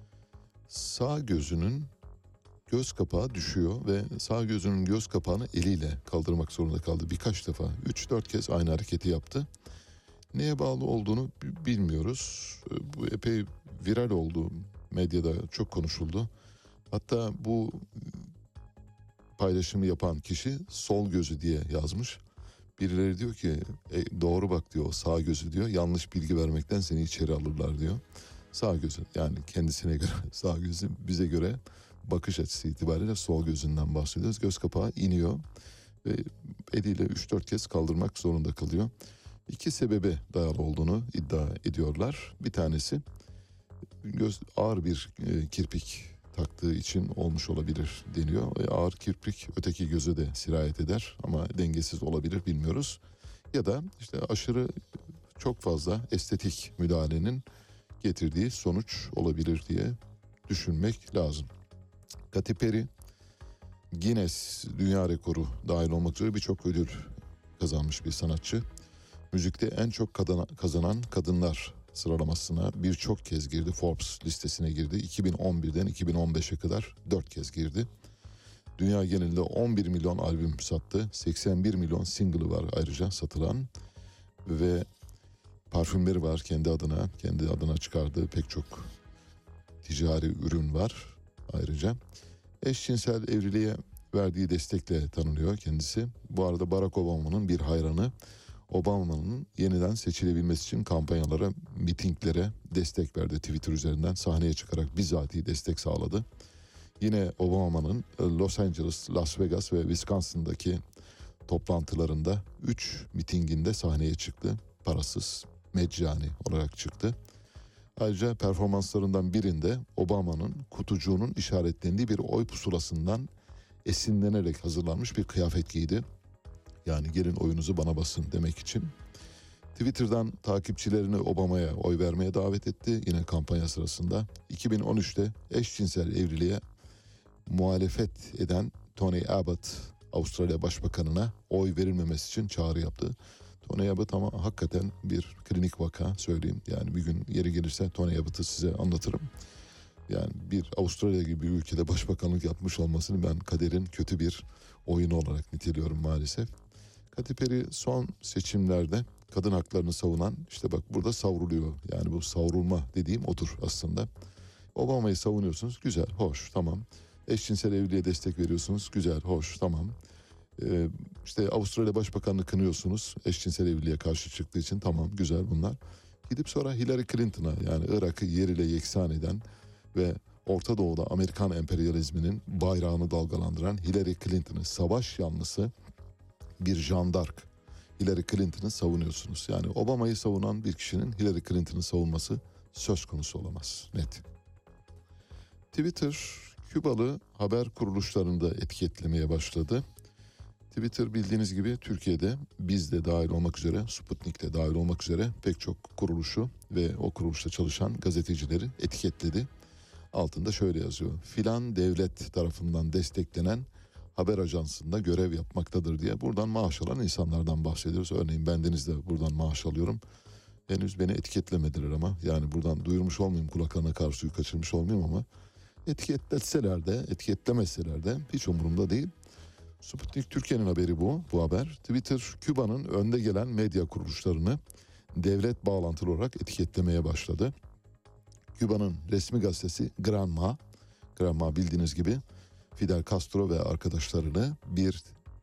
sağ gözünün göz kapağı düşüyor ve sağ gözünün göz kapağını eliyle kaldırmak zorunda kaldı. Birkaç defa, üç dört kez aynı hareketi yaptı. Neye bağlı olduğunu bilmiyoruz. Bu epey viral oldu. Medyada çok konuşuldu. Hatta bu paylaşımı yapan kişi sol gözü diye yazmış. Birileri diyor ki e, doğru bak diyor, sağ gözü diyor. Yanlış bilgi vermekten seni içeri alırlar diyor. Sağ gözü, yani kendisine göre sağ gözü, bize göre bakış açısı itibariyle sol gözünden bahsediyoruz. Göz kapağı iniyor ve eliyle üç dört kez kaldırmak zorunda kalıyor. İki sebebe dayalı olduğunu iddia ediyorlar. Bir tanesi göz ağır bir e, kirpik taktığı için olmuş olabilir deniyor. E, ağır kirpik öteki göze de sirayet eder ama dengesiz olabilir, bilmiyoruz. Ya da işte aşırı çok fazla estetik müdahalenin getirdiği sonuç olabilir diye düşünmek lazım. Katy Perry Guinness Dünya Rekoru dahil olmak üzere birçok ödül kazanmış bir sanatçı. Müzikte en çok kadına, kazanan kadınlar sıralamasına birçok kez girdi. Forbes listesine girdi. iki bin on birden iki bin on beşe kadar dört kez girdi. Dünya genelinde on bir milyon albüm sattı. seksen bir milyon single'ı var ayrıca satılan. Ve parfümleri var kendi adına. Kendi adına çıkardığı pek çok ticari ürün var ayrıca. Eşcinsel evliliğe verdiği destekle tanınıyor kendisi. Bu arada Barack Obama'nın bir hayranı. Obama'nın yeniden seçilebilmesi için kampanyalara, mitinglere destek verdi. Twitter üzerinden sahneye çıkarak bizatihi destek sağladı. Yine Obama'nın Los Angeles, Las Vegas ve Wisconsin'daki toplantılarında üç mitinginde sahneye çıktı. Parasız, meccani olarak çıktı. Ayrıca performanslarından birinde Obama'nın kutucuğunun işaretlendiği bir oy pusulasından esinlenerek hazırlanmış bir kıyafet giydi. Yani gelin oyunuzu bana basın demek için. Twitter'dan takipçilerini Obama'ya oy vermeye davet etti yine kampanya sırasında. iki bin on üçte eşcinsel evliliğe muhalefet eden Tony Abbott, Avustralya Başbakanı'na oy verilmemesi için çağrı yaptı. Tony Abbott ama hakikaten bir klinik vaka söyleyeyim. Yani bir gün yeri gelirse Tony Abbott'ı size anlatırım. Yani bir Avustralya gibi bir ülkede başbakanlık yapmış olmasını ben kaderin kötü bir oyunu olarak niteliyorum maalesef. Katy Perry son seçimlerde kadın haklarını savunan, işte bak burada savruluyor. Yani bu savrulma dediğim odur aslında. Obama'yı savunuyorsunuz, güzel, hoş, tamam. Eşcinsel evliliğe destek veriyorsunuz, güzel, hoş, tamam. Ee, işte Avustralya Başbakanı'nı kınıyorsunuz eşcinsel evliliğe karşı çıktığı için, tamam, güzel bunlar. Gidip sonra Hillary Clinton'a, yani Irak'ı yeriyle yeksan eden ve Orta Doğu'da Amerikan emperyalizminin bayrağını dalgalandıran Hillary Clinton'ı, savaş yanlısı bir Jeanne d'Arc Hillary Clinton'ı savunuyorsunuz. Yani Obama'yı savunan bir kişinin Hillary Clinton'ı savunması söz konusu olamaz. Net. Twitter, Kübalı haber kuruluşlarını da etiketlemeye başladı. Twitter bildiğiniz gibi Türkiye'de, biz de dahil olmak üzere, Sputnik de dahil olmak üzere pek çok kuruluşu ve o kuruluşta çalışan gazetecileri etiketledi. Altında şöyle yazıyor: filan devlet tarafından desteklenen haber ajansında görev yapmaktadır diye. Buradan maaş alan insanlardan bahsediyoruz. Örneğin bendeniz de buradan maaş alıyorum. Henüz beni etiketlemediler ama, yani buradan duyurmuş olmayayım, kulaklarına karşı suyu kaçırmış olmayayım ama etiketletseler de etiketlemeseler de hiç umurumda değil. Sputnik Türkiye'nin haberi bu, bu haber. Twitter, Küba'nın önde gelen medya kuruluşlarını devlet bağlantılı olarak etiketlemeye başladı. Küba'nın resmi gazetesi Granma, Granma bildiğiniz gibi Fidel Castro ve arkadaşlarını bir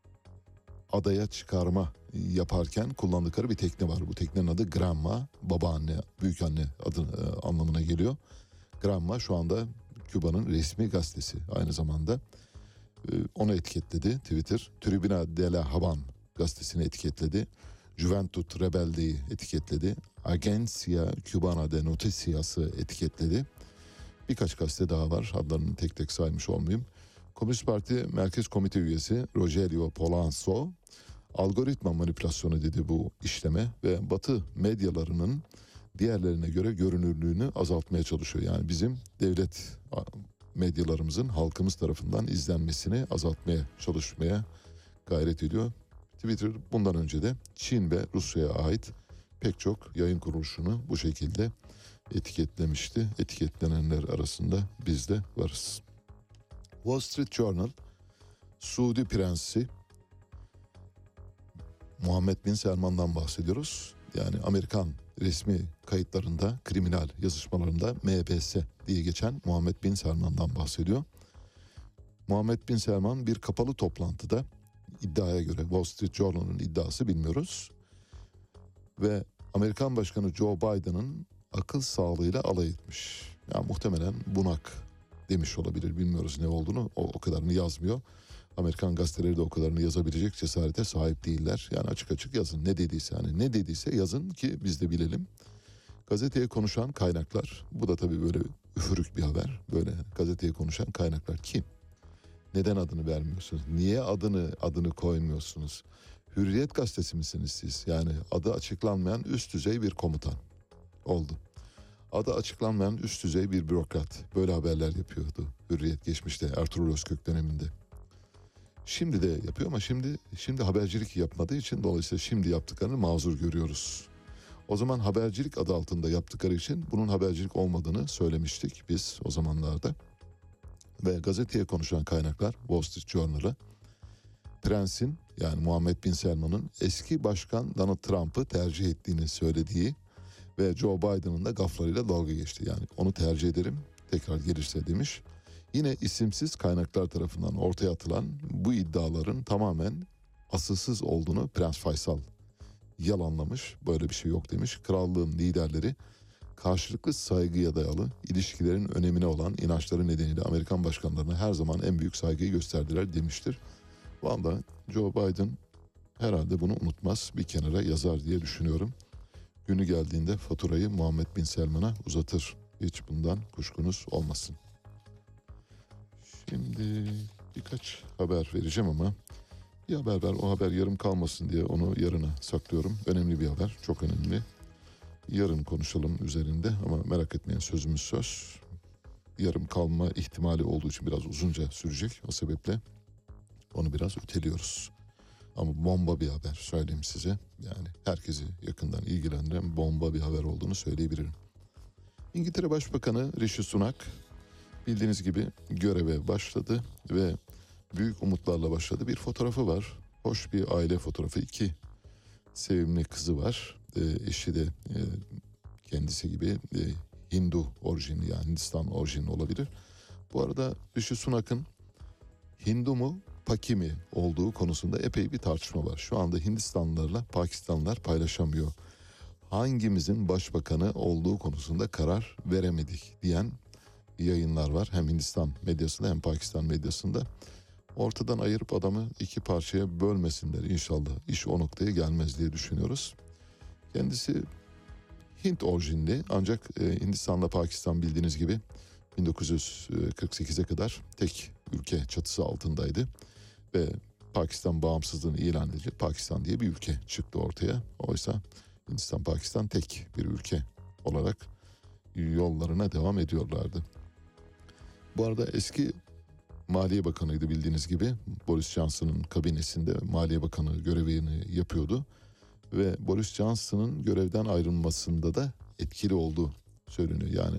adaya çıkarma yaparken kullandıkları bir tekne var. Bu teknenin adı Granma, babaanne, büyükanne adı e, anlamına geliyor. Granma şu anda Küba'nın resmi gazetesi aynı zamanda. E, onu etiketledi Twitter. Tribuna de la Habana gazetesini etiketledi. Juventud Rebelde'yi etiketledi. Agencia Cubana de Noticias'ı etiketledi. Birkaç gazete daha var. Adlarını tek tek saymış olmayayım. Komünist Parti Merkez Komite üyesi Rogelio Polanco, algoritma manipülasyonu dedi bu işleme ve Batı medyalarının diğerlerine göre görünürlüğünü azaltmaya çalışıyor. Yani bizim devlet medyalarımızın halkımız tarafından izlenmesini azaltmaya çalışmaya gayret ediyor. Twitter bundan önce de Çin ve Rusya'ya ait pek çok yayın kuruluşunu bu şekilde etiketlemişti. Etiketlenenler arasında biz de varız. Wall Street Journal, Suudi Prensi Muhammed Bin Selman'dan bahsediyoruz. Yani Amerikan resmi kayıtlarında, kriminal yazışmalarında M B S diye geçen Muhammed Bin Selman'dan bahsediyor. Muhammed Bin Selman bir kapalı toplantıda, iddiaya göre, Wall Street Journal'ın iddiası, bilmiyoruz, ve Amerikan Başkanı Joe Biden'ın akıl sağlığıyla alay etmiş. Yani muhtemelen bunak demiş olabilir, bilmiyoruz ne olduğunu, o, o kadarını yazmıyor. Amerikan gazeteleri de o kadarını yazabilecek cesarete sahip değiller. Yani açık açık yazın, ne dediyse, hani ne dediyse yazın ki biz de bilelim. Gazeteye konuşan kaynaklar, bu da tabii böyle üfürük bir haber. Böyle gazeteye konuşan kaynaklar kim? Neden adını vermiyorsunuz? Niye adını adını koymuyorsunuz? Hürriyet gazetesi misiniz siz? Yani adı açıklanmayan üst düzey bir komutan oldu. Adı açıklanmayan üst düzey bir bürokrat. Böyle haberler yapıyordu Hürriyet geçmişte, Ertuğrul Özkök döneminde. Şimdi de yapıyor ama şimdi şimdi habercilik yapmadığı için dolayısıyla şimdi yaptıklarını mazur görüyoruz. O zaman habercilik adı altında yaptıkları için bunun habercilik olmadığını söylemiştik biz o zamanlarda. Ve gazeteye konuşan kaynaklar Wall Street Journal'a Prens'in, yani Muhammed Bin Selman'ın eski başkan Donald Trump'ı tercih ettiğini söylediği ve Joe Biden'ın da gaflarıyla dalga geçti. Yani onu tercih ederim tekrar gelirse demiş. Yine isimsiz kaynaklar tarafından ortaya atılan bu iddiaların tamamen asılsız olduğunu Prens Faysal yalanlamış. Böyle bir şey yok demiş. Krallığın liderleri karşılıklı saygıya dayalı ilişkilerin önemine olan inançları nedeniyle Amerikan başkanlarına her zaman en büyük saygıyı gösterdiler demiştir. Vallahi Joe Biden herhalde bunu unutmaz, bir kenara yazar diye düşünüyorum. Günü geldiğinde faturayı Muhammed Bin Selman'a uzatır. Hiç bundan kuşkunuz olmasın. Şimdi birkaç haber vereceğim ama bir haber ver, o haber yarım kalmasın diye onu yarına saklıyorum. Önemli bir haber, çok önemli. Yarın konuşalım üzerinde ama merak etmeyin, sözümüz söz. Yarım kalma ihtimali olduğu için biraz uzunca sürecek, o sebeple onu biraz öteliyoruz. Ama bomba bir haber söyleyeyim size. Yani herkesi yakından ilgilendiren bomba bir haber olduğunu söyleyebilirim. İngiltere Başbakanı Rishi Sunak bildiğiniz gibi göreve başladı ve büyük umutlarla başladı. Bir fotoğrafı var. Hoş bir aile fotoğrafı. İki sevimli kızı var. E, eşi de e, kendisi gibi e, Hindu orijinli, yani Hindistan orijinli olabilir. Bu arada Rishi Sunak'ın Hindu mu Paki mi olduğu konusunda epey bir tartışma var. Şu anda Hindistanlılarla Pakistanlılar paylaşamıyor. Hangimizin başbakanı olduğu konusunda karar veremedik diyen yayınlar var. Hem Hindistan medyasında hem Pakistan medyasında. Ortadan ayırıp adamı iki parçaya bölmesinler inşallah. İş o noktaya gelmez diye düşünüyoruz. Kendisi Hint orijinli, ancak Hindistan'la Pakistan bildiğiniz gibi bin dokuz yüz kırk sekize kadar tek ülke çatısı altındaydı. Ve Pakistan bağımsızlığını ilan edince Pakistan diye bir ülke çıktı ortaya. Oysa Hindistan, Pakistan tek bir ülke olarak yollarına devam ediyorlardı. Bu arada eski Maliye Bakanı'ydı bildiğiniz gibi. Boris Johnson'ın kabinesinde Maliye Bakanı görevini yapıyordu. Ve Boris Johnson'ın görevden ayrılmasında da etkili olduğu söyleniyor. Yani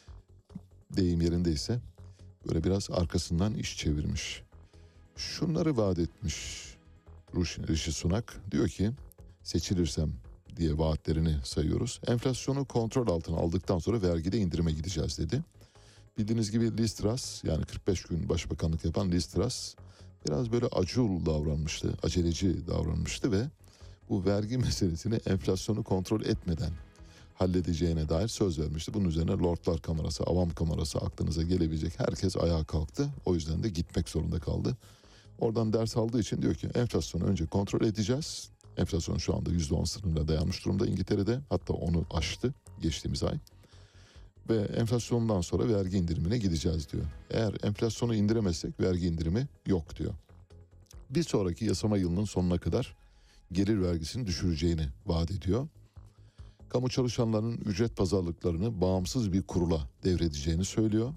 deyim yerindeyse böyle biraz arkasından iş çevirmiş. Şunları vaat etmiş Rishi Sunak. Diyor ki seçilirsem diye vaatlerini sayıyoruz. Enflasyonu kontrol altına aldıktan sonra vergide indirime gideceğiz dedi. Bildiğiniz gibi Liz Truss, yani kırk beş gün başbakanlık yapan Liz Truss biraz böyle acul davranmıştı, aceleci davranmıştı ve bu vergi meselesini enflasyonu kontrol etmeden halledeceğine dair söz vermişti. Bunun üzerine Lordlar Kamerası, Avam Kamerası, aklınıza gelebilecek herkes ayağa kalktı. O yüzden de gitmek zorunda kaldı. Oradan ders aldığı için diyor ki enflasyonu önce kontrol edeceğiz. Enflasyon şu anda yüzde on sınırına dayanmış durumda İngiltere'de. Hatta onu aştı geçtiğimiz ay. Ve enflasyondan sonra vergi indirimine gideceğiz diyor. Eğer enflasyonu indiremezsek vergi indirimi yok diyor. Bir sonraki yasama yılının sonuna kadar gelir vergisini düşüreceğini vaat ediyor. Kamu çalışanlarının ücret pazarlıklarını bağımsız bir kurula devredeceğini söylüyor.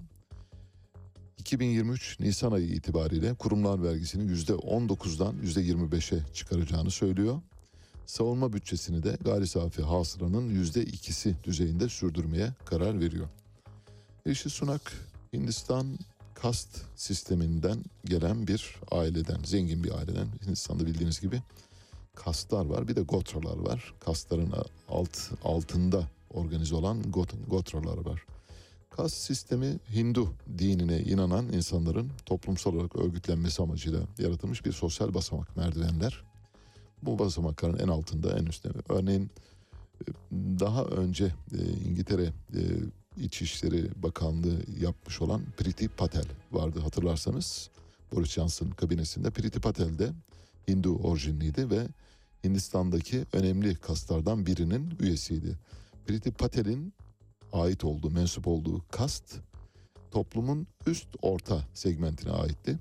iki bin yirmi üç Nisan ayı itibariyle kurumlar vergisini yüzde on dokuzdan yüzde yirmi beşe çıkaracağını söylüyor. Savunma bütçesini de gayri safi hasılanın yüzde ikisi düzeyinde sürdürmeye karar veriyor. Rishi Sunak Hindistan kast sisteminden gelen bir aileden, zengin bir aileden. Hindistan'da bildiğiniz gibi kastlar var, bir de gotralar var. Kastların alt altında organize olan got, gotralar var. Kast sistemi Hindu dinine inanan insanların toplumsal olarak örgütlenmesi amacıyla yaratılmış bir sosyal basamak, merdivenler. Bu basamakların en altında, en üstte. Örneğin daha önce İngiltere İçişleri Bakanlığı yapmış olan Priti Patel vardı hatırlarsanız. Boris Johnson kabinesinde. Priti Patel de Hindu orijinliydi ve Hindistan'daki önemli kastlardan birinin üyesiydi. Priti Patel'in ait olduğu, mensup olduğu kast toplumun üst orta segmentine aitti.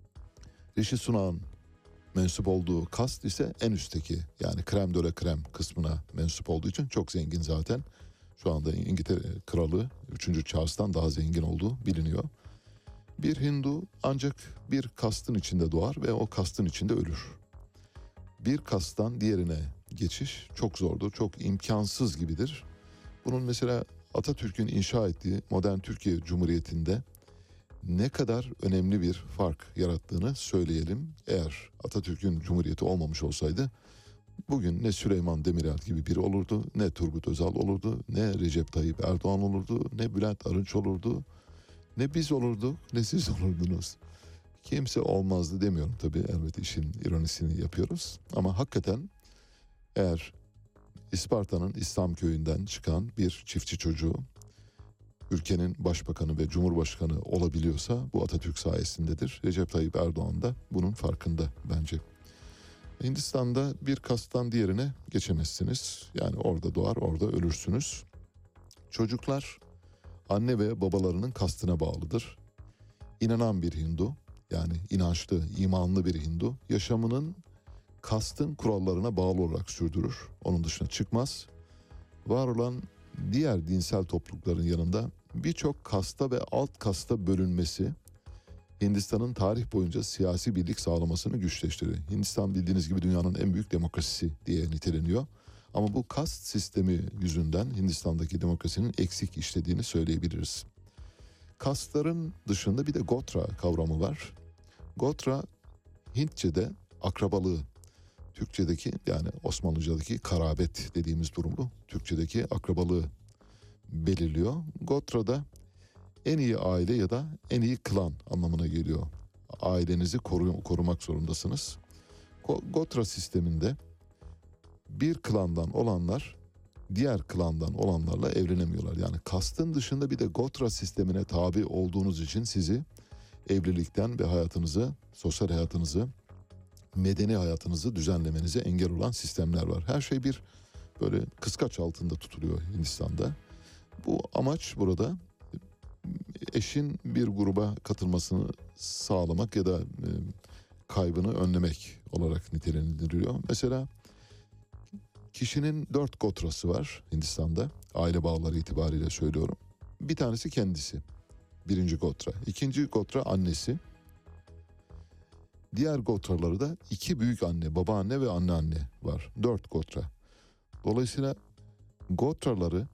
Rishi Sunak'ın mensup olduğu kast ise en üstteki, yani krem de la krem kısmına mensup olduğu için çok zengin zaten. Şu anda İngiltere kralı üçüncü Charles'tan daha zengin olduğu biliniyor. Bir Hindu ancak bir kastın içinde doğar ve o kastın içinde ölür. Bir kasttan diğerine geçiş çok zordur, çok imkansız gibidir. Bunun mesela Atatürk'ün inşa ettiği modern Türkiye Cumhuriyeti'nde ne kadar önemli bir fark yarattığını söyleyelim. Eğer Atatürk'ün Cumhuriyeti olmamış olsaydı bugün ne Süleyman Demirel gibi biri olurdu, ne Turgut Özal olurdu, ne Recep Tayyip Erdoğan olurdu, ne Bülent Arınç olurdu, ne biz olurduk, ne siz olurdunuz. Kimse olmazdı demiyorum tabii, elbette işin ironisini yapıyoruz. Ama hakikaten eğer İsparta'nın İslam köyünden çıkan bir çiftçi çocuğu ülkenin başbakanı ve cumhurbaşkanı olabiliyorsa bu Atatürk sayesindedir. Recep Tayyip Erdoğan da bunun farkında bence. Hindistan'da bir kasttan diğerine geçemezsiniz. Yani orada doğar, orada ölürsünüz. Çocuklar anne ve babalarının kastına bağlıdır. İnanan bir Hindu, yani inançlı, imanlı bir Hindu yaşamının kastın kurallarına bağlı olarak sürdürür. Onun dışına çıkmaz. Var olan diğer dinsel toplulukların yanında birçok kasta ve alt kasta bölünmesi Hindistan'ın tarih boyunca siyasi birlik sağlamasını güçleştirir. Hindistan bildiğiniz gibi dünyanın en büyük demokrasisi diye niteleniyor. Ama bu kast sistemi yüzünden Hindistan'daki demokrasinin eksik işlediğini söyleyebiliriz. Kastların dışında bir de Gotra kavramı var. Gotra Hintçe'de akrabalığı, Türkçedeki yani Osmanlıca'daki karabet dediğimiz durumu Türkçedeki akrabalığı belirliyor. Gotra'da en iyi aile ya da en iyi klan anlamına geliyor. Ailenizi koru- korumak zorundasınız. Gotra sisteminde bir klandan olanlar diğer klandan olanlarla evlenemiyorlar. Yani kastın dışında bir de Gotra sistemine tabi olduğunuz için sizi evlilikten ve hayatınızı, sosyal hayatınızı, medeni hayatınızı düzenlemenize engel olan sistemler var. Her şey bir böyle kıskaç altında tutuluyor Hindistan'da. Bu amaç burada eşin bir gruba katılmasını sağlamak ya da e, kaybını önlemek olarak nitelendiriliyor. Mesela kişinin dört gotrası var Hindistan'da. Aile bağları itibariyle söylüyorum. Bir tanesi kendisi. Birinci gotra. İkinci gotra annesi. Diğer gotraları da iki büyük anne, babaanne ve anneanne var. Dört gotra. Dolayısıyla gotraları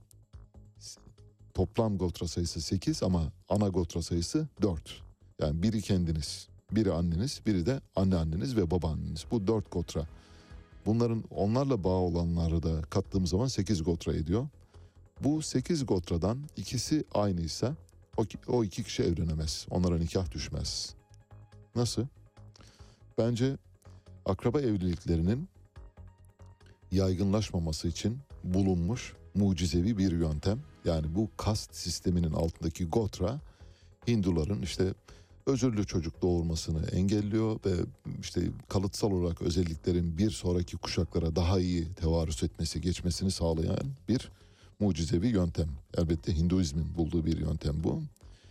toplam gotra sayısı sekiz ama ana gotra sayısı dört. Yani biri kendiniz, biri anneniz, biri de anneanneniz ve babaanneniz. Bu dört gotra. Bunların onlarla bağ olanları da kattığımız zaman sekiz gotra ediyor. Bu sekiz gotradan ikisi aynıysa o, o iki kişi evlenemez. Onlara nikah düşmez. Nasıl? Bence akraba evliliklerinin yaygınlaşmaması için bulunmuş mucizevi bir yöntem. Yani bu kast sisteminin altındaki gotra Hinduların işte özürlü çocuk doğurmasını engelliyor ve işte kalıtsal olarak özelliklerin bir sonraki kuşaklara daha iyi tevarüs etmesi, geçmesini sağlayan bir mucizevi yöntem. Elbette Hinduizmin bulduğu bir yöntem bu.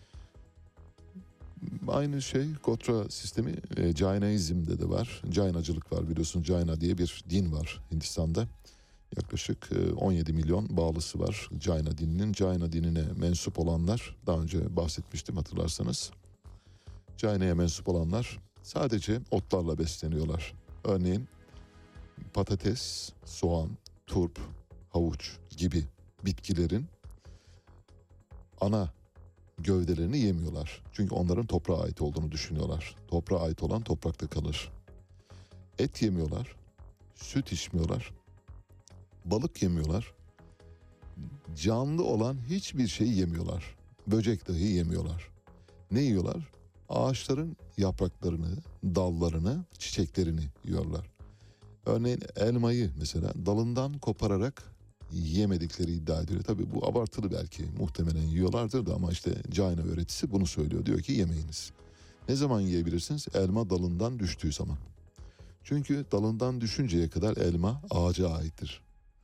Aynı şey Gotra sistemi e, Jainaizm'de de var. Jainacılık var, biliyorsun. Jaina diye bir din var Hindistan'da. Yaklaşık e, on yedi milyon bağlısı var Jaina dininin. Jaina dinine mensup olanlar, daha önce bahsetmiştim hatırlarsanız. Jaina'ya mensup olanlar sadece otlarla besleniyorlar. Örneğin patates, soğan, turp, havuç gibi bitkilerin ana gövdelerini yemiyorlar. Çünkü onların toprağa ait olduğunu düşünüyorlar. Toprağa ait olan toprakta kalır. Et yemiyorlar, süt içmiyorlar, balık yemiyorlar. Canlı olan hiçbir şeyi yemiyorlar. Böcek dahi yemiyorlar. Ne yiyorlar? Ağaçların yapraklarını, dallarını, çiçeklerini yiyorlar. Örneğin elmayı mesela dalından kopararak yemedikleri iddia ediliyor. Tabii bu abartılı belki, muhtemelen yiyorlardır da ama işte Jaina öğretisi bunu söylüyor. Diyor ki yemeyiniz. Ne zaman yiyebilirsiniz? Elma dalından düştüğü zaman. Çünkü dalından düşünceye kadar elma ağaca aittir.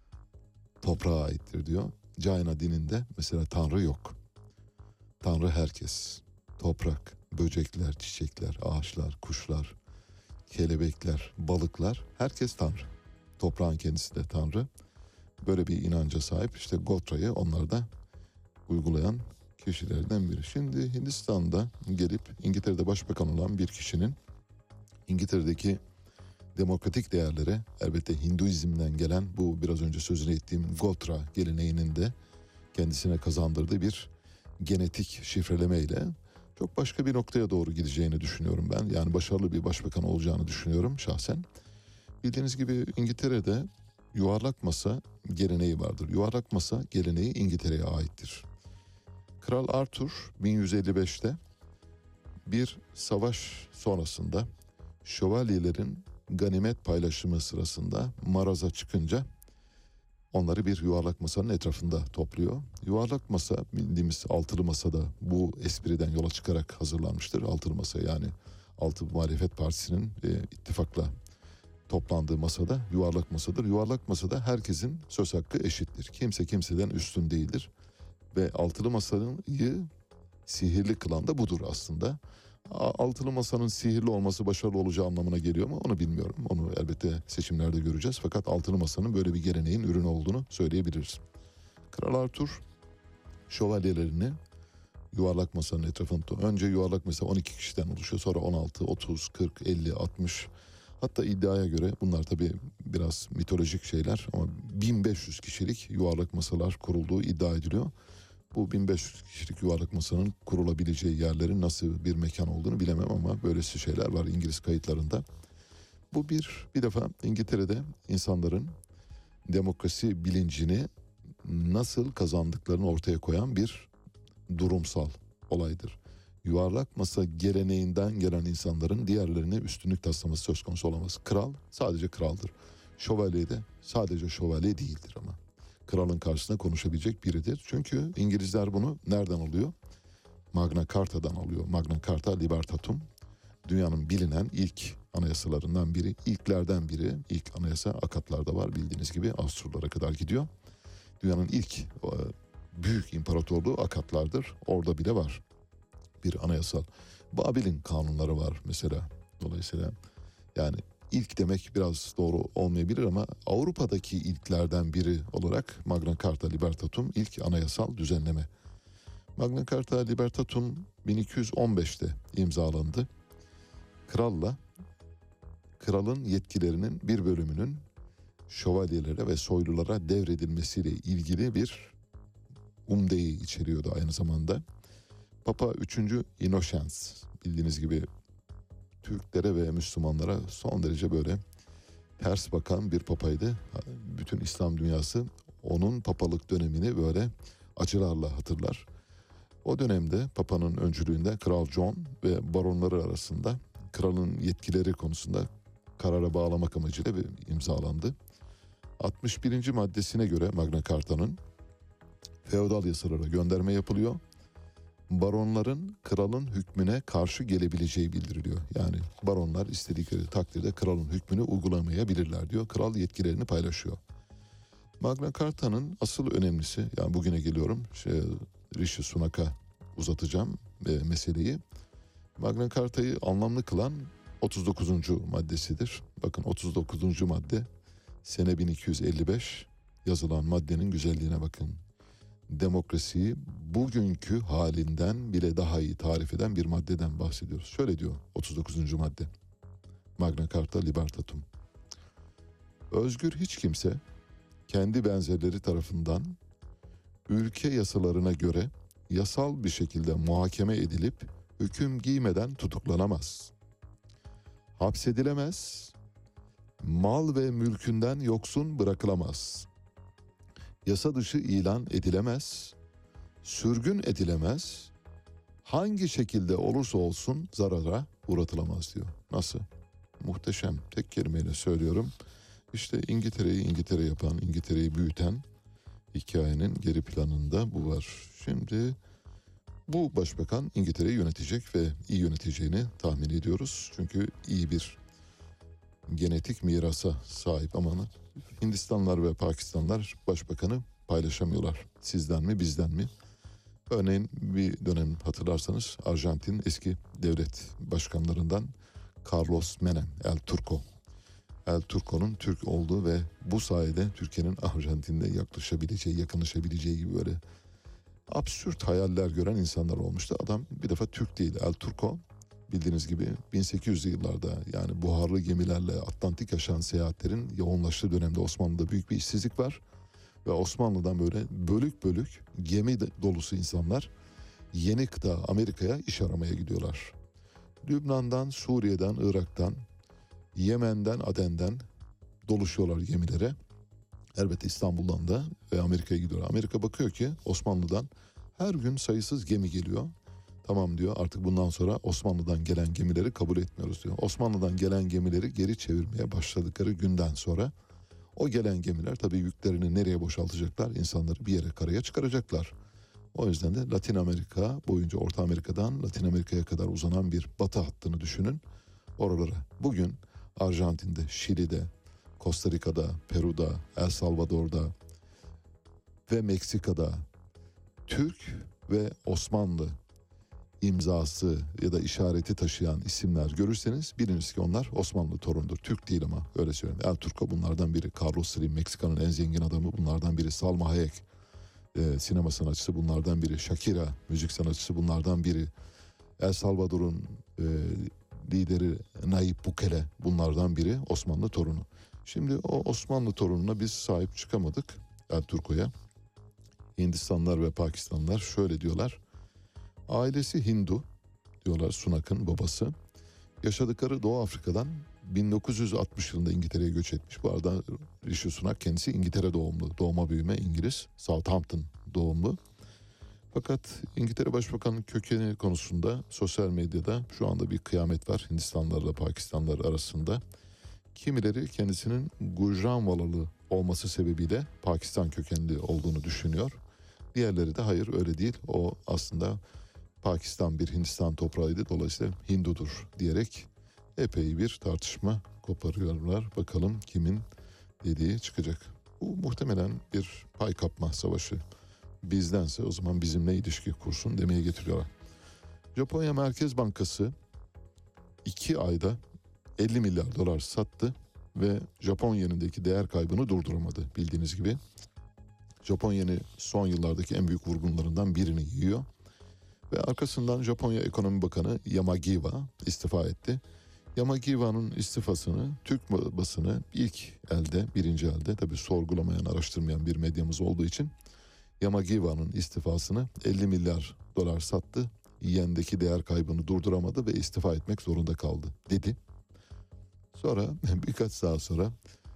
Toprağa aittir diyor. Jaina dininde mesela Tanrı yok. Tanrı herkes. Toprak, böcekler, çiçekler, ağaçlar, kuşlar, kelebekler, balıklar, herkes Tanrı. Toprağın kendisi de Tanrı. Böyle bir inanca sahip işte Gotra'yı onlar da uygulayan kişilerden biri. Şimdi Hindistan'da gelip İngiltere'de başbakan olan bir kişinin İngiltere'deki demokratik değerlere, elbette Hinduizm'den gelen bu biraz önce sözünü ettiğim Gotra geleneğinin de kendisine kazandırdığı bir genetik şifrelemeyle çok başka bir noktaya doğru gideceğini düşünüyorum ben. Yani başarılı bir başbakan olacağını düşünüyorum şahsen. Bildiğiniz gibi İngiltere'de yuvarlak masa geleneği vardır. Yuvarlak masa geleneği İngiltere'ye aittir. Kral Arthur bin yüz elli beşte bir savaş sonrasında şövalyelerin ganimet paylaşımı sırasında maraza çıkınca onları bir yuvarlak masanın etrafında topluyor. Yuvarlak masa bildiğimiz altılı masada bu espriden yola çıkarak hazırlanmıştır. Altılı masa yani Altı Muhalefet Partisi'nin e, ittifakla toplandığı masada yuvarlak masadır. Yuvarlak masada herkesin söz hakkı eşittir. Kimse kimseden üstün değildir. Ve altılı masanın sihirli kılan da budur aslında. Altılı masanın sihirli olması başarılı olacağı anlamına geliyor mu onu bilmiyorum. Onu elbette seçimlerde göreceğiz. Fakat altılı masanın böyle bir geleneğin ürünü olduğunu söyleyebiliriz. Kral Arthur şövalyelerini yuvarlak masanın etrafında, önce yuvarlak masa on iki kişiden oluşuyor. Sonra on altı, otuz, kırk, elli, altmış. Hatta iddiaya göre bunlar tabii biraz mitolojik şeyler ama bin beş yüz kişilik yuvarlak masalar kurulduğu iddia ediliyor. Bu bin beş yüz kişilik yuvarlak masanın kurulabileceği yerlerin nasıl bir mekan olduğunu bilemem ama böylesi şeyler var İngiliz kayıtlarında. Bu bir bir defa İngiltere'de insanların demokrasi bilincini nasıl kazandıklarını ortaya koyan bir durumsal olaydır. Yuvarlak masa geleneğinden gelen insanların diğerlerine üstünlük taslaması söz konusu olamaz. Kral sadece kraldır. Şövalye de sadece şövalye değildir ama. Kralın karşısında konuşabilecek biridir. Çünkü İngilizler bunu nereden alıyor? Magna Carta'dan alıyor. Magna Carta Libertatum. Dünyanın bilinen ilk anayasalarından biri. İlklerden biri. İlk anayasa akatlarda var bildiğiniz gibi. Asurlara kadar gidiyor. Dünyanın ilk büyük imparatorluğu akatlardır. Orada bile var bir anayasal. Babil'in kanunları var mesela. Dolayısıyla yani ilk demek biraz doğru olmayabilir ama Avrupa'daki ilklerden biri olarak Magna Carta Libertatum ilk anayasal düzenleme. Magna Carta Libertatum bin iki yüz on beşte imzalandı. Kralla kralın yetkilerinin bir bölümünün şövalyelere ve soylulara devredilmesiyle ilgili bir umdeyi içeriyordu aynı zamanda. Papa üçüncü Innocens bildiğiniz gibi Türklere ve Müslümanlara son derece böyle ters bakan bir papaydı. Bütün İslam dünyası onun papalık dönemini böyle acılarla hatırlar. O dönemde papanın öncülüğünde Kral John ve baronları arasında kralın yetkileri konusunda karara bağlamak amacıyla imzalandı. altmış birinci maddesine göre Magna Carta'nın feodal yasalara gönderme yapılıyor. Baronların kralın hükmüne karşı gelebileceği bildiriliyor. Yani baronlar istedikleri takdirde kralın hükmünü uygulamayabilirler diyor. Kral yetkilerini paylaşıyor. Magna Carta'nın asıl önemlisi, yani bugüne geliyorum, şey, Rishi Sunak'a uzatacağım e, meseleyi. Magna Carta'yı anlamlı kılan otuz dokuzuncu maddesidir. Bakın otuz dokuzuncu madde, sene bin iki yüz elli beş yazılan maddenin güzelliğine bakın. Demokrasiyi bugünkü halinden bile daha iyi tarif eden bir maddeden bahsediyoruz. Şöyle diyor otuz dokuzuncu madde. Magna Carta Libertatum. Özgür hiç kimse kendi benzerleri tarafından ülke yasalarına göre yasal bir şekilde muhakeme edilip hüküm giymeden tutuklanamaz. Hapsedilemez, mal ve mülkünden yoksun bırakılamaz. Yasa dışı ilan edilemez, sürgün edilemez, hangi şekilde olursa olsun zarara uğratılamaz diyor. Nasıl? Muhteşem. Tek kelimeyle söylüyorum. İşte İngiltere'yi İngiltere yapan, İngiltere'yi büyüten hikayenin geri planında bu var. Şimdi Bu başbakan İngiltere'yi yönetecek ve iyi yöneteceğini tahmin ediyoruz. Çünkü iyi bir genetik mirasa sahip ama Hindistanlar ve Pakistanlar başbakanı paylaşamıyorlar. Sizden mi bizden mi? Örneğin bir dönem hatırlarsanız Arjantin eski devlet başkanlarından Carlos Menem, El Turco. El Turco'nun Türk olduğu ve bu sayede Türkiye'nin Arjantin'de yaklaşabileceği, yakınlaşabileceği gibi böyle absürt hayaller gören insanlar olmuştu. Adam bir defa Türk değil. El Turco bildiğiniz gibi bin sekiz yüzlü yıllarda yani buharlı gemilerle Atlantik aşan seyahatlerin yoğunlaştığı dönemde Osmanlı'da büyük bir işsizlik var. Ve Osmanlı'dan böyle bölük bölük gemi dolusu insanlar yeni kıta Amerika'ya iş aramaya gidiyorlar. Lübnan'dan, Suriye'den, Irak'tan, Yemen'den, Aden'den doluşuyorlar gemilere. Elbette İstanbul'dan da ve Amerika'ya gidiyorlar. Amerika bakıyor ki Osmanlı'dan her gün sayısız gemi geliyor. Tamam diyor, artık bundan sonra Osmanlı'dan gelen gemileri kabul etmiyoruz diyor. Osmanlı'dan gelen gemileri geri çevirmeye başladıkları günden sonra o gelen gemiler tabii yüklerini nereye boşaltacaklar? İnsanları bir yere karaya çıkaracaklar. O yüzden de Latin Amerika boyunca Orta Amerika'dan Latin Amerika'ya kadar uzanan bir batı hattını düşünün. Oralara bugün Arjantin'de, Şili'de, Costa Rica'da, Peru'da, El Salvador'da ve Meksika'da Türk ve Osmanlı imzası ya da işareti taşıyan isimler görürseniz biliniz ki onlar Osmanlı torundur. Türk değil ama öyle söyleyeyim. El Turco bunlardan biri. Carlos Slim, Meksika'nın en zengin adamı bunlardan biri. Salma Hayek, e, sinema sanatçısı bunlardan biri. Shakira, müzik sanatçısı bunlardan biri. El Salvador'un e, lideri Nayib Bukele bunlardan biri, Osmanlı torunu. Şimdi o Osmanlı torununa biz sahip çıkamadık, El Turco'ya. Hindistanlar ve Pakistanlar şöyle diyorlar. Ailesi Hindu diyorlar, Sunak'ın babası. Yaşadıkları Doğu Afrika'dan bin dokuz yüz altmış yılında İngiltere'ye göç etmiş. Bu arada Rishi Sunak kendisi İngiltere doğumlu. Doğma büyüme İngiliz. Southampton doğumlu. Fakat İngiltere Başbakanı kökeni konusunda sosyal medyada şu anda bir kıyamet var Hindistanlarla Pakistanlar arasında. Kimileri kendisinin Gujranvalalı olması sebebiyle Pakistan kökenli olduğunu düşünüyor. Diğerleri de hayır öyle değil. O aslında Pakistan bir Hindistan toprağıydı, dolayısıyla Hindudur diyerek epey bir tartışma koparıyorlar. Bakalım kimin dediği çıkacak. Bu muhtemelen bir pay kapma savaşı. Bizdense o zaman bizimle ilişki kursun demeye getiriyorlar. Japonya Merkez Bankası iki ayda elli milyar dolar sattı ve Japon yenindeki değer kaybını durduramadı bildiğiniz gibi. Japon yeni son yıllardaki en büyük vurgunlarından birini yiyor. Ve arkasından Japonya Ekonomi Bakanı Yamagiwa istifa etti. Yamagiwa'nın istifasını Türk basını ilk elde, birinci elde, tabii sorgulamayan, araştırmayan bir medyamız olduğu için Yamagiwa'nın istifasını elli milyar dolar sattı. Yendeki değer kaybını durduramadı ve istifa etmek zorunda kaldı dedi. Sonra birkaç saat sonra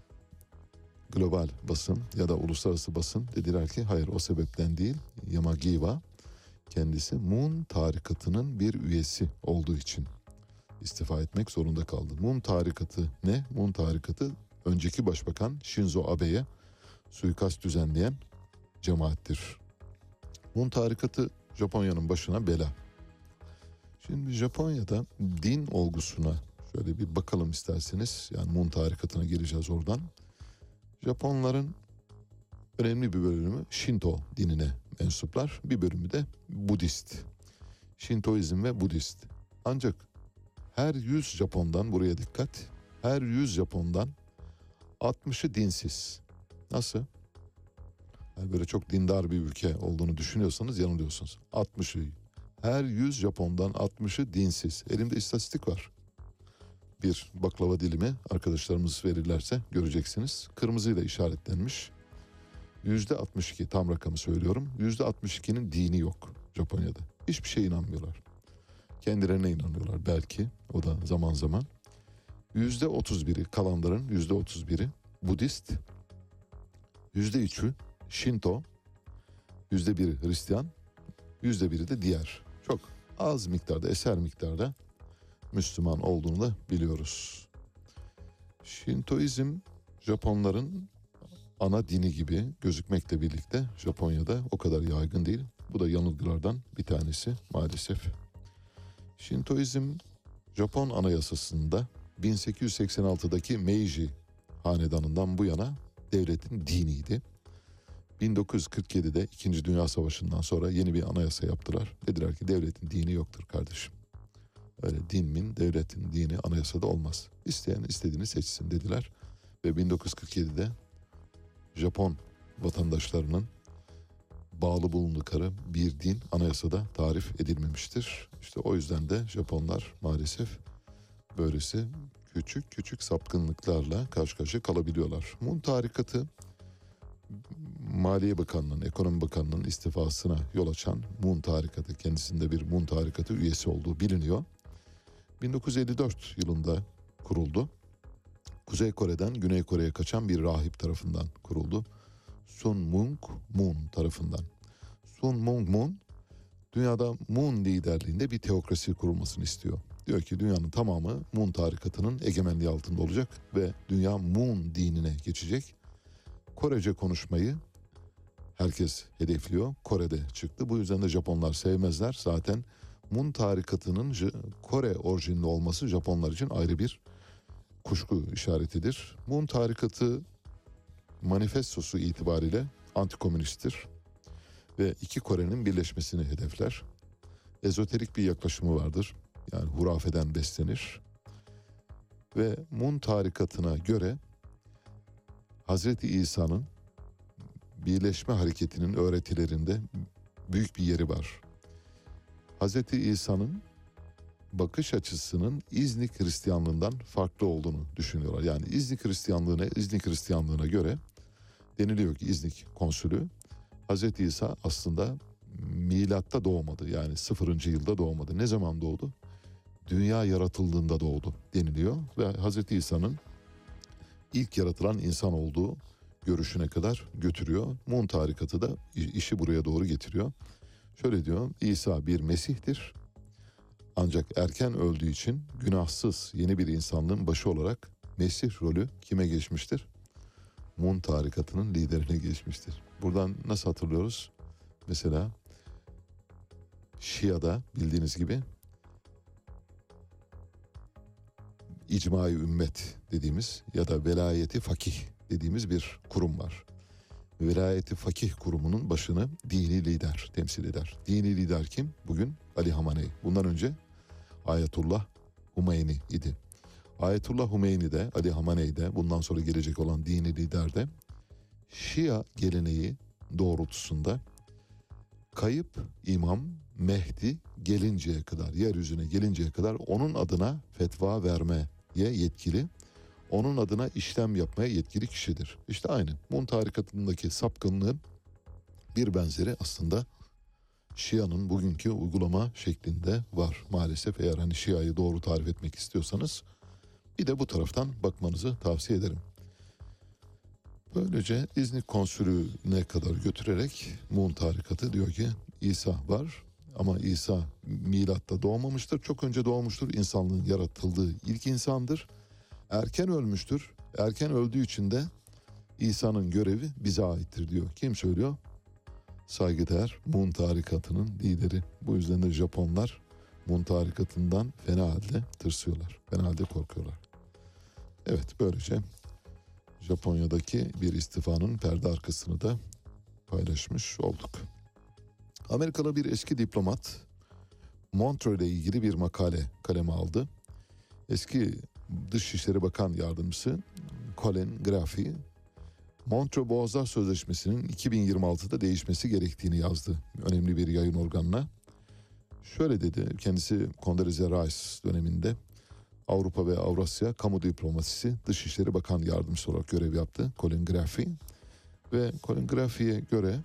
global basın ya da uluslararası basın dediler ki hayır o sebepten değil, Yamagiwa kendisi Moon tarikatının bir üyesi olduğu için istifa etmek zorunda kaldı. Moon tarikatı ne? Moon tarikatı önceki başbakan Shinzo Abe'ye suikast düzenleyen cemaattir. Moon tarikatı Japonya'nın başına bela. Şimdi Japonya'da din olgusuna şöyle bir bakalım isterseniz. Yani Moon tarikatına gireceğiz oradan. Japonların önemli bir bölümü Shinto dinine mensuplar. Bir bölümü de Budist. Şintoizm ve Budist. Ancak her yüz Japon'dan, buraya dikkat, her yüz Japon'dan altmışı dinsiz. Nasıl? Yani böyle çok dindar bir ülke olduğunu düşünüyorsanız yanılıyorsunuz. altmışı. Her yüz Japon'dan altmışı dinsiz. Elimde istatistik var. Bir baklava dilimi arkadaşlarımız verirlerse göreceksiniz. Kırmızıyla işaretlenmiş. yüzde altmış iki, tam rakamı söylüyorum. yüzde altmış ikinin dini yok Japonya'da. Hiçbir şeye inanmıyorlar. Kendilerine inanıyorlar belki. O da zaman zaman. yüzde otuz biri, kalanların yüzde otuz biri Budist. yüzde üçü Shinto. yüzde biri Hristiyan. yüzde biri de diğer. Çok az miktarda, eser miktarda Müslüman olduğunu da biliyoruz. Şintoizm Japonların ana dini gibi gözükmekle birlikte Japonya'da o kadar yaygın değil. Bu da yanılgılardan bir tanesi maalesef. Şintoizm Japon Anayasası'nda bin sekiz yüz seksen altıdaki Meiji hanedanından bu yana devletin diniydi. bin dokuz yüz kırk yedide İkinci Dünya Savaşı'ndan sonra yeni bir anayasa yaptılar. Dediler ki devletin dini yoktur kardeşim. Öyle din min, devletin dini anayasada olmaz. İsteyen istediğini seçsin dediler. Ve bin dokuz yüz kırk yedide Japon vatandaşlarının bağlı bulundukları bir din anayasada tarif edilmemiştir. İşte o yüzden de Japonlar maalesef böylesi küçük küçük sapkınlıklarla karşı karşıya kalabiliyorlar. Mun tarikatı Maliye Bakanlığı'nın, Ekonomi Bakanlığı'nın istifasına yol açan Mun tarikatı, kendisinde bir Mun tarikatı üyesi olduğu biliniyor. bin dokuz yüz elli dört yılında kuruldu. Kuzey Kore'den Güney Kore'ye kaçan bir rahip tarafından kuruldu. Sun Myung Moon tarafından. Sun Myung Moon dünyada Moon liderliğinde bir teokrasi kurulmasını istiyor. Diyor ki dünyanın tamamı Moon tarikatının egemenliği altında olacak ve dünya Moon dinine geçecek. Korece konuşmayı herkes hedefliyor. Kore'de çıktı. Bu yüzden de Japonlar sevmezler. Zaten Moon tarikatının Kore orijinli olması Japonlar için ayrı bir kuşku işaretidir. Moon tarikatı manifestosu itibariyle antikomünisttir ve iki Kore'nin birleşmesini hedefler. Ezoterik bir yaklaşımı vardır. Yani hurafeden beslenir. Ve Moon tarikatına göre Hazreti İsa'nın birleşme hareketinin öğretilerinde büyük bir yeri var. Hazreti İsa'nın bakış açısının İznik Hristiyanlığından farklı olduğunu düşünüyorlar. Yani İznik Hristiyanlığına, İznik Hristiyanlığına göre deniliyor ki İznik konsülü Hazreti İsa aslında milatta doğmadı. Yani sıfırıncı yılda doğmadı. Ne zaman doğdu? Dünya yaratıldığında doğdu deniliyor ve Hazreti İsa'nın ilk yaratılan insan olduğu görüşüne kadar götürüyor. Mun tarikatı da işi buraya doğru getiriyor. Şöyle diyor, İsa bir Mesih'tir. Ancak erken öldüğü için günahsız yeni bir insanlığın başı olarak Mesih rolü kime geçmiştir? Mun tarikatının liderine geçmiştir. Buradan nasıl hatırlıyoruz? Mesela Şia'da bildiğiniz gibi İcma-i Ümmet dediğimiz ya da Velayeti Fakih dediğimiz bir kurum var. Velayeti Fakih kurumunun başını dini lider temsil eder. Dini lider kim? Bugün Ali Hamaney. Bundan önce Ayetullah Humeyni idi. Ayetullah Humeyni de Ali Hamaney de bundan sonra gelecek olan dini lider de Şia geleneği doğrultusunda kayıp İmam Mehdi gelinceye kadar, yeryüzüne gelinceye kadar onun adına fetva vermeye yetkili, onun adına işlem yapmaya yetkili kişidir. İşte aynı Mun tarikatındaki sapkınlığın bir benzeri aslında Şia'nın bugünkü uygulama şeklinde var. Maalesef eğer hani Şia'yı doğru tarif etmek istiyorsanız bir de bu taraftan bakmanızı tavsiye ederim. Böylece İznik konsülüne kadar götürerek Mun tarikatı diyor ki İsa var ama İsa milatta doğmamıştır. Çok önce doğmuştur. İnsanlığın yaratıldığı ilk insandır. Erken ölmüştür. Erken öldüğü için de İsa'nın görevi bize aittir diyor. Kim söylüyor? Saygıdeğer Mun tarikatının lideri. Bu yüzden de Japonlar Mun tarikatından fena halde tırsıyorlar. Fena halde korkuyorlar. Evet, böylece Japonya'daki bir istifanın perde arkasını da paylaşmış olduk. Amerikalı bir eski diplomat Montreux ile ilgili bir makale kaleme aldı. Eski Dışişleri Bakan Yardımcısı Colin Graffy, Montreux Boğazlar Sözleşmesi'nin iki bin yirmi altıda değişmesi gerektiğini yazdı önemli bir yayın organına. Şöyle dedi, kendisi Condoleezza Rice döneminde Avrupa ve Avrasya Kamu Diplomasisi Dışişleri Bakan Yardımcısı olarak görev yaptı Colin Graffy. Ve Colin Graffy'ye göre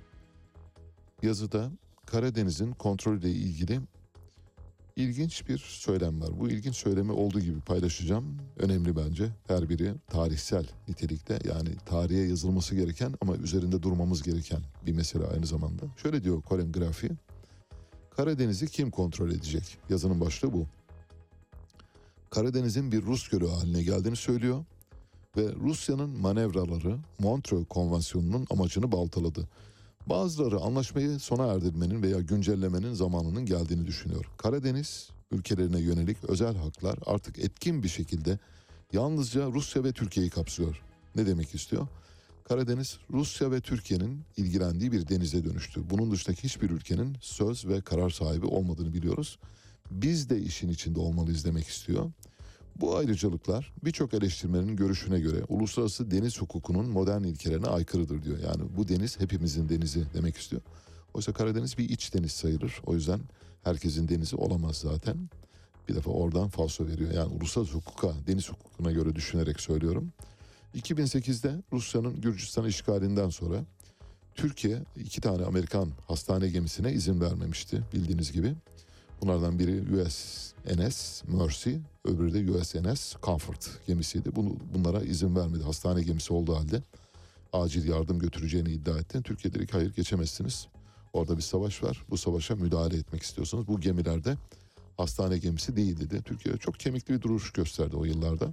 yazıda Karadeniz'in kontrolüyle ilgili ilginç bir söylem var. Bu ilginç söylemi olduğu gibi paylaşacağım. Önemli bence. Her biri tarihsel nitelikte, yani tarihe yazılması gereken ama üzerinde durmamız gereken bir mesele aynı zamanda. Şöyle diyor Colin Graffy. Karadeniz'i kim kontrol edecek? Yazının başlığı bu. Karadeniz'in bir Rus gölü haline geldiğini söylüyor ve Rusya'nın manevraları Montreux Konvansiyonu'nun amacını baltaladı. Bazıları anlaşmayı sona erdirmenin veya güncellemenin zamanının geldiğini düşünüyor. Karadeniz ülkelerine yönelik özel haklar artık etkin bir şekilde yalnızca Rusya ve Türkiye'yi kapsıyor. Ne demek istiyor? Karadeniz, Rusya ve Türkiye'nin ilgilendiği bir denize dönüştü. Bunun dışındaki hiçbir ülkenin söz ve karar sahibi olmadığını biliyoruz. Biz de işin içinde olmalıyız demek istiyor. Bu ayrıcalıklar birçok eleştirmenin görüşüne göre uluslararası deniz hukukunun modern ilkelerine aykırıdır diyor. Yani bu deniz hepimizin denizi demek istiyor. Oysa Karadeniz bir iç deniz sayılır. O yüzden herkesin denizi olamaz zaten. Bir defa oradan falso veriyor. Yani uluslararası hukuka, deniz hukukuna göre düşünerek söylüyorum. iki bin sekizde Rusya'nın Gürcistan işgalinden sonra Türkiye iki tane Amerikan hastane gemisine izin vermemişti bildiğiniz gibi. Bunlardan biri U S N S Mercy, öbürü de U S N S Comfort gemisiydi. Bunu, bunlara izin vermedi. Hastane gemisi olduğu halde acil yardım götüreceğini iddia etti. Türkiye dedi ki hayır geçemezsiniz. Orada bir savaş var. Bu savaşa müdahale etmek istiyorsanız bu gemilerde hastane gemisi değil dedi. Türkiye çok kemikli bir duruş gösterdi o yıllarda.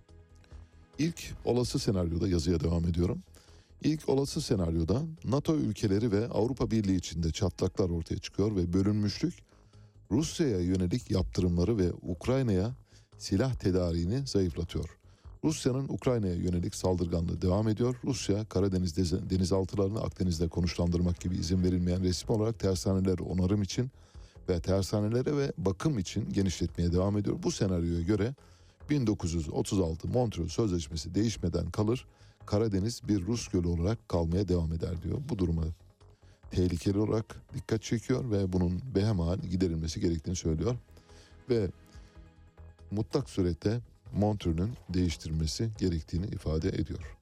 İlk olası senaryoda, yazıya devam ediyorum. İlk olası senaryoda NATO ülkeleri ve Avrupa Birliği içinde çatlaklar ortaya çıkıyor ve bölünmüşlük Rusya'ya yönelik yaptırımları ve Ukrayna'ya silah tedariğini zayıflatıyor. Rusya'nın Ukrayna'ya yönelik saldırganlığı devam ediyor. Rusya Karadeniz denizaltılarını Akdeniz'de konuşlandırmak gibi izin verilmeyen resmi olarak tersaneleri onarım için ve tersanelere ve bakım için genişletmeye devam ediyor. Bu senaryoya göre bin dokuz yüz otuz altı Montreux Sözleşmesi değişmeden kalır. Karadeniz bir Rus gölü olarak kalmaya devam eder diyor. Bu duruma tehlikeli olarak dikkat çekiyor ve bunun behemahal giderilmesi gerektiğini söylüyor. Ve mutlak surette Montreux'un değiştirilmesi gerektiğini ifade ediyor.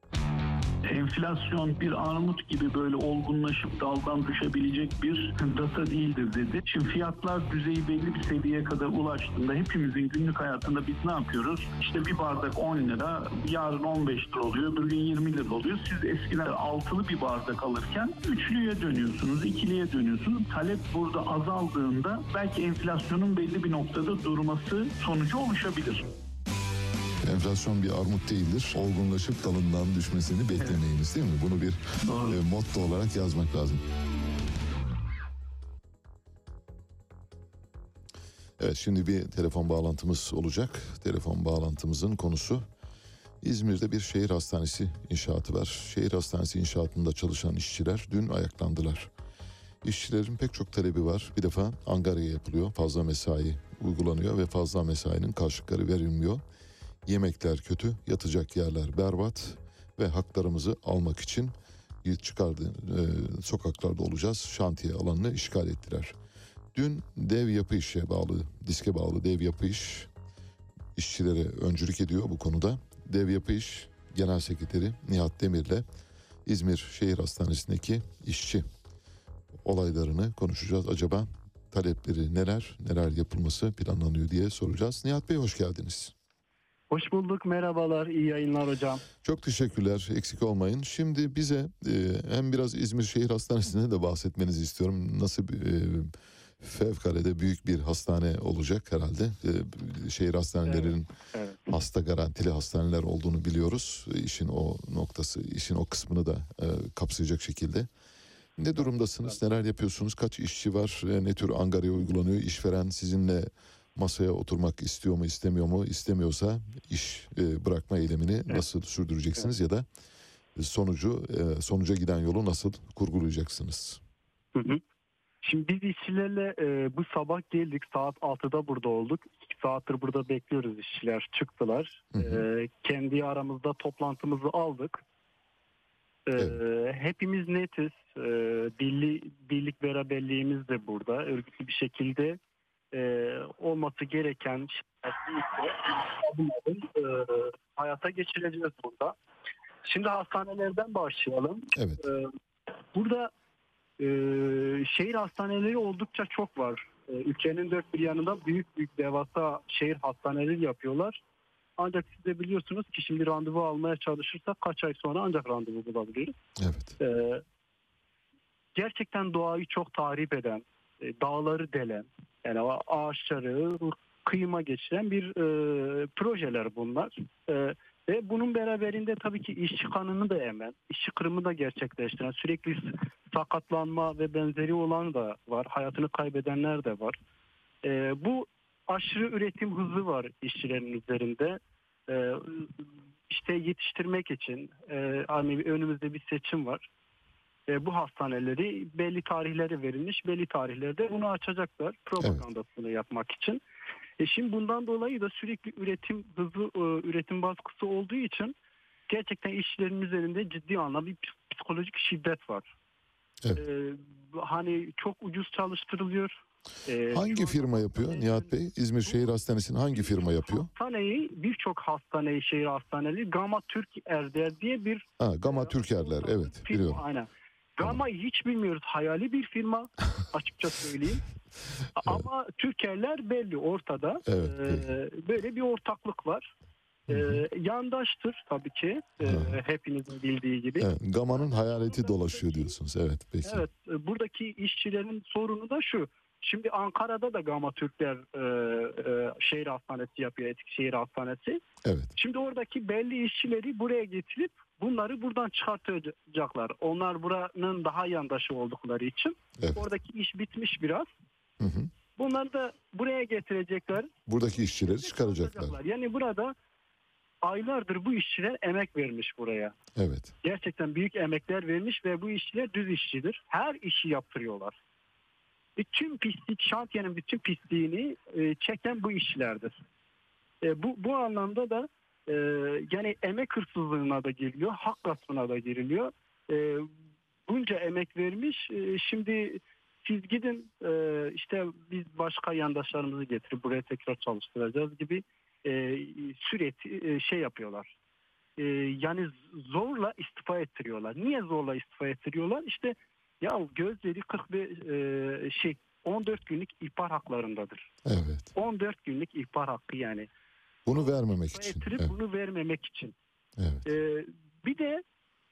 Enflasyon bir armut gibi böyle olgunlaşıp daldan düşebilecek bir data değildir dedi. Şimdi fiyatlar düzeyi belli bir seviyeye kadar ulaştığında hepimizin günlük hayatında biz ne yapıyoruz? İşte bir bardak on lira, yarın on beş lira oluyor, öbür gün yirmi lira oluyor. Siz eskiden altılı bir bardak alırken üçlüye dönüyorsunuz, ikiliye dönüyorsunuz. Talep burada azaldığında belki enflasyonun belli bir noktada durması sonucu oluşabilir. Enflasyon bir armut değildir. Olgunlaşıp dalından düşmesini beklemeyiniz, değil mi? Bunu bir e, motto olarak yazmak lazım. Evet, şimdi bir telefon bağlantımız olacak. Telefon bağlantımızın konusu İzmir'de bir şehir hastanesi inşaatı var. Şehir hastanesi inşaatında çalışan işçiler dün ayaklandılar. İşçilerin pek çok talebi var. Bir defa angarya yapılıyor. Fazla mesai uygulanıyor ve fazla mesainin karşılıkları verilmiyor. Yemekler kötü, yatacak yerler berbat ve haklarımızı almak için çıkardı e, sokaklarda olacağız. Şantiye alanını işgal ettiler. Dün dev yapı işe bağlı, diske bağlı dev yapı iş işçilere öncülük ediyor bu konuda. Dev yapı iş Genel Sekreteri Nihat Demir'le İzmir Şehir Hastanesi'ndeki işçi olaylarını konuşacağız. Acaba talepleri neler, neler yapılması planlanıyor diye soracağız. Nihat Bey hoş geldiniz. Hoş bulduk, merhabalar, iyi yayınlar hocam. Çok teşekkürler, eksik olmayın. Şimdi bize e, hem biraz İzmir Şehir Hastanesi'ne de bahsetmenizi istiyorum. Nasıl e, fevkalade büyük bir hastane olacak herhalde. E, şehir hastanelerinin evet, evet. hasta garantili hastaneler olduğunu biliyoruz. İşin o noktası, işin o kısmını da e, kapsayacak şekilde. Ne durumdasınız, neler yapıyorsunuz, kaç işçi var, e, ne tür angarya uygulanıyor, işveren sizinle masaya oturmak istiyor mu, istemiyor mu? İstemiyorsa iş e, bırakma eylemini evet. nasıl sürdüreceksiniz evet. ya da sonucu e, sonuca giden yolu nasıl kurgulayacaksınız? Hı hı. Şimdi biz işçilerle e, bu sabah geldik, saat altıda burada olduk. İki saattir burada bekliyoruz, işçiler çıktılar. Hı hı. E, kendi aramızda toplantımızı aldık. E, evet. Hepimiz netiz. E, birli, birlik beraberliğimiz de burada. Örgütlü bir şekilde Ee, olması gereken adım adım e, hayata geçireceğiz burada. Şimdi hastanelerden başlayalım. Evet. Ee, burada e, şehir hastaneleri oldukça çok var. Ee, ülkenin dört bir yanında büyük büyük devasa şehir hastaneleri yapıyorlar. Ancak siz de biliyorsunuz ki şimdi randevu almaya çalışırsak kaç ay sonra ancak randevu bulabiliriz. Evet. Ee, gerçekten doğayı çok tahrip eden, dağları delen, yani ağaçları kıyıma geçiren bir e, projeler bunlar. E, ve bunun beraberinde tabii ki işçi kanını da emen, işçi kırımı da gerçekleştiren, sürekli sakatlanma ve benzeri olan da var. Hayatını kaybedenler de var. E, bu aşırı üretim hızı var işçilerin üzerinde. E, işte yetiştirmek için e, hani önümüzde bir seçim var. E, bu hastaneleri belli tarihleri verilmiş. Belli tarihlerde bunu açacaklar propagandasını evet. yapmak için. E şimdi bundan dolayı da sürekli üretim hızı, e, üretim baskısı olduğu için gerçekten işçilerin üzerinde ciddi anlamda bir psikolojik şiddet var. Evet. E, hani çok ucuz çalıştırılıyor. E, hangi firma yapıyor Nihat Bey? İzmir Şehir Hastanesi'nin hangi firma yapıyor? Hastaneyi, birçok hastaneyi, şehir hastaneleri Gama Türk Erder diye bir... Ha, Gama Türk Erler, evet firma, biliyorum. Aynen. Gama'yı hiç bilmiyoruz. Hayali bir firma açıkça söyleyeyim. Evet. Ama Türkerler belli ortada. Evet, ee, böyle bir ortaklık var. Ee, yandaştır tabii ki. Ee, hepinizin bildiği gibi. Evet, Gama'nın hayaleti dolaşıyor diyorsunuz. Evet, peki. Evet, buradaki işçilerin sorunu da şu. Şimdi Ankara'da da Gama Türkler e, e, şehir hastanesi yapıyor, Etik Şehir Hastanesi. Evet. Şimdi oradaki belli işçileri buraya getirip bunları buradan çıkartacaklar. Onlar buranın daha yandaşı oldukları için. Evet. Oradaki iş bitmiş biraz. Hı hı. Bunları da buraya getirecekler. Buradaki işçileri çıkaracaklar. Yani burada aylardır bu işçiler emek vermiş buraya. Evet. Gerçekten büyük emekler vermiş ve bu işçiler düz işçidir. Her işi yaptırıyorlar. Bütün pislik, şantiyenin bütün pisliğini e, çeken bu işçilerdir. E, bu, bu anlamda da e, yani emek hırsızlığına da giriliyor, hak gaspına da giriliyor. E, bunca emek vermiş, e, şimdi siz gidin e, işte biz başka yandaşlarımızı getirip buraya tekrar çalıştıracağız gibi e, sürekli e, şey yapıyorlar. E, yani zorla istifa ettiriyorlar. Niye zorla istifa ettiriyorlar? İşte ya gözleri kırk beş e, şey on dört günlük ihbar haklarındadır. Evet. on dört günlük ihbar hakkı yani. Bunu vermemek için. Evet. Bunu vermemek için. Evet. E, bir de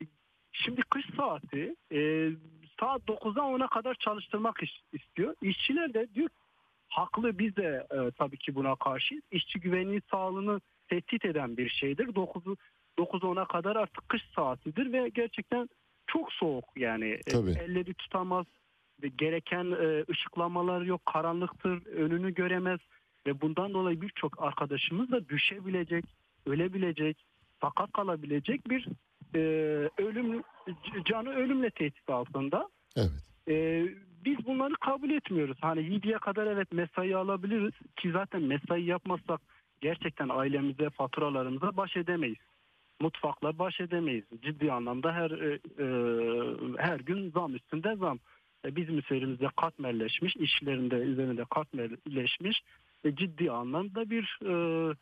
şimdi kış saati e, saat dokuzdan ona kadar çalıştırmak istiyor. İşçiler de diyor haklı, biz de e, tabii ki buna karşıyız. İşçi güvenliği sağlığını tehdit eden bir şeydir. dokuz ona kadar artık kış saatidir ve gerçekten çok soğuk yani. Tabii. E, elleri tutamaz ve gereken e, ışıklamalar yok, karanlıktır, önünü göremez ve bundan dolayı birçok arkadaşımız da düşebilecek, ölebilecek, sakat kalabilecek bir e, ölüm, canı ölümle tehdit altında. Evet. E, biz bunları kabul etmiyoruz. Hani yediye kadar evet mesai alabiliriz ki zaten mesai yapmazsak gerçekten ailemize, faturalarımıza baş edemeyiz. Mutfakla baş edemeyiz. Ciddi anlamda her e, e, her gün zam üstünde zam. E, bizim üzerimizde katmerleşmiş, işlerinde üzerinde katmerleşmiş e, ciddi anlamda bir e,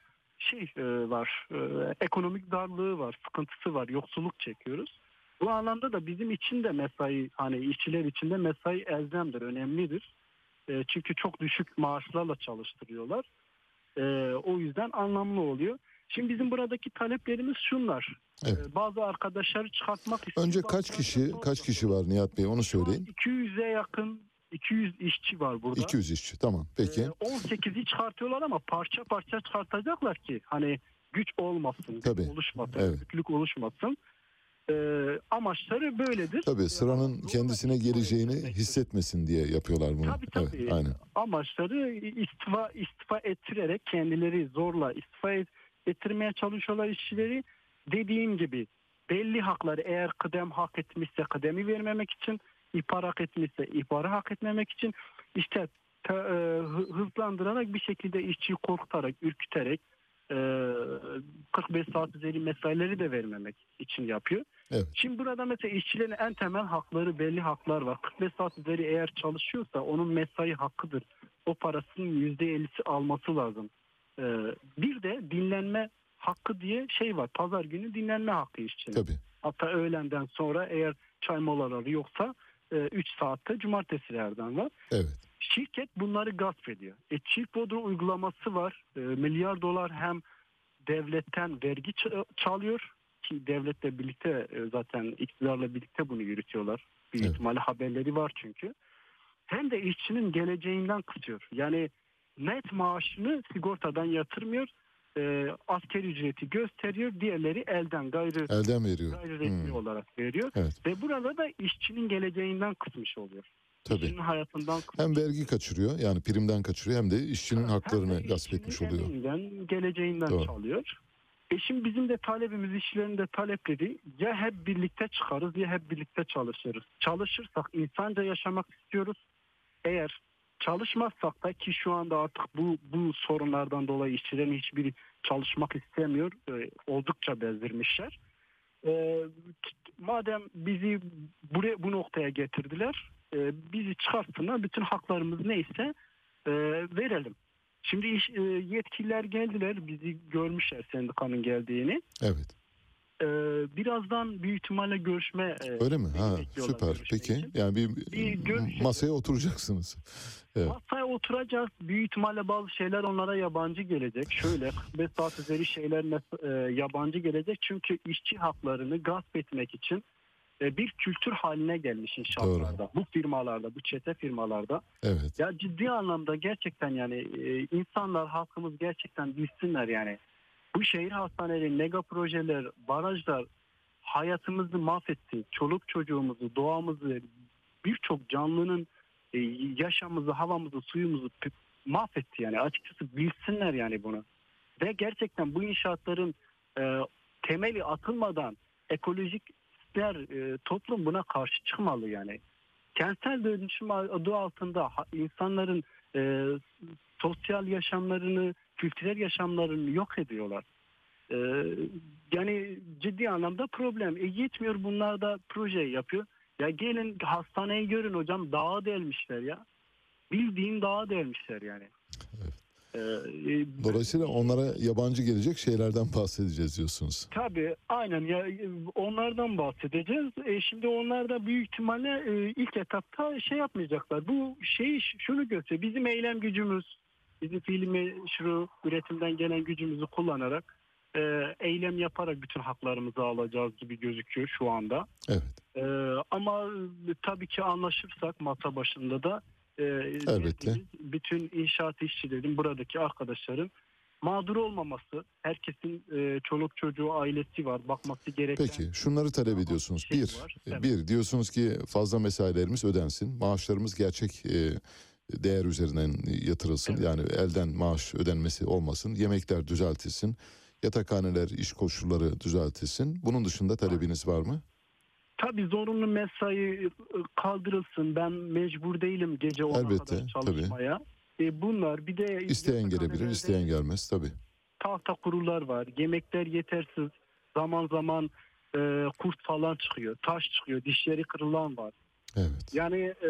şey e, var. E, ekonomik darlığı var, sıkıntısı var, yoksulluk çekiyoruz. Bu anlamda da bizim için de mesai, hani işçiler için de mesai elzemdir, önemlidir. E, çünkü çok düşük maaşlarla çalıştırıyorlar. E, o yüzden anlamlı oluyor. Şimdi bizim buradaki taleplerimiz şunlar. Evet. Ee, bazı arkadaşları çıkartmak istiyor. Önce kaç kişi kaç kişi var Nihat Bey, onu söyleyin. iki yüze yakın iki yüz işçi var burada. iki yüz işçi, tamam. Peki. Ee, on sekizi çıkartıyorlar ama parça parça çıkartacaklar ki hani güç olmasın, Tabii. güç oluşmasın, Evet. güçlük oluşmasın. Ee, amaçları böyledir. Tabii sıranın kendisine geleceğini hissetmesin diye yapıyorlar bunu. Tabii tabii. Evet, aynen. Amaçları istifa istifa ettirerek kendileri zorla istifa et, ettirmeye çalışıyorlar işçileri. Dediğim gibi belli hakları, eğer kıdem hak etmişse kıdemi vermemek için, ihbar hak etmişse ihbarı hak etmemek için işte te, e, hızlandırarak bir şekilde işçiyi korkutarak, ürküterek e, kırk beş saat üzeri mesaileri de vermemek için yapıyor. Evet. Şimdi burada mesela işçilerin en temel hakları, belli haklar var. kırk beş saat üzeri eğer çalışıyorsa onun mesai hakkıdır. O parasının yüzde ellisi alması lazım. E, bir de dinlenme hakkı diye şey var. Pazar günü dinlenme hakkı işçinin. Tabii. Hatta öğlenden sonra eğer çay molaları yoksa üç saatte cumartesilerden var. Evet. Şirket bunları gasp ediyor. E, çift bodrum uygulaması var. E, milyar dolar hem devletten vergi çalıyor ki devletle birlikte e, zaten iktidarla birlikte bunu yürütüyorlar. Büyük evet. ihtimalle haberleri var çünkü. Hem de işçinin geleceğinden kısıyor. Yani net maaşını sigortadan yatırmıyor. e, asgari ücreti gösteriyor. Diğerleri elden gayrı, elden veriyor. gayri resmi Hmm. olarak veriyor. Evet. Ve burada da işçinin geleceğinden kısmış oluyor. Tabii. İşçinin hayatından kısmış. Hem vergi kaçırıyor, yani primden kaçırıyor, hem de işçinin haklarını Hem gasp etmiş işçinin oluyor. emeğinden, geleceğinden Doğru. çalıyor. E şimdi bizim de talebimiz, işçilerin de talepleri, ya hep birlikte çıkarız ya hep birlikte çalışırız. Çalışırsak insanca yaşamak istiyoruz. Eğer çalışmazsak da, ki şu anda artık bu bu sorunlardan dolayı işçilerin hiçbiri çalışmak istemiyor. E, oldukça bezdirmişler. E, madem bizi buraya, bu noktaya getirdiler, e, bizi çıkartsınlar, bütün haklarımız neyse e, verelim. Şimdi iş, e, yetkililer geldiler, bizi görmüşler sendikanın geldiğini. Evet. E, birazdan büyük ihtimalle görüşme. E, Öyle mi? Ha, bekliyorlar süper. görüşmek Peki, için. yani bir, Bir görüşeceğiz. masaya oturacaksınız. Evet. Masaya oturacağız. Büyük ihtimalle bazı şeyler onlara yabancı gelecek. Şöyle kırk beş saat üzeri şeyler mes- e, yabancı gelecek. Çünkü işçi haklarını gasp etmek için e, bir kültür haline gelmiş inşaatlarda. Bu firmalarda, bu çete firmalarda. Evet. Ya ciddi anlamda gerçekten yani e, insanlar, halkımız gerçekten bilsinler yani. Bu şehir hastaneleri, mega projeler, barajlar hayatımızı mahvetti. Çoluk çocuğumuzu, doğamızı, birçok canlının e, yaşamımızı, havamızı, suyumuzu p- mahvetti yani. Açıkçası bilsinler yani bunu. Ve gerçekten bu inşaatların e, temeli atılmadan ekolojikler, e, toplum buna karşı çıkmalı yani. Kentsel dönüşüm adı altında ha, insanların e, sosyal yaşamlarını, kültürel yaşamlarını yok ediyorlar. E, yani ciddi anlamda problem. E, yetmiyor, bunlar da proje yapıyor. Ya gelin hastaneyi görün hocam, dağa delmişler ya. Bildiğin dağa delmişler yani. Ee, e, Dolayısıyla onlara yabancı gelecek şeylerden bahsedeceğiz diyorsunuz. Tabii aynen ya, onlardan bahsedeceğiz. E, şimdi onlar da büyük ihtimalle e, ilk etapta şey yapmayacaklar. Bu şey şunu gösteriyor. Bizim eylem gücümüz, bizim fiili meşru üretimden gelen gücümüzü kullanarak e, eylem yaparak bütün haklarımızı alacağız gibi gözüküyor şu anda. Evet. E, ama e, tabii ki anlaşırsak masa başında da e, Elbette. bütün inşaat işçilerin, buradaki arkadaşların mağdur olmaması, herkesin e, çoluk çocuğu, ailesi var, bakması gereken. Peki, şunları talep ediyorsunuz. şey bir, var, evet. bir diyorsunuz ki fazla mesailerimiz ödensin, maaşlarımız gerçek e, değer üzerinden yatırılsın. Yani elden maaş ödenmesi olmasın, yemekler düzeltilsin, yatakhaneler, iş koşulları düzeltilsin. Bunun dışında talebiniz var mı? Tabii zorunlu mesai kaldırılsın. Ben mecbur değilim gece ona Elbette, kadar çalışmaya. E bunlar bir de İsteyen gelebilir, isteyen gelmez tabii. tahta kurular var. Yemekler yetersiz. Zaman zaman e, kurt falan çıkıyor. Taş çıkıyor. Dişleri kırılan var. Evet. Yani e,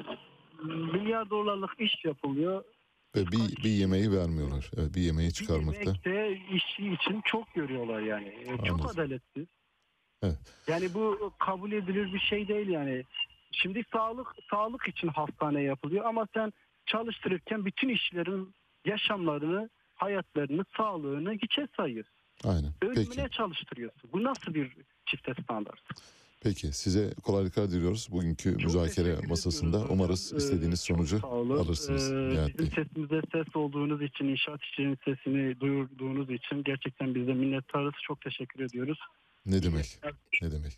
milyar dolarlık iş yapılıyor. Ve bir, bir yemeği vermiyorlar. Evet, bir yemeği çıkarmakta. Yemek de işçi için çok görüyorlar yani. E, çok Anladım. adaletsiz. Evet. Yani bu kabul edilir bir şey değil yani. Şimdi sağlık sağlık için hastane yapılıyor ama sen çalıştırırken bütün işçilerin yaşamlarını, hayatlarını, sağlığını hiçe sayıyorsun. Aynen. Ölümüne Peki. çalıştırıyorsun. Bu nasıl bir çifte standart? Peki, size kolaylıklar diliyoruz. Bugünkü müzakere masasında umarız istediğiniz sonucu Sağ olun. alırsınız. Ee, Nihat bizim Bey. sesimize ses olduğunuz için, inşaat işçilerinin sesini duyurduğunuz için gerçekten biz de minnettarız. Çok teşekkür ediyoruz. Ne demek? Ne demek?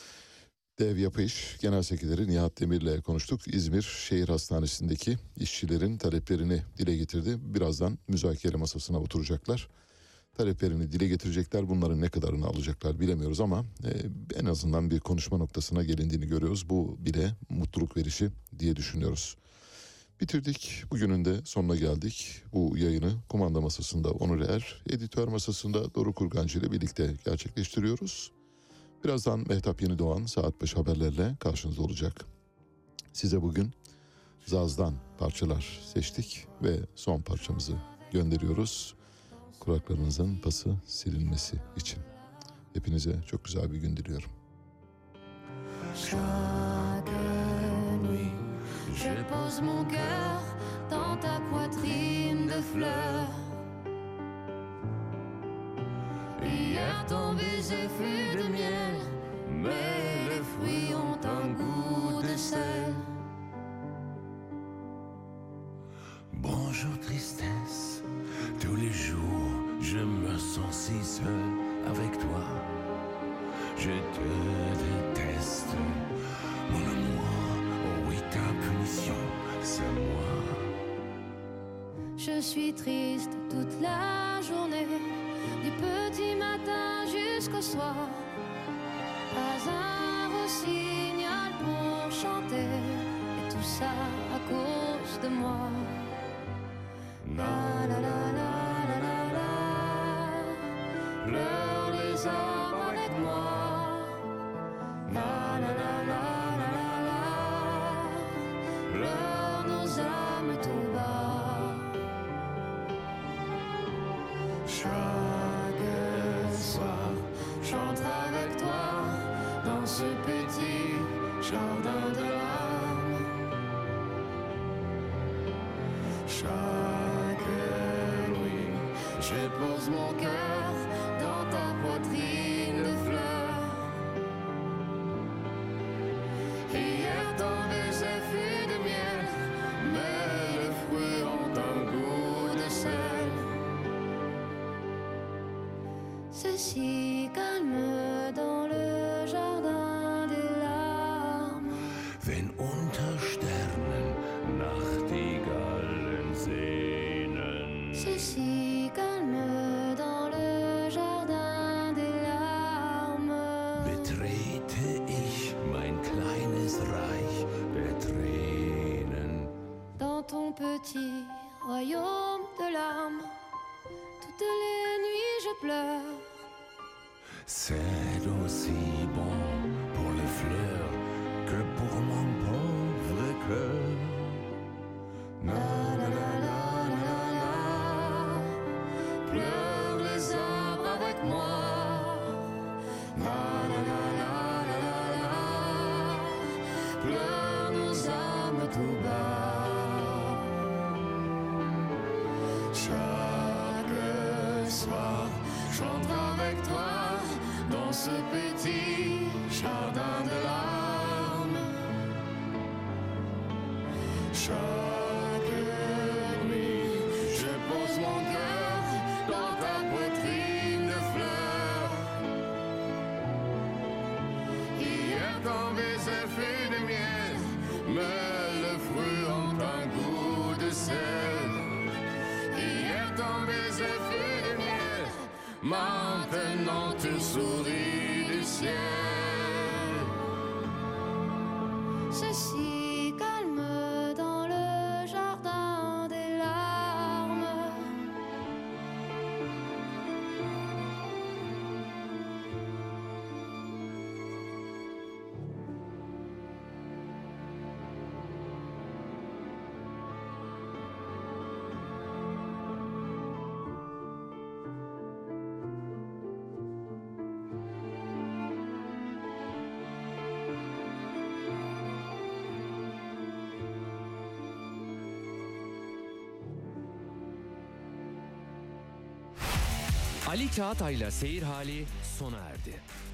Dev Yapı İş Genel Sekreteri Nihat Demir'le konuştuk. İzmir Şehir Hastanesi'ndeki işçilerin taleplerini dile getirdi. Birazdan müzakere masasına oturacaklar. Taleplerini dile getirecekler. Bunların ne kadarını alacaklar bilemiyoruz ama e, en azından bir konuşma noktasına gelindiğini görüyoruz. Bu bile mutluluk verici diye düşünüyoruz. Bitirdik. Bugünün de sonuna geldik. Bu yayını kumanda masasında Onur Er, editör masasında Doruk Urgancı ile birlikte gerçekleştiriyoruz. Birazdan Mehtap Yenidoğan saat beş haberlerle karşınızda olacak. Size bugün Zaz'dan parçalar seçtik ve son parçamızı gönderiyoruz. Kulaklarınızın pası silinmesi için. Hepinize çok güzel bir gün diliyorum. Chaque nuit, je pose mon cœur dans ta poitrine de fleurs. Hier ton baiser fut de miel, mais les fruits ont un goût de sel. Bonjour tristesse, tous les jours je me sens si seul avec toi. Je te déteste, mon amour. Oh oui, ta punition, c'est moi. Je suis triste toute la journée, du petit matin jusqu'au soir. Pas un rossignol pour chanter, et tout ça à cause de moi. La la la la la la la, pleurent les arbres avec moi. La la la la la la la, pleurent nos âmes tout bas. Chaque soir, chante avec toi dans ce petit jardin de l'âme. Chaque nuit, je pose mon cœur dans ta poitrine de fleurs. Hier, ton baiser fut de miel, mais les fruits ont un goût de sel. C'est si calme dans le jardin des larmes. Wenn unter Sternen Nachtigallen sehnen. C'est si calme dans le jardin des larmes. Betrete ich mein kleines Reich der Tränen. Dans ton petit royaume de larmes, toutes les nuits je pleure. C'est aussi bon pour les fleurs que pour mon pauvre cœur. La la la la la la, pleurent les arbres avec moi. La la la la la la la, pleurent nos âmes tout bas. Chaque soir, chante avec toi dans ce petit jardin de larmes. Chaque nuit, je pose mon cœur dans ta poitrine de fleurs. Hier, ton baiser fut de miel, mais les fruits ont un goût de sel. Hier, ton baiser fut de miel, maintenant tu souris du ciel. C'est si calme dans le jardin des larmes. Ali Çağatay'la Seyir Hali sona erdi.